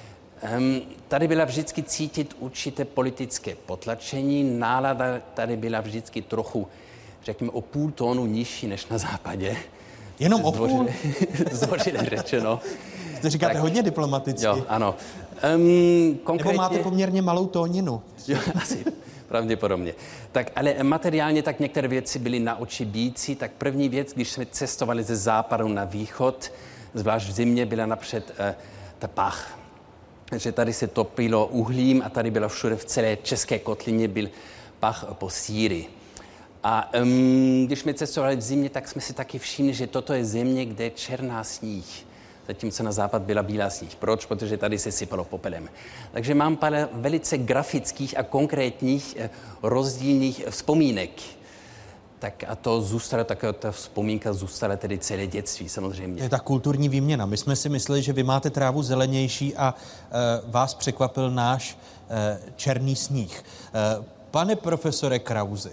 Tady byla vždycky cítit určité politické potlačení, nálada tady byla vždycky trochu, řekněme, o půl tónu nižší než na západě. Jenom o půl? Zdvořile řečeno. To říkáte tak, hodně diplomaticky. Jo, ano. Konkrétně... Nebo máte poměrně malou tóninu. Jo, asi pravděpodobně. Tak, ale materiálně tak některé věci byly na oči bíjící. Tak první věc, když jsme cestovali ze západu na východ, zvlášť v zimě, byla napřed ta pach. Že tady se topilo uhlím a tady byla všude v celé české kotlině byl pach po síry. A když jsme cestovali v zimě, tak jsme si taky všimli, že toto je země, kde je černá sníh. Zatímco na západ byla bílá sníh. Proč? Protože tady se sypalo popelem. Takže mám pár velice grafických a konkrétních rozdílných vzpomínek. Tak a to zůstalo, ta vzpomínka zůstala tedy celé dětství samozřejmě. Je ta kulturní výměna. My jsme si mysleli, že vy máte trávu zelenější a vás překvapil náš černý sníh. Pane profesore Krausi,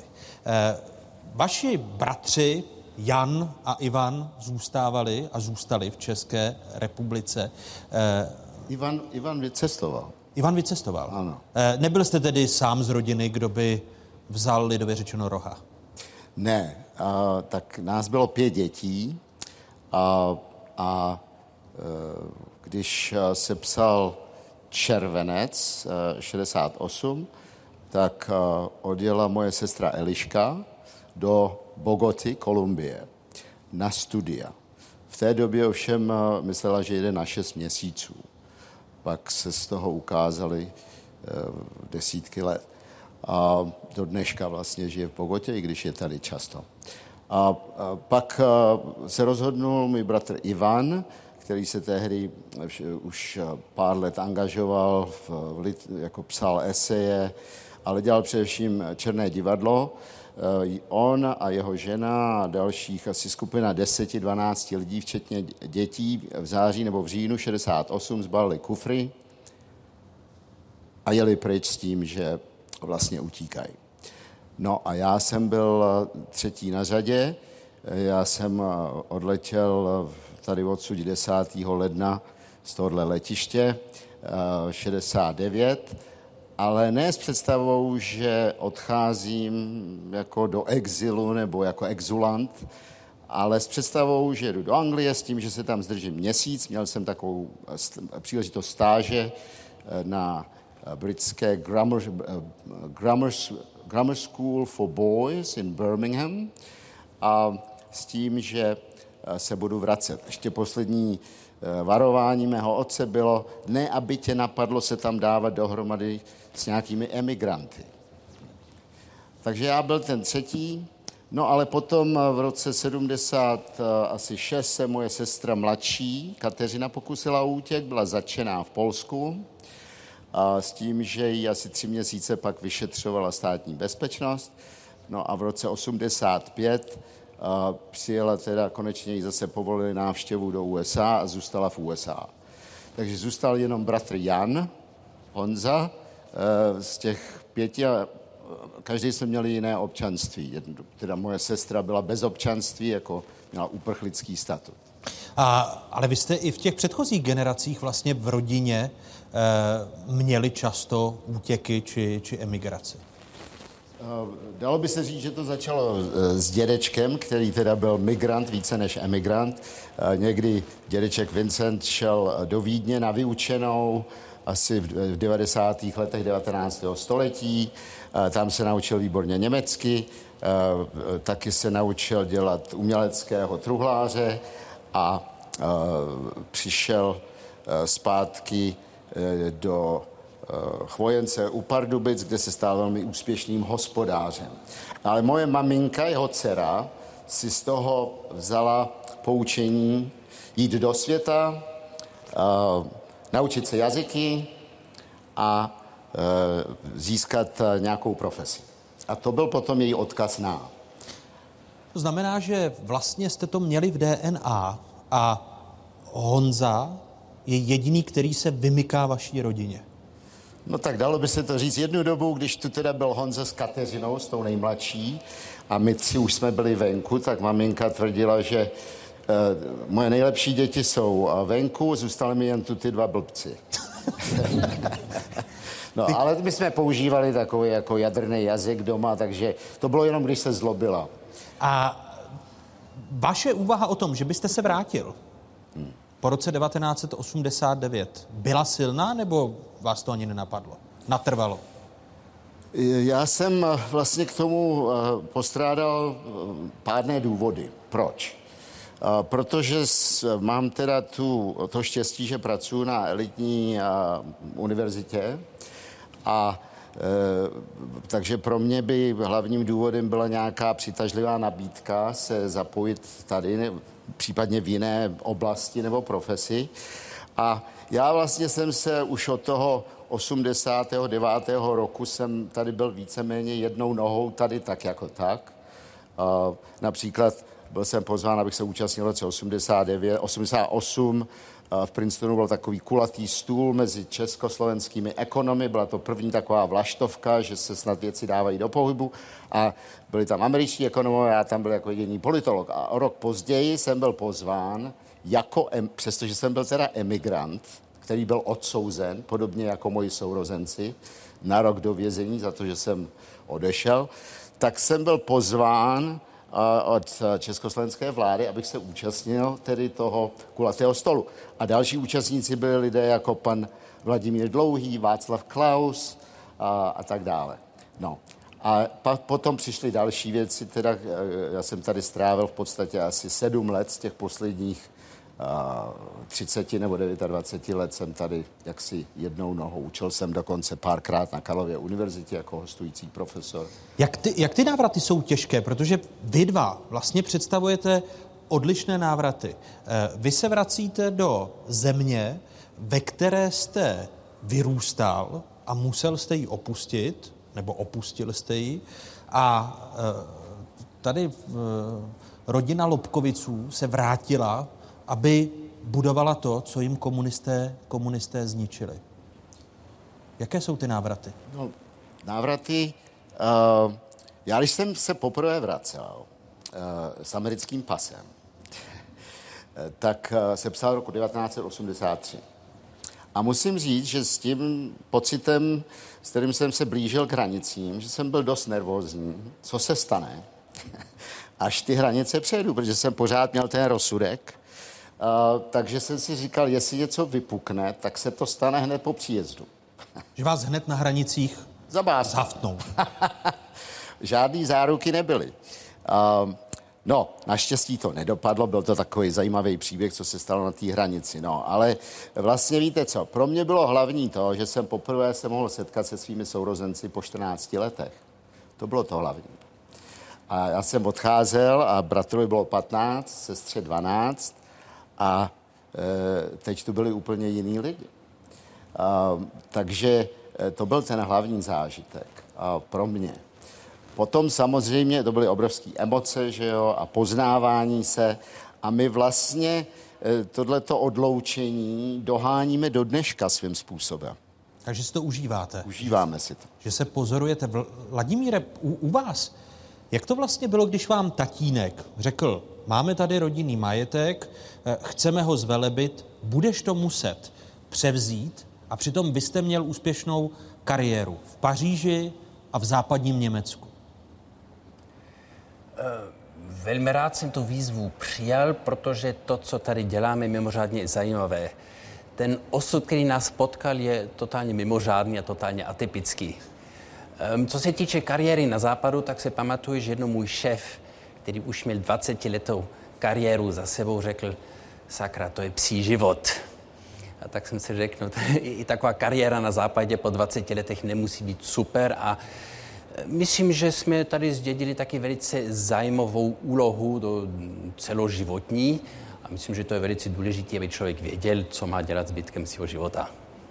vaši bratři Jan a Ivan zůstali v České republice. Ivan vycestoval. Ivan vycestoval? Ano. Nebyl jste tedy sám z rodiny, kdo by vzal lidově řečeno roha? Ne, tak nás bylo 5 dětí a když se psal červenec 68, tak odjela moje sestra Eliška do Bogoty, Kolumbie, na studia. V té době ovšem myslela, že jede na 6 měsíců. Pak se z toho ukázaly desítky let. A do dneška vlastně žije v Bogotě, i když je tady často. A pak se rozhodnul můj bratr Ivan, který se tehdy už pár let angažoval, jako psal eseje, ale dělal především Černé divadlo. On a jeho žena a dalších asi skupina 10-12 lidí, včetně dětí, v září nebo v říjnu 68 zbalili kufry a jeli pryč s tím, že vlastně utíkají. No a já jsem byl třetí na řadě. Já jsem odletěl tady odsud 10. ledna z tohohle letiště 69, ale ne s představou, že odcházím jako do exilu nebo jako exulant, ale s představou, že jdu do Anglie s tím, že se tam zdržím měsíc. Měl jsem takovou příležitost stáže na britské Grammar School for Boys in Birmingham a s tím, že se budu vracet. Ještě poslední varování mého otce bylo, ne aby tě napadlo se tam dávat dohromady s nějakými emigranty. Takže já byl ten třetí, no ale potom v roce 76 se moje sestra mladší, Kateřina, pokusila o útěk, byla zatčená v Polsku, a s tím, že ji asi 3 měsíce pak vyšetřovala státní bezpečnost. No a v roce 85 přijela teda, konečně jí zase povolili návštěvu do USA a zůstala v USA. Takže zůstal jenom bratr Jan, Honza, z těch 5, každý jsme měli jiné občanství. Teda moje sestra byla bez občanství, jako měla uprchlický statut. Ale vy jste i v těch předchozích generacích vlastně v rodině měli často útěky či emigraci. Dalo by se říct, že to začalo s dědečkem, který teda byl migrant více než emigrant. Někdy dědeček Vincent šel do Vídně na vyučenou asi v 90. letech 19. století. Tam se naučil výborně německy, taky se naučil dělat uměleckého truhláře a přišel zpátky do Chvojence u Pardubic, kde se stal velmi úspěšným hospodářem. Ale moje maminka, jeho dcera, si z toho vzala poučení jít do světa, naučit se jazyky a získat nějakou profesi. A to byl potom její odkaz nám. To znamená, že vlastně jste to měli v DNA a Honza je jediný, který se vymyká vaší rodině. No tak dalo by se to říct jednu dobu, když tu teda byl Honza s Kateřinou, s tou nejmladší, a my 3 už jsme byli venku, tak maminka tvrdila, že moje nejlepší děti jsou venku, zůstaly mi jen tu ty 2 blbci. No, ale my jsme používali takový jako jadrný jazyk doma, takže to bylo jenom, když se zlobila. A vaše úvaha o tom, že byste se vrátil po roce 1989, byla silná, nebo vás to ani nenapadlo? Natrvalo? Já jsem vlastně k tomu postrádal pádné důvody. Proč? Protože mám teda to štěstí, že pracuji na elitní univerzitě a takže pro mě by hlavním důvodem byla nějaká přitažlivá nabídka se zapojit tady, případně v jiné oblasti nebo profesi. A já vlastně jsem se už od toho 89. roku jsem tady byl víceméně jednou nohou tady tak jako tak. Například byl jsem pozván, abych se účastnil v roce 88. V Princetonu byl takový kulatý stůl mezi československými ekonomy. Byla to první taková vlaštovka, že se snad věci dávají do pohybu. A byli tam američtí ekonomové, já tam byl jako jediný politolog. A o rok později jsem byl pozván, přestože jsem byl teda emigrant, který byl odsouzen, podobně jako moji sourozenci, na rok do vězení za to, že jsem odešel, tak jsem byl pozván od československé vlády, abych se účastnil tedy toho kulatého stolu. A další účastníci byli lidé jako pan Vladimír Dlouhý, Václav Klaus a tak dále. No. A potom přišly další věci, teda já jsem tady strávil v podstatě asi 7 let z těch posledních 30 nebo 29 let jsem tady jaksi jednou nohou. Učil jsem dokonce párkrát na Karlově univerzitě jako hostující profesor. Jak ty návraty jsou těžké, protože vy dva vlastně představujete odlišné návraty. Vy se vracíte do země, ve které jste vyrůstal a musel jste ji opustit, nebo opustil jste ji. A tady rodina Lobkoviců se vrátila, aby budovala to, co jim komunisté zničili. Jaké jsou ty návraty? No, návraty... Já, když jsem se poprvé vracel s americkým pasem, tak se psal roku 1983. A musím říct, že s tím pocitem, s kterým jsem se blížil k hranicím, že jsem byl dost nervózní, co se stane, až ty hranice přejdu, protože jsem pořád měl ten rozsudek. Takže jsem si říkal, jestli něco vypukne, tak se to stane hned po příjezdu. Že vás hned na hranicích zhaftnou. Žádný záruky nebyly. No, naštěstí to nedopadlo, byl to takový zajímavý příběh, co se stalo na té hranici. No, ale vlastně víte co, pro mě bylo hlavní to, že jsem poprvé se mohl setkat se svými sourozenci po 14 letech. To bylo to hlavní. A já jsem odcházel a bratrovi bylo 15, sestře 12 a teď tu byli úplně jiný lidi. Takže to byl ten hlavní zážitek pro mě. Potom samozřejmě to byly obrovské emoce, že jo, a poznávání se. A my vlastně tohleto odloučení doháníme do dneška svým způsobem. Takže si to užíváte. Užíváme si to. Že se pozorujete. Vladimíre, u vás, jak to vlastně bylo, když vám tatínek řekl, máme tady rodinný majetek, chceme ho zvelebit, budeš to muset převzít, a přitom vy jste měl úspěšnou kariéru v Paříži a v západním Německu. Velmi rád jsem tu výzvu přijal, protože to, co tady děláme, je mimořádně zajímavé. Ten osud, který nás potkal, je totálně mimořádný a totálně atypický. Co se týče kariéry na západu, tak se pamatuju, že jednou můj šéf, který už měl 20letou kariéru za sebou, řekl, sakra, to je psí život. A tak jsem si řekl, no, i taková kariéra na západě po 20 letech nemusí být super a myslím, že jsme tady zdědili taky velice zajímavou úlohu do celoživotní a myslím, že to je velice důležité, aby člověk věděl, co má dělat zbytkem svého života.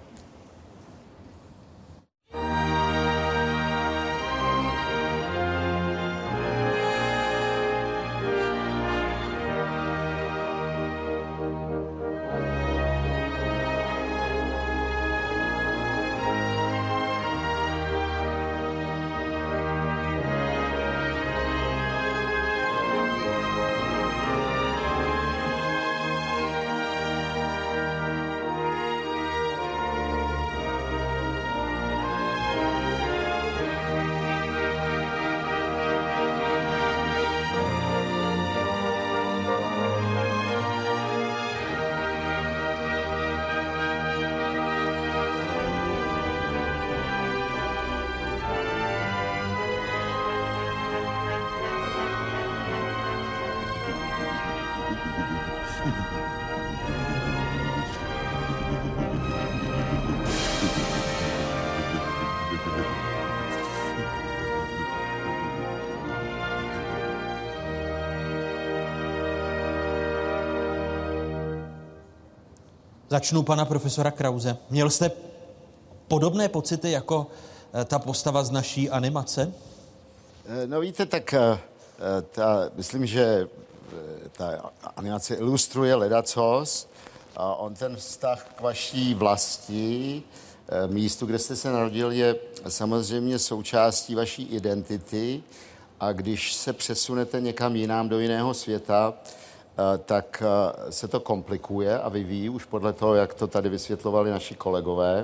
Začnu pana profesora Krause. Měl jste podobné pocity jako ta postava z naší animace? No víte, tak myslím, že ta animace ilustruje ledacos. On ten vztah k vaší vlasti, místu, kde jste se narodil, je samozřejmě součástí vaší identity a když se přesunete někam jinam do jiného světa, tak se to komplikuje a vyvíjí už podle toho, jak to tady vysvětlovali naši kolegové.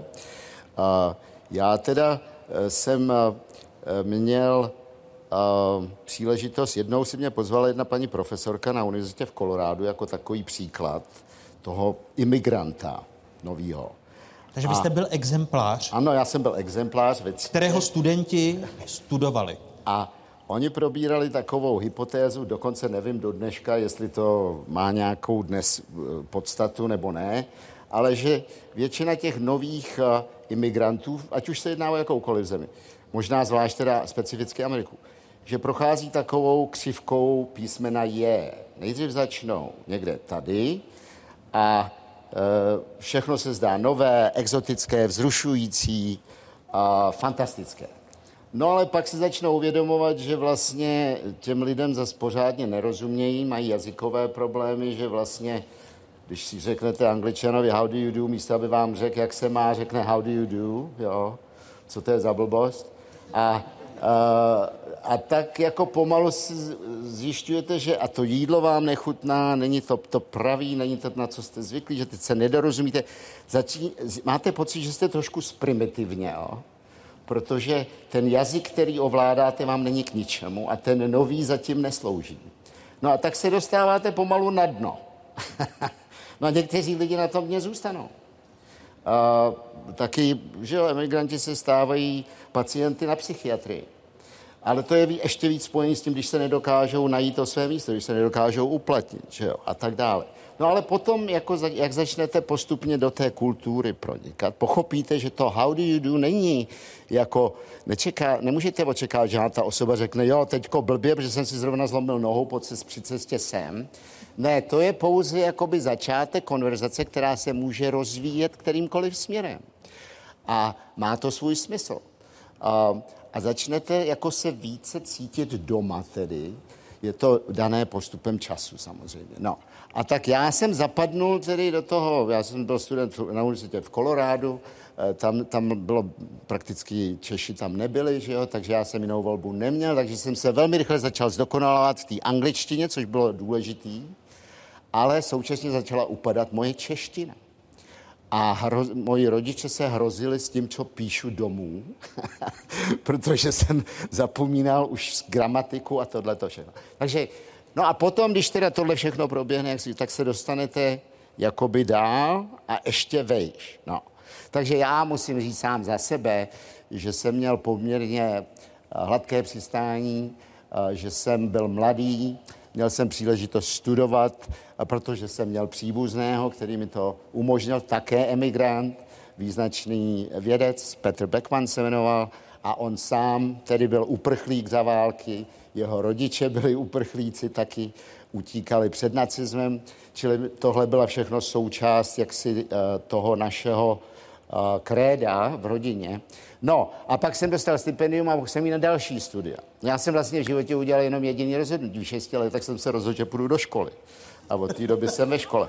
Já teda jsem měl příležitost, jednou si mě pozvala jedna paní profesorka na univerzitě v Kolorádu jako takový příklad toho imigranta novýho. Takže vy jste byl exemplář? Ano, já jsem byl exemplář. Kterého studenti studovali. A oni probírali takovou hypotézu, dokonce nevím do dneška, jestli to má nějakou dnes podstatu nebo ne, ale že většina těch nových imigrantů, ať už se jedná o jakoukoliv zemi, možná zvlášť teda specificky Ameriku, že prochází takovou křivkou písmena J. Nejdřív začnou někde tady a všechno se zdá nové, exotické, vzrušující a fantastické. No ale pak se začnou uvědomovat, že vlastně těm lidem zas pořádně nerozumějí, mají jazykové problémy, že vlastně, když si řeknete Angličanovi how do you do, místo aby vám řekl, jak se má, řekne how do you do, jo, co to je za blbost. A tak jako pomalu si zjišťujete, že a to jídlo vám nechutná, není to pravý, není to, na co jste zvyklí, že teď se nedorozumíte. Máte pocit, že jste trošku primitivně, jo? Protože ten jazyk, který ovládáte, vám není k ničemu a ten nový zatím neslouží. No a tak se dostáváte pomalu na dno. No a někteří lidi na tom dně zůstanou. Taky, že jo, emigranti se stávají pacienty na psychiatrii. Ale to je ještě víc spojený s tím, když se nedokážou najít to své místo, když se nedokážou uplatnit, že jo, a tak dále. No ale potom, jak začnete postupně do té kultury pronikat, pochopíte, že to how do you do není jako, nemůžete očekávat, že ta osoba řekne, jo, teďko blbě, protože jsem si zrovna zlomil nohou při cestě sem. Ne, to je pouze jakoby začátek konverzace, která se může rozvíjet kterýmkoliv směrem. A má to svůj smysl. A začnete jako se více cítit doma tedy. Je to dané postupem času samozřejmě. No. A tak já jsem zapadnul tedy do toho, já jsem byl student na univerzitě v Kolorádu, tam bylo prakticky Češi tam nebyli, že jo, takže já jsem jinou volbu neměl, takže jsem se velmi rychle začal zdokonalovat v té angličtině, což bylo důležitý, ale současně začala upadat moje čeština. A moji rodiče se hrozili s tím, co píšu domů, protože jsem zapomínal už gramatiku a tohleto všechno. Takže, no a potom, když teda tohle všechno proběhne, tak se dostanete jakoby dál a ještě vejš. No. Takže já musím říct sám za sebe, že jsem měl poměrně hladké přistání, že jsem byl mladý, měl jsem příležitost studovat, protože jsem měl příbuzného, který mi to umožnil, také emigrant, význačný vědec, Petr Beckmann se jmenoval, a on sám tedy byl uprchlík za války, jeho rodiče byli uprchlíci, taky utíkali před nacismem, čili tohle byla všechno součást jaksi toho našeho kréda v rodině. No, a pak jsem dostal stipendium a mohl jsem jít na další studia. Já jsem vlastně v životě udělal jenom jediný rozhodnutí. V 6 letech jsem se rozhodl, že půjdu do školy. A od té doby jsem ve škole.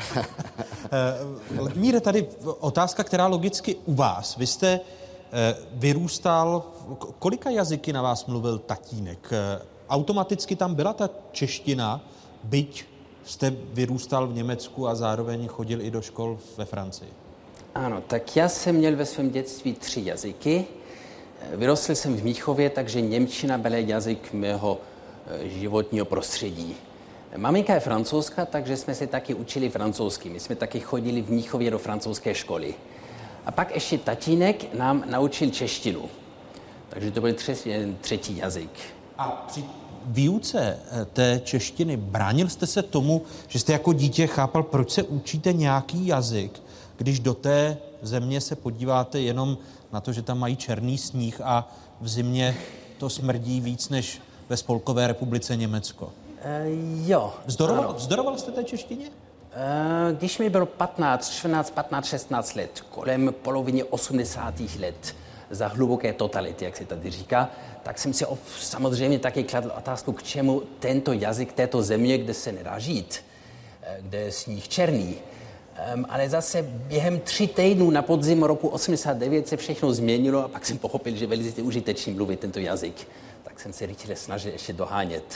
Vladimíre, tady otázka, která logicky u vás. Vy jste vyrůstal, kolika jazyky na vás mluvil tatínek? Automaticky tam byla ta čeština, byť jste vyrůstal v Německu a zároveň chodil i do škol ve Francii. Ano, tak já jsem měl ve svém dětství 3 jazyky. Vyrostl jsem v Mnichově, takže němčina byl jazyk mého životního prostředí. Maminka je francouzska, takže jsme se taky učili francouzsky. My jsme taky chodili v Mnichově do francouzské školy. A pak ještě tatínek nám naučil češtinu. Takže to byl třetí jazyk. A při výuce té češtiny bránil jste se tomu, že jste jako dítě chápal, proč se učíte nějaký jazyk, když do té země se podíváte jenom na to, že tam mají černý sníh a v zimě to smrdí víc než ve Spolkové republice Německo? Jo. Vzdoroval jste té češtině? Když mi bylo 14, 16 let, kolem poloviny 80. let, za hluboké totality, jak se tady říká, tak jsem si samozřejmě taky kladl otázku, k čemu tento jazyk této země, kde se nedá žít, kde je sníh černý. Ale zase během 3 týdnů na podzim roku 89 se všechno změnilo a pak jsem pochopil, že velice užitečný mluvit tento jazyk. Tak jsem se rychle snažil ještě dohánět.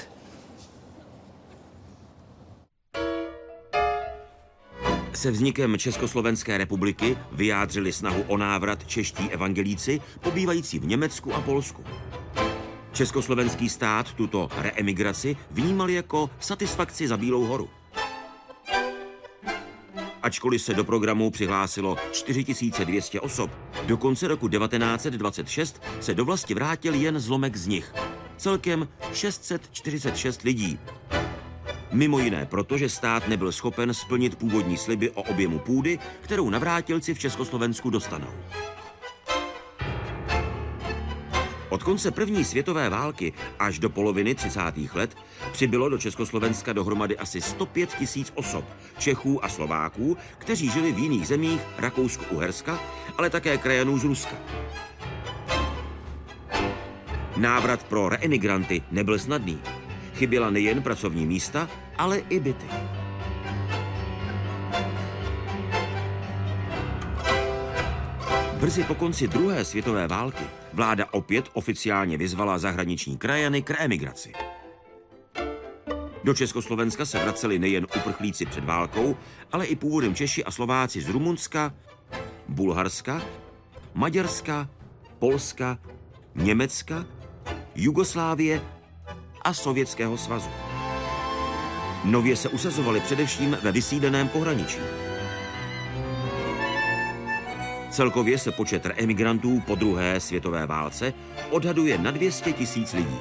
Se vznikem Československé republiky vyjádřili snahu o návrat čeští evangelíci pobývající v Německu a Polsku. Československý stát tuto reemigraci vnímal jako satisfakci za Bílou horu. Ačkoliv se do programu přihlásilo 4200 osob, do konce roku 1926 se do vlasti vrátil jen zlomek z nich. Celkem 646 lidí. Mimo jiné proto, že stát nebyl schopen splnit původní sliby o objemu půdy, kterou navrátilci v Československu dostanou. Od konce první světové války až do poloviny 30. let přibylo do Československa dohromady asi 105 000 osob, Čechů a Slováků, kteří žili v jiných zemích Rakousko-Uherska, ale také krajanů z Ruska. Návrat pro reemigranty nebyl snadný. Chyběla nejen pracovní místa, ale i byty. Brzy po konci druhé světové války vláda opět oficiálně vyzvala zahraniční krajany k reemigraci. Do Československa se vraceli nejen uprchlíci před válkou, ale i původem Češi a Slováci z Rumunska, Bulharska, Maďarska, Polska, Německa, Jugoslávie a Sovětského svazu. Nově se usazovali především ve vysídleném pohraničí. Celkově se počet reemigrantů po druhé světové válce odhaduje na 200 000 lidí.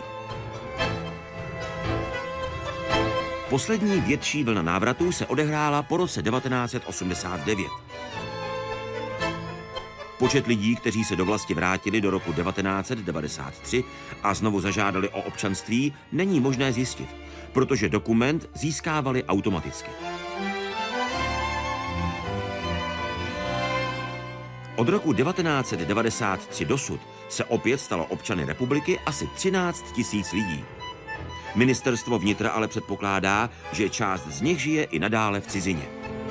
Poslední větší vlna návratů se odehrála po roce 1989. Počet lidí, kteří se do vlasti vrátili do roku 1993 a znovu zažádali o občanství, není možné zjistit, protože dokument získávali automaticky. Od roku 1993 dosud se opět stalo občany republiky asi 13 000 lidí. Ministerstvo vnitra ale předpokládá, že část z nich žije i nadále v cizině.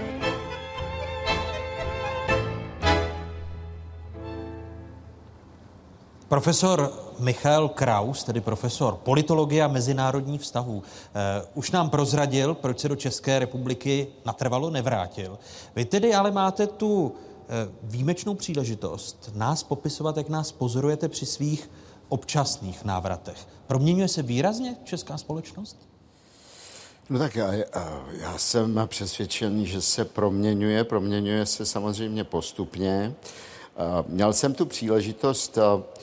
Profesor Michael Kraus, tedy profesor politologie a mezinárodních vztahů, už nám prozradil, proč se do České republiky natrvalo nevrátil. Vy tedy ale máte tu výjimečnou příležitost nás popisovat, jak nás pozorujete při svých občasných návratech. Proměňuje se výrazně česká společnost? No tak já jsem přesvědčený, že se proměňuje se samozřejmě postupně. Měl jsem tu příležitost,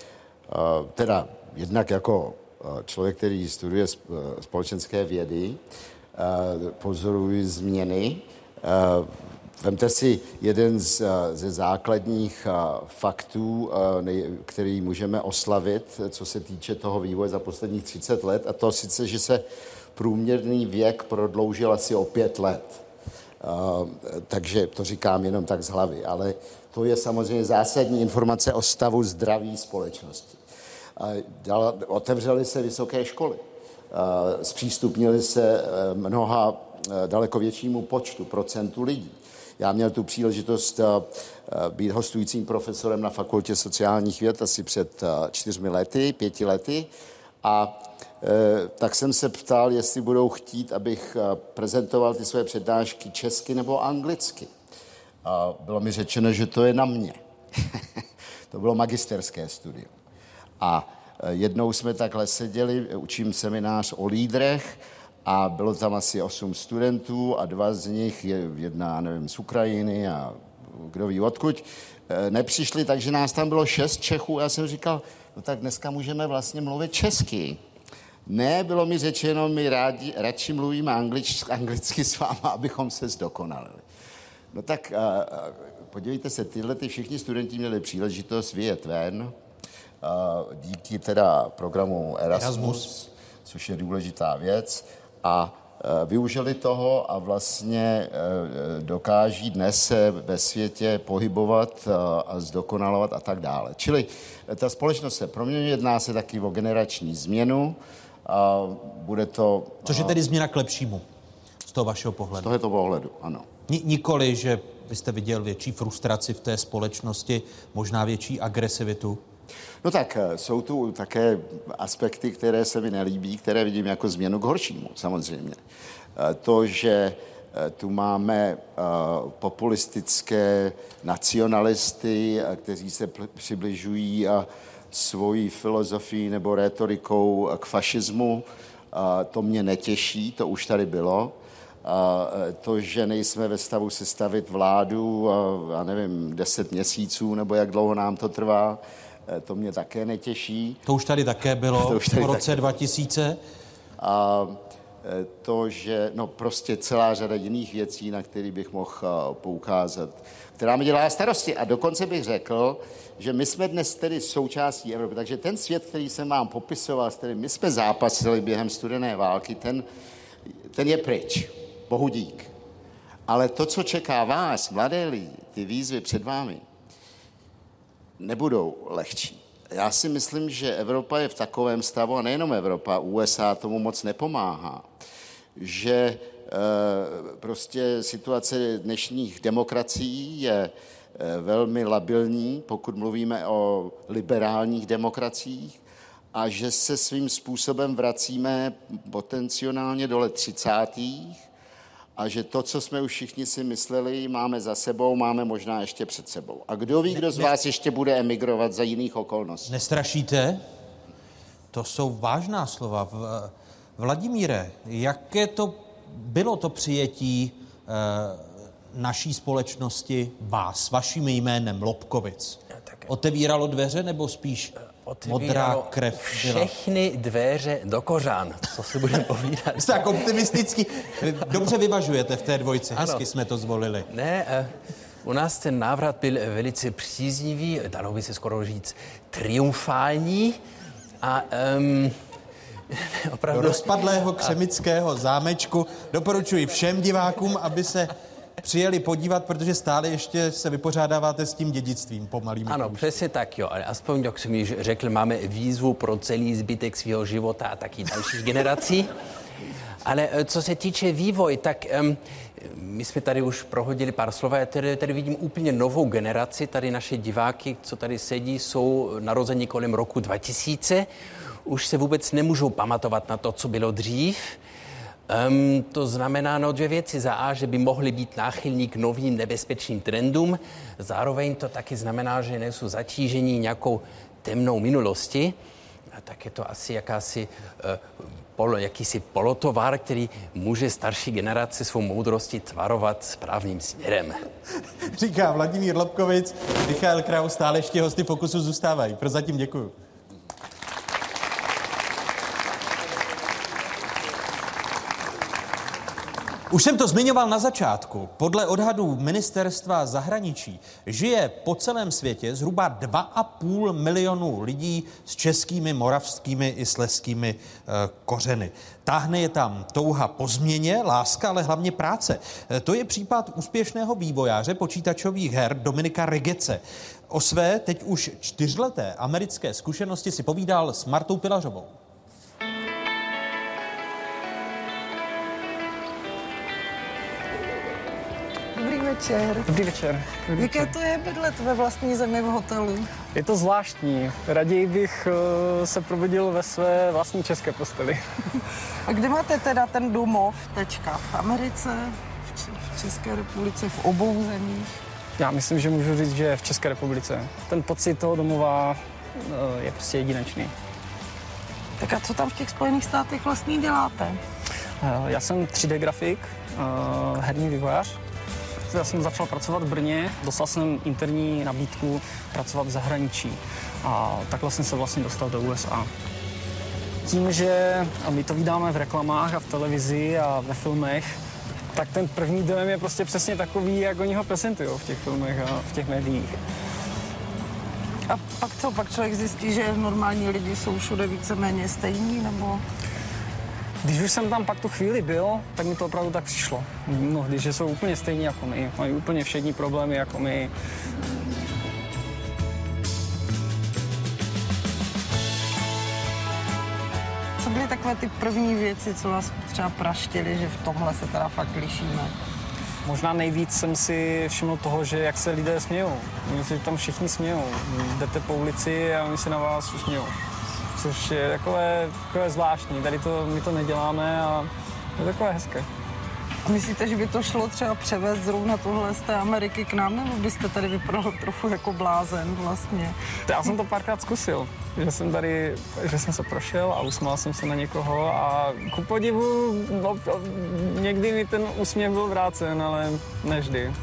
teda jednak jako člověk, který studuje společenské vědy, pozoruji změny. Vemte si jeden ze základních faktů, který můžeme oslavit, co se týče toho vývoje za posledních 30 let, a to sice, že se průměrný věk prodloužil asi o 5 let. Takže to říkám jenom tak z hlavy, ale to je samozřejmě zásadní informace o stavu zdraví společnosti. Otevřely se vysoké školy, zpřístupnily se mnoha daleko většímu procentu lidí. Já měl tu příležitost být hostujícím profesorem na Fakultě sociálních věd asi před 5 lety a tak jsem se ptal, jestli budou chtít, abych prezentoval ty své přednášky česky nebo anglicky. A bylo mi řečeno, že to je na mě. To bylo magisterské studium. A jednou jsme takhle seděli, učím seminář o lídrech, a bylo tam asi 8 studentů a 2 z nich, jedna, nevím, z Ukrajiny a kdo ví odkud, nepřišli, takže nás tam bylo 6 Čechů a já jsem říkal, no tak dneska můžeme vlastně mluvit česky. Ne, bylo mi řečeno, my radši mluvíme anglicky s váma, abychom se zdokonalili. No tak podívejte se, tyhle všichni studenti měli příležitost vyjet ven, díky teda programu Erasmus, což je důležitá věc, a využili toho a vlastně dokáží dnes se ve světě pohybovat a zdokonalovat a tak dále. Čili ta společnost se proměňuje, jedná se taky o generační změnu a bude to... Což je tedy změna k lepšímu z toho vašeho pohledu? Z tohoto pohledu, ano. Nikoli, že byste viděl větší frustraci v té společnosti, možná větší agresivitu? No tak, jsou tu také aspekty, které se mi nelíbí, které vidím jako změnu k horšímu, samozřejmě. To, že tu máme populistické nacionalisty, kteří se přibližují svojí filozofií nebo rétorikou k fašismu, to mě netěší, to už tady bylo. To, že nejsme ve stavu sestavit vládu, já nevím, 10 měsíců, nebo jak dlouho nám to trvá, to mě také netěší. To už tady také bylo v roce 2000. to, že prostě celá řada jiných věcí, na které bych mohl poukázat, která mi dělá starosti. A dokonce bych řekl, že my jsme dnes tedy součástí Evropy. Takže ten svět, který jsem vám popisoval, s kterým my jsme zápasili během studené války, ten je pryč. Bohu dík. Ale to, co čeká vás, mladé lidi, ty výzvy před vámi, nebudou lehčí. Já si myslím, že Evropa je v takovém stavu, a nejenom Evropa, USA tomu moc nepomáhá, že prostě situace dnešních demokracií je velmi labilní, pokud mluvíme o liberálních demokraciích, a že se svým způsobem vracíme potenciálně do let 30. a že to, co jsme už všichni si mysleli, máme za sebou, máme možná ještě před sebou. A kdo ví, kdo z vás ještě bude emigrovat za jiných okolností? Nestrašíte? To jsou vážná slova. Vladimíre, jaké to bylo to přijetí naší společnosti vás, vaším jménem Lobkovic? Otevíralo dveře nebo spíš modrá krev byla? Všechny dveře do kořán, co si budeme povídat. Tak optimisticky. Dobře vyvažujete v té dvojce, hezky jsme to zvolili. Ne, u nás ten návrat byl velice příznivý, dalo by se skoro říct triumfální a opravdu... Do rozpadlého křemického zámečku doporučuji všem divákům, aby se přijeli podívat, protože stále ještě se vypořádáváte s tím dědictvím pomalým. Ano, přesně tak, jo, ale aspoň, jak jsem již řekl, máme výzvu pro celý zbytek svého života a taky dalších generací. Ale co se týče vývoj, tak my jsme tady už prohodili pár slov, já tady vidím úplně novou generaci, tady naše diváky, co tady sedí, jsou narození kolem roku 2000, už se vůbec nemůžou pamatovat na to, co bylo dřív. To znamená dvě věci. Za A, že by mohli být náchylní k novým nebezpečným trendům. Zároveň to taky znamená, že nejsou zatížení nějakou temnou minulosti. A tak je to asi jakýsi polotovar, který může starší generaci svou moudrostí tvarovat správným směrem. Říká Vladimír Lobkovic, Michael Kraus, stále ještě hosty Fokusu zůstávají. Prozatím děkuju. Už jsem to zmiňoval na začátku. Podle odhadů ministerstva zahraničí žije po celém světě zhruba 2,5 milionu lidí s českými, moravskými i slezskými kořeny. Táhne je tam touha po změně, láska, ale hlavně práce. To je případ úspěšného vývojáře počítačových her Dominika Regece. O své teď už 4leté americké zkušenosti si povídal s Martou Pilařovou. Večer. Dobrý večer. Jaké to je bydlet ve vlastní zemi v hotelu? Je to zvláštní. Raději bych se probudil ve své vlastní české posteli. A kde máte teda ten domov teďka? V Americe, v České republice, v obou zemích? Já myslím, že můžu říct, že v České republice. Ten pocit toho domova je prostě jedinečný. Tak a co tam v těch Spojených státech vlastně děláte? Já jsem 3D grafik, herní vývojář. Já jsem začal pracovat v Brně, dostal jsem interní nabídku pracovat v zahraničí a takhle jsem se vlastně dostal do USA. Tím, že my to vydáme v reklamách a v televizi a ve filmech, tak ten první dojem je prostě přesně takový, jak oni ho prezentují v těch filmech a v těch médiích. A pak co? Pak člověk zjistí, že normální lidi jsou všude víceméně stejní, nebo... Když už jsem tam pak tu chvíli byl, tak mi to opravdu tak přišlo. Mnohdy, že jsou úplně stejní jako my, mají úplně všední problémy jako my. Co byly takové ty první věci, co vás třeba praštily, že v tomhle se teda fakt lišíme? Možná nejvíc jsem si všiml toho, že jak se lidé smějou. Oni se tam všichni smějou. Jdete po ulici a oni se na vás usmějou. Což je takové zvláštní. Tady my to neděláme a je takové hezké. Myslíte, že by to šlo třeba převést zrovna tohle z té Ameriky k nám, nebo byste tady vypadal trochu jako blázen vlastně? Já jsem to párkrát zkusil, že jsem se prošel a usmál jsem se na někoho a ku podivu, někdy mi ten úsměv byl vrácen, ale ne vždy.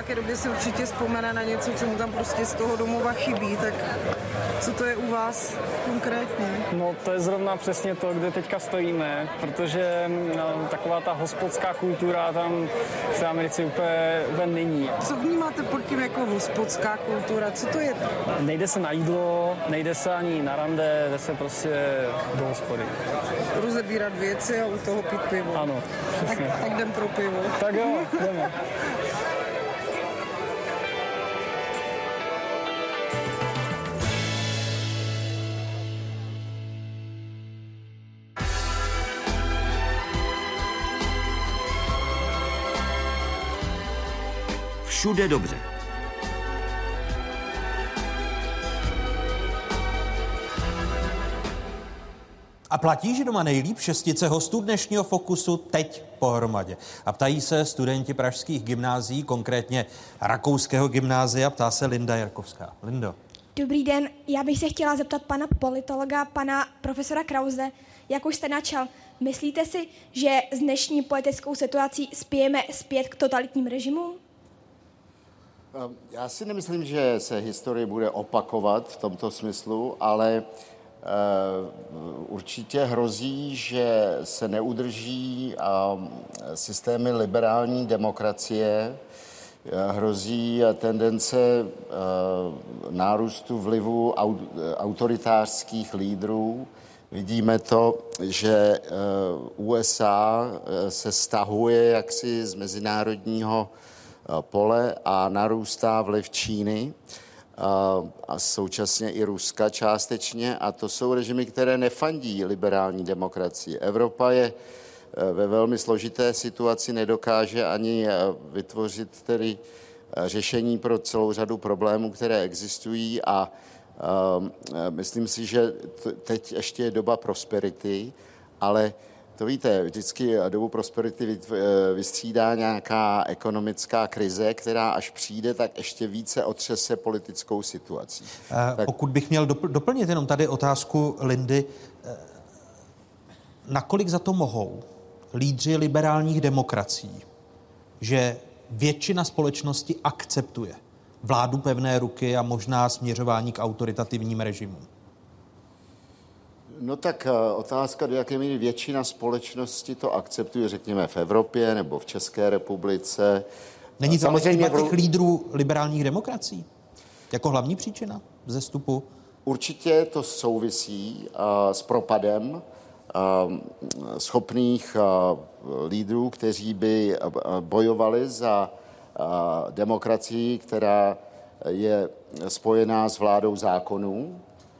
nějaké době si určitě vzpomene na něco, co mu tam prostě z toho domova chybí, tak co to je u vás konkrétně? No to je zrovna přesně to, kde teďka stojíme, protože taková ta hospodská kultura tam v té Americe úplně není. Co vnímáte pod tím jako hospodská kultura? Co to je? Nejde se na jídlo, nejde se ani na rande, jde se prostě do hospody. Rozebírat věci a u toho pít pivo. Ano, přesně. Tak jdem pro pivo. Tak jo, jdeme. Všude dobře. A platí, že doma nejlíp? Šestice hostů dnešního Fokusu teď pohromadě. A ptají se studenti pražských gymnázií, konkrétně rakouského gymnázia, ptá se Linda Jarkovská. Lindo. Dobrý den, já bych se chtěla zeptat pana politologa, pana profesora Krause, jak už jste načal. Myslíte si, že s dnešní politickou situací spějeme zpět k totalitním režimům? Já si nemyslím, že se historie bude opakovat v tomto smyslu, ale určitě hrozí, že se neudrží systémy liberální demokracie, hrozí tendence nárůstu vlivu autoritářských lídrů. Vidíme to, že USA se stahuje jaksi z mezinárodního pole a narůstá vliv Číny a současně i Ruska částečně. A to jsou režimy, které nefandí liberální demokracii. Evropa je ve velmi složité situaci, nedokáže ani vytvořit tedy řešení pro celou řadu problémů, které existují a myslím si, že teď ještě je doba prosperity, ale to víte, vždycky dobu prosperity vystřídá nějaká ekonomická krize, která až přijde, tak ještě více otřese politickou situací. Pokud bych měl doplnit jenom tady otázku Lindy, nakolik za to mohou lídři liberálních demokracií, že většina společnosti akceptuje vládu pevné ruky a možná směřování k autoritativním režimům? No tak otázka, do jaké míry většina společnosti to akceptuje, řekněme v Evropě nebo v České republice. Není to samozřejmě těch lídrů liberálních demokracií jako hlavní příčina vzestupu? Určitě to souvisí s propadem schopných lídrů, kteří by bojovali za demokracii, která je spojená s vládou zákonů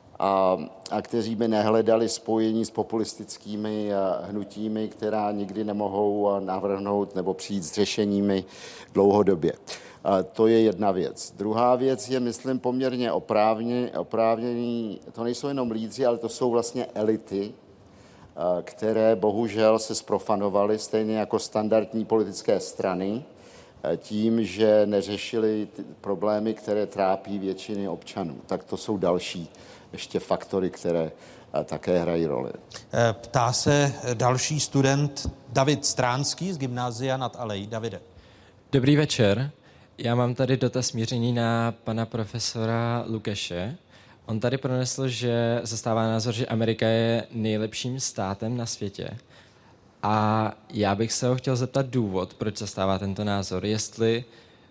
a kteří by nehledali spojení s populistickými hnutími, která nikdy nemohou navrhnout nebo přijít s řešeními dlouhodobě. To je jedna věc. Druhá věc je, myslím, poměrně oprávněný, to nejsou jenom lídři, ale to jsou vlastně elity, které bohužel se zprofanovaly, stejně jako standardní politické strany, tím, že neřešili problémy, které trápí většiny občanů. Tak to jsou další ještě faktory, které také hrají roli. Ptá se další student David Stránský z Gymnázia nad Alejí. Davide. Dobrý večer. Já mám tady dotaz mířený na pana profesora Lukeše. On tady pronesl, že zastává názor, že Amerika je nejlepším státem na světě. A já bych se ho chtěl zeptat důvod, proč zastává tento názor. Jestli,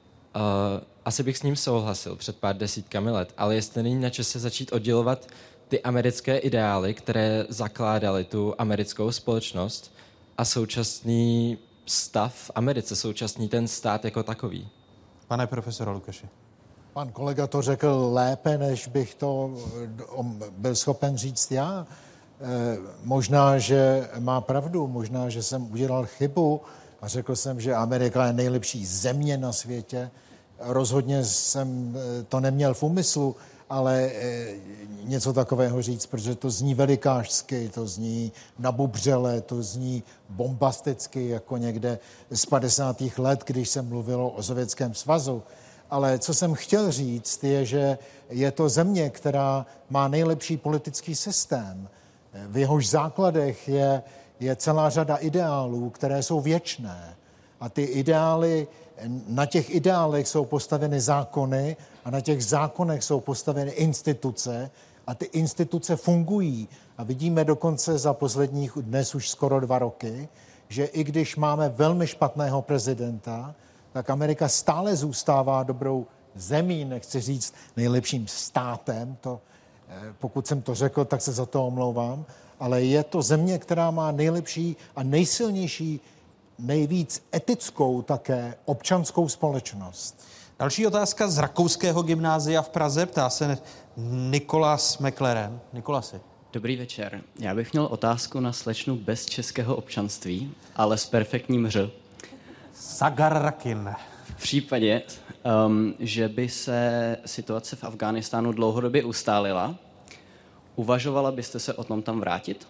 asi bych s ním souhlasil před pár desítkami let, ale jestli není na čase začít oddělovat ty americké ideály, které zakládaly tu americkou společnost a současný stav v Americe, současný ten stát jako takový. Pane profesore Lukeši. Pan kolega to řekl lépe, než bych to byl schopen říct já. Možná, že má pravdu, možná, že jsem udělal chybu a řekl jsem, že Amerika je nejlepší země na světě. Rozhodně jsem to neměl v úmyslu, ale něco takového říct, protože to zní velikářsky, to zní nabubřele, to zní bombasticky, jako někde z 50. let, když se mluvilo o Sovětském svazu. Ale co jsem chtěl říct, je, že je to země, která má nejlepší politický systém. V jehož základech je celá řada ideálů, které jsou věčné. A ty ideály, na těch ideálech jsou postaveny zákony a na těch zákonech jsou postaveny instituce a ty instituce fungují. A vidíme dokonce za posledních dnes už skoro 2 roky, že i když máme velmi špatného prezidenta, tak Amerika stále zůstává dobrou zemí, nechci říct nejlepším státem, to, pokud jsem to řekl, tak se za to omlouvám, ale je to země, která má nejlepší a nejsilnější, nejvíc etickou také občanskou společnost. Další otázka z Rakouského gymnázia v Praze, ptá se Nikolas McLaren. Nikolasi. Dobrý večer. Já bych měl otázku na slečnu bez českého občanství, ale s perfektním ř. Sagar-Rakin. V případě, že by se situace v Afghánistánu dlouhodobě ustálila, uvažovala byste se o tom tam vrátit?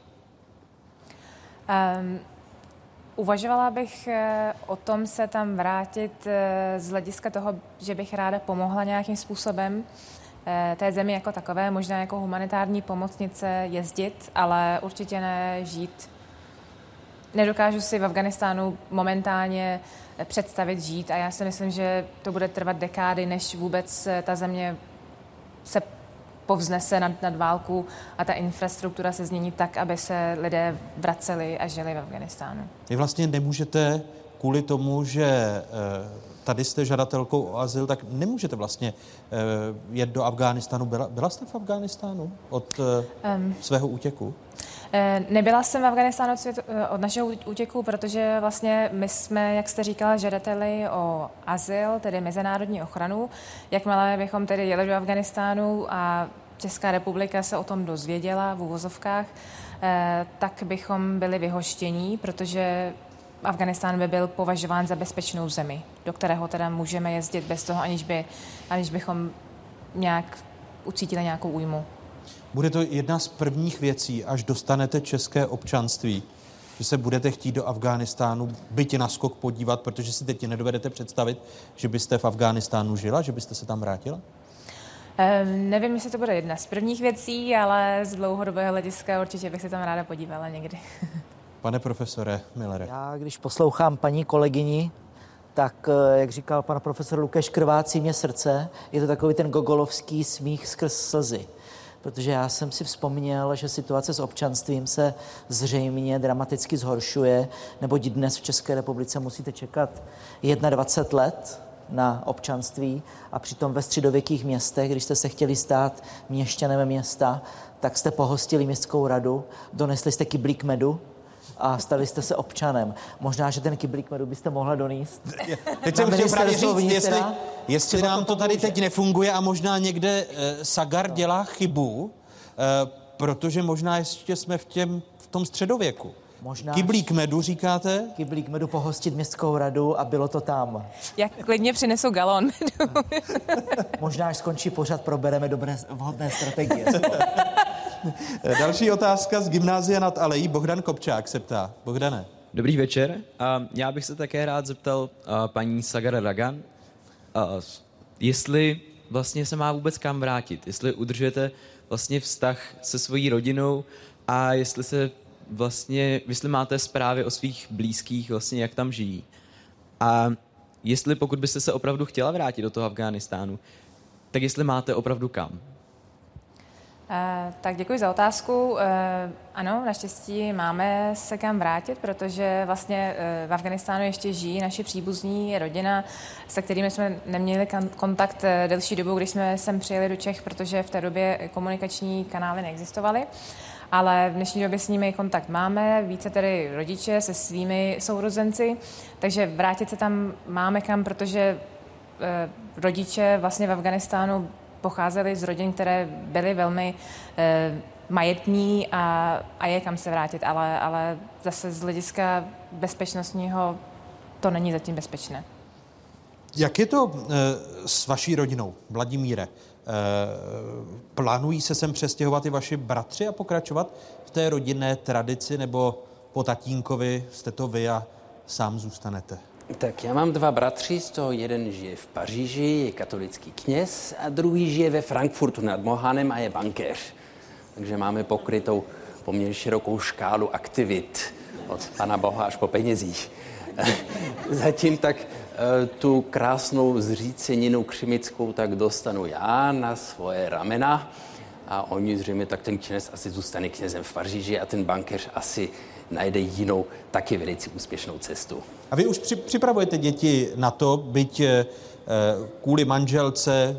Uvažovala bych o tom se tam vrátit z hlediska toho, že bych ráda pomohla nějakým způsobem té zemi jako takové, možná jako humanitární pomocnice jezdit, ale určitě ne žít. Nedokážu si v Afghánistánu momentálně představit žít a já si myslím, že to bude trvat dekády, než vůbec ta země se povznese nad válku a ta infrastruktura se změní tak, aby se lidé vraceli a žili v Afghánistánu. Vy vlastně nemůžete kvůli tomu, že tady jste žadatelkou o azyl, tak nemůžete vlastně jet do Afghánistánu. Byla jste v Afghánistánu od svého útěku? Nebyla jsem v Afghánistánu od našeho útěku, protože vlastně my jsme, jak jste říkala, žadateli o azyl, tedy mezinárodní ochranu. Jakmile bychom tedy jeli do Afghánistánu a Česká republika se o tom dozvěděla v uvozovkách, tak bychom byli vyhoštění, protože Afghánistán by byl považován za bezpečnou zemi, do kterého teda můžeme jezdit bez toho, aniž bychom nějak ucítili nějakou újmu. Bude to jedna z prvních věcí, až dostanete české občanství, že se budete chtít do Afghánistánu byť na skok podívat, protože si teď nedovedete představit, že byste v Afghánistánu žila, že byste se tam vrátila? Nevím, jestli to bude jedna z prvních věcí, ale z dlouhodobého hlediska určitě bych se tam ráda podívala někdy. Pane profesore Millere. Já, když poslouchám paní kolegyni, tak, jak říkal pan profesor Lukeš, krvácí mě srdce. Je to takový ten gogolovský smích skrz slzy. Protože já jsem si vzpomněl, že situace s občanstvím se zřejmě dramaticky zhoršuje, neboť dnes v České republice musíte čekat 21 let na občanství a přitom ve středověkých městech, když jste se chtěli stát měšťanem města, tak jste pohostili městskou radu, donesli jste kyblík medu a stali jste se občanem. Možná, že ten kyblík medu byste mohla donést. Teď jsem chtěl právě říct, jestli nám to tady teď nefunguje a možná někde Sagar dělá chybu, protože možná ještě jsme v tom středověku. Možná kyblík medu, říkáte? Kyblík medu pohostit městskou radu a bylo to tam. Jak klidně přinesu galon medu. Možná, až skončí pořad, probereme vhodné strategie. Další otázka z Gymnázia nad Alejí. Bohdan Kopčák se ptá. Bohdane. Dobrý večer. Já bych se také rád zeptal paní Sagar-Ragan, jestli vlastně se má vůbec kam vrátit, jestli udržujete vlastně vztah se svojí rodinou a jestli máte zprávy o svých blízkých, vlastně jak tam žijí. A jestli pokud byste se opravdu chtěla vrátit do toho Afghánistánu, tak jestli máte opravdu kam. Tak děkuji za otázku. Ano, naštěstí máme se kam vrátit, protože vlastně v Afghánistánu ještě žijí naši příbuzní, rodina, se kterými jsme neměli kontakt delší dobu, když jsme sem přijeli do Čech, protože v té době komunikační kanály neexistovaly. Ale v dnešní době s nimi kontakt máme, více tedy rodiče se svými sourozenci, takže vrátit se tam máme kam, protože rodiče vlastně v Afghánistánu pocházeli z rodin, které byly velmi majetní a je kam se vrátit, ale zase z hlediska bezpečnostního to není zatím bezpečné. Jak je to s vaší rodinou, Vladimíre? Plánují se sem přestěhovat i vaši bratři a pokračovat v té rodinné tradici, nebo po tatínkovi jste to vy a sám zůstanete? Tak já mám 2 bratři, z toho jeden žije v Paříži, je katolický kněz a druhý žije ve Frankfurtu nad Mohanem a je bankéř. Takže máme pokrytou poměrně širokou škálu aktivit. od Pana Boha až po penězích. Zatím tak tu krásnou zříceninu křimickou tak dostanu já na svoje ramena a oni zřejmě tak ten kněz asi zůstane knězem v Paříži a ten bankéř asi najde jinou, taky velice úspěšnou cestu. A vy už připravujete děti na to, byť kvůli manželce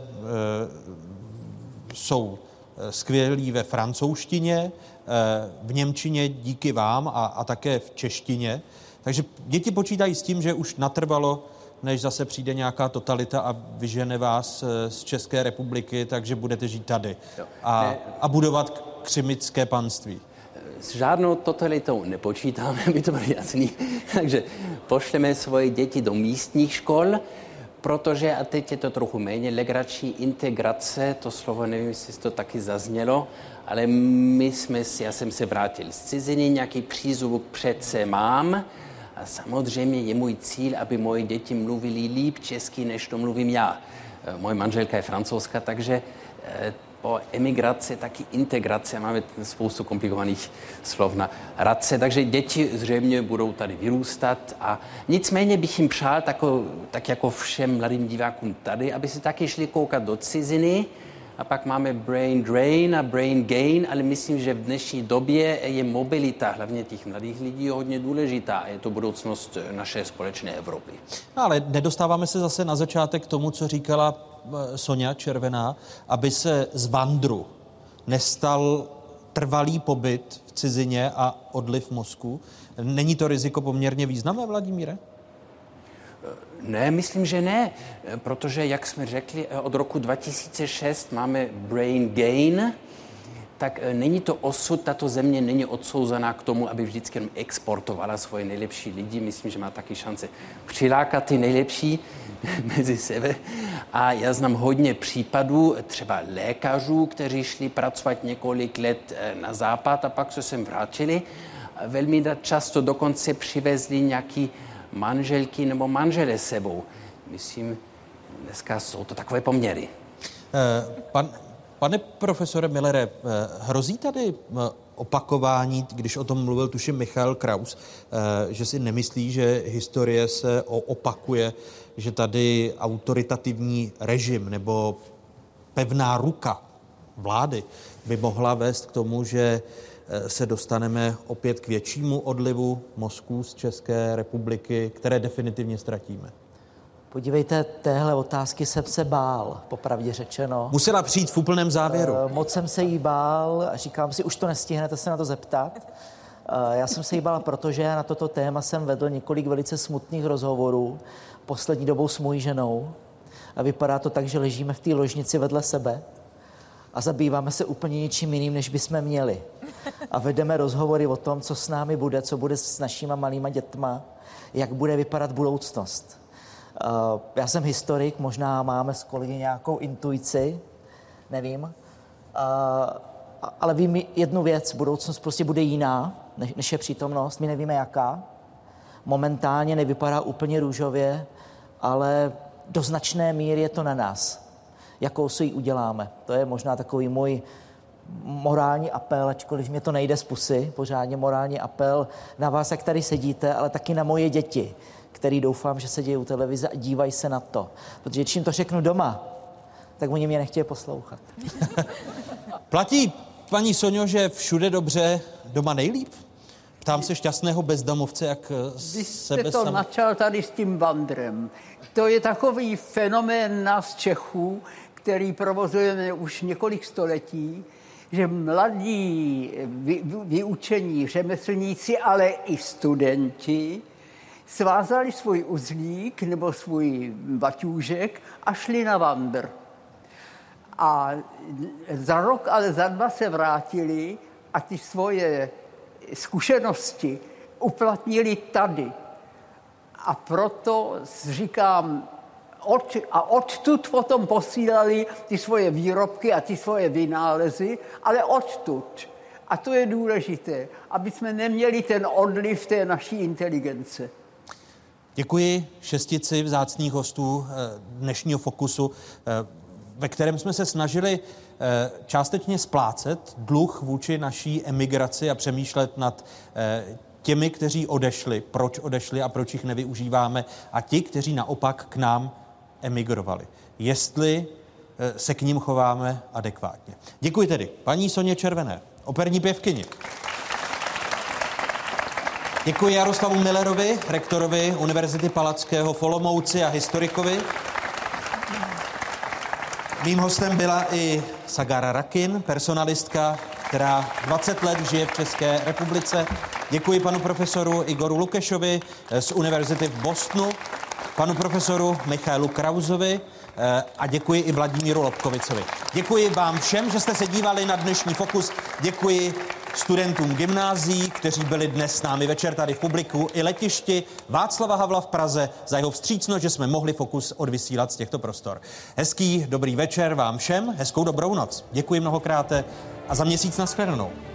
jsou skvělí ve francouzštině, v němčině díky vám a také v češtině. Takže děti počítají s tím, že už natrvalo, než zase přijde nějaká totalita a vyžene vás z České republiky, takže budete žít tady a budovat křimické panství. S žádnou totalitou nepočítáme, by to bylo jasný. Takže pošleme svoje děti do místních škol, protože, a teď je to trochu méně legrační, integrace, to slovo, nevím, jestli to taky zaznělo, ale já jsem se vrátil z ciziny, nějaký přízvuk přece mám a samozřejmě je můj cíl, aby moje děti mluvili líp česky, než to mluvím já. Moje manželka je francouzska, takže po emigraci, taky integrace, máme spoustu komplikovaných slov na radce, takže děti zřejmě budou tady vyrůstat a nicméně bych jim přál tak jako všem mladým divákům tady, aby si taky šli koukat do ciziny a pak máme brain drain a brain gain, ale myslím, že v dnešní době je mobilita, hlavně těch mladých lidí, hodně důležitá a je to budoucnost naše společné Evropy. No, ale nedostáváme se zase na začátek k tomu, co říkala Soňa Červená, aby se z vandru nestal trvalý pobyt v cizině a odliv mozku. Není to riziko poměrně významné, Vladimíre? Ne, myslím, že ne, protože, jak jsme řekli, od roku 2006 máme brain gain, tak není to osud, tato země není odsouzená k tomu, aby vždycky jenom exportovala svoje nejlepší lidi. Myslím, že má taky šance přilákat ty nejlepší mezi sebe. A já znám hodně případů, třeba lékařů, kteří šli pracovat několik let na západ a pak se sem vrátili. Velmi často dokonce přivezli nějaký manželky nebo manžele sebou. Myslím, dneska jsou to takové poměry. Pane profesore Millere, hrozí tady opakování, když o tom mluvil tuším Michael Kraus, že si nemyslí, že historie se opakuje, že tady autoritativní režim nebo pevná ruka vlády by mohla vést k tomu, že se dostaneme opět k většímu odlivu mozků z České republiky, které definitivně ztratíme? Podívejte, téhle otázky jsem se bál, popravdě řečeno. Musela přijít v úplném závěru. Moc jsem se jí bál a říkám si, už to nestihnete se na to zeptat. Já jsem se jí bál, protože na toto téma jsem vedl několik velice smutných rozhovorů poslední dobou s mojí ženou. A vypadá to tak, že ležíme v té ložnici vedle sebe a zabýváme se úplně něčím jiným, než bychom měli. A vedeme rozhovory o tom, co s námi bude, co bude s našima malýma dětma, jak bude vypadat budoucnost. Já jsem historik, možná máme s kolegy nějakou intuici, nevím, ale vím jednu věc, budoucnost prostě bude jiná, než je přítomnost, my nevíme jaká. Momentálně nevypadá úplně růžově, ale do značné míry je to na nás, jakou si ji uděláme. To je možná takový můj morální apel, ačkoliv mě to nejde z pusy, pořádně morální apel na vás, jak tady sedíte, ale taky na moje děti, který doufám, že se dějí u televize a dívají se na to. Protože čím to řeknu doma, tak oni mě nechtějí poslouchat. Platí, paní Soňo, že všude dobře, doma nejlíp? Ptám se šťastného bezdomovce, jak Vy jste to načal tady s tím vandrem. To je takový fenomén nás Čechů, který provozujeme už několik století, že mladí vyučení řemeslníci, ale i studenti svázali svůj uzlík nebo svůj baťůžek a šli na vandr. A za rok, ale za dva se vrátili a ty svoje zkušenosti uplatnili tady. A proto říkám, odtud potom posílali ty svoje výrobky a ty svoje vynálezy, ale odtud. A to je důležité, aby jsme neměli ten odliv té naší inteligence. Děkuji šestici vzácných hostů dnešního Fokusu, ve kterém jsme se snažili částečně splácet dluh vůči naší emigraci a přemýšlet nad těmi, kteří odešli, proč odešli a proč jich nevyužíváme, a ti, kteří naopak k nám emigrovali. Jestli se k ním chováme adekvátně. Děkuji tedy paní Soně Červené, operní pěvkyni. Děkuji Jaroslavu Millerovi, rektorovi Univerzity Palackého v Olomouci a historikovi. Mým hostem byla i Sagara Rakin, personalistka, která 20 let žije v České republice. Děkuji panu profesoru Igoru Lukešovi z Univerzity v Bostonu, panu profesoru Michaelu Krausovi a děkuji i Vladimíru Lobkovicovi. Děkuji vám všem, že jste se dívali na dnešní Fokus. Děkuji studentům gymnázií, kteří byli dnes s námi večer tady v publiku, i letišti Václava Havla v Praze za jeho vstřícnost, že jsme mohli Fokus odvysílat z těchto prostor. Hezký dobrý večer vám všem, hezkou dobrou noc. Děkuji mnohokrát a za měsíc nashledanou.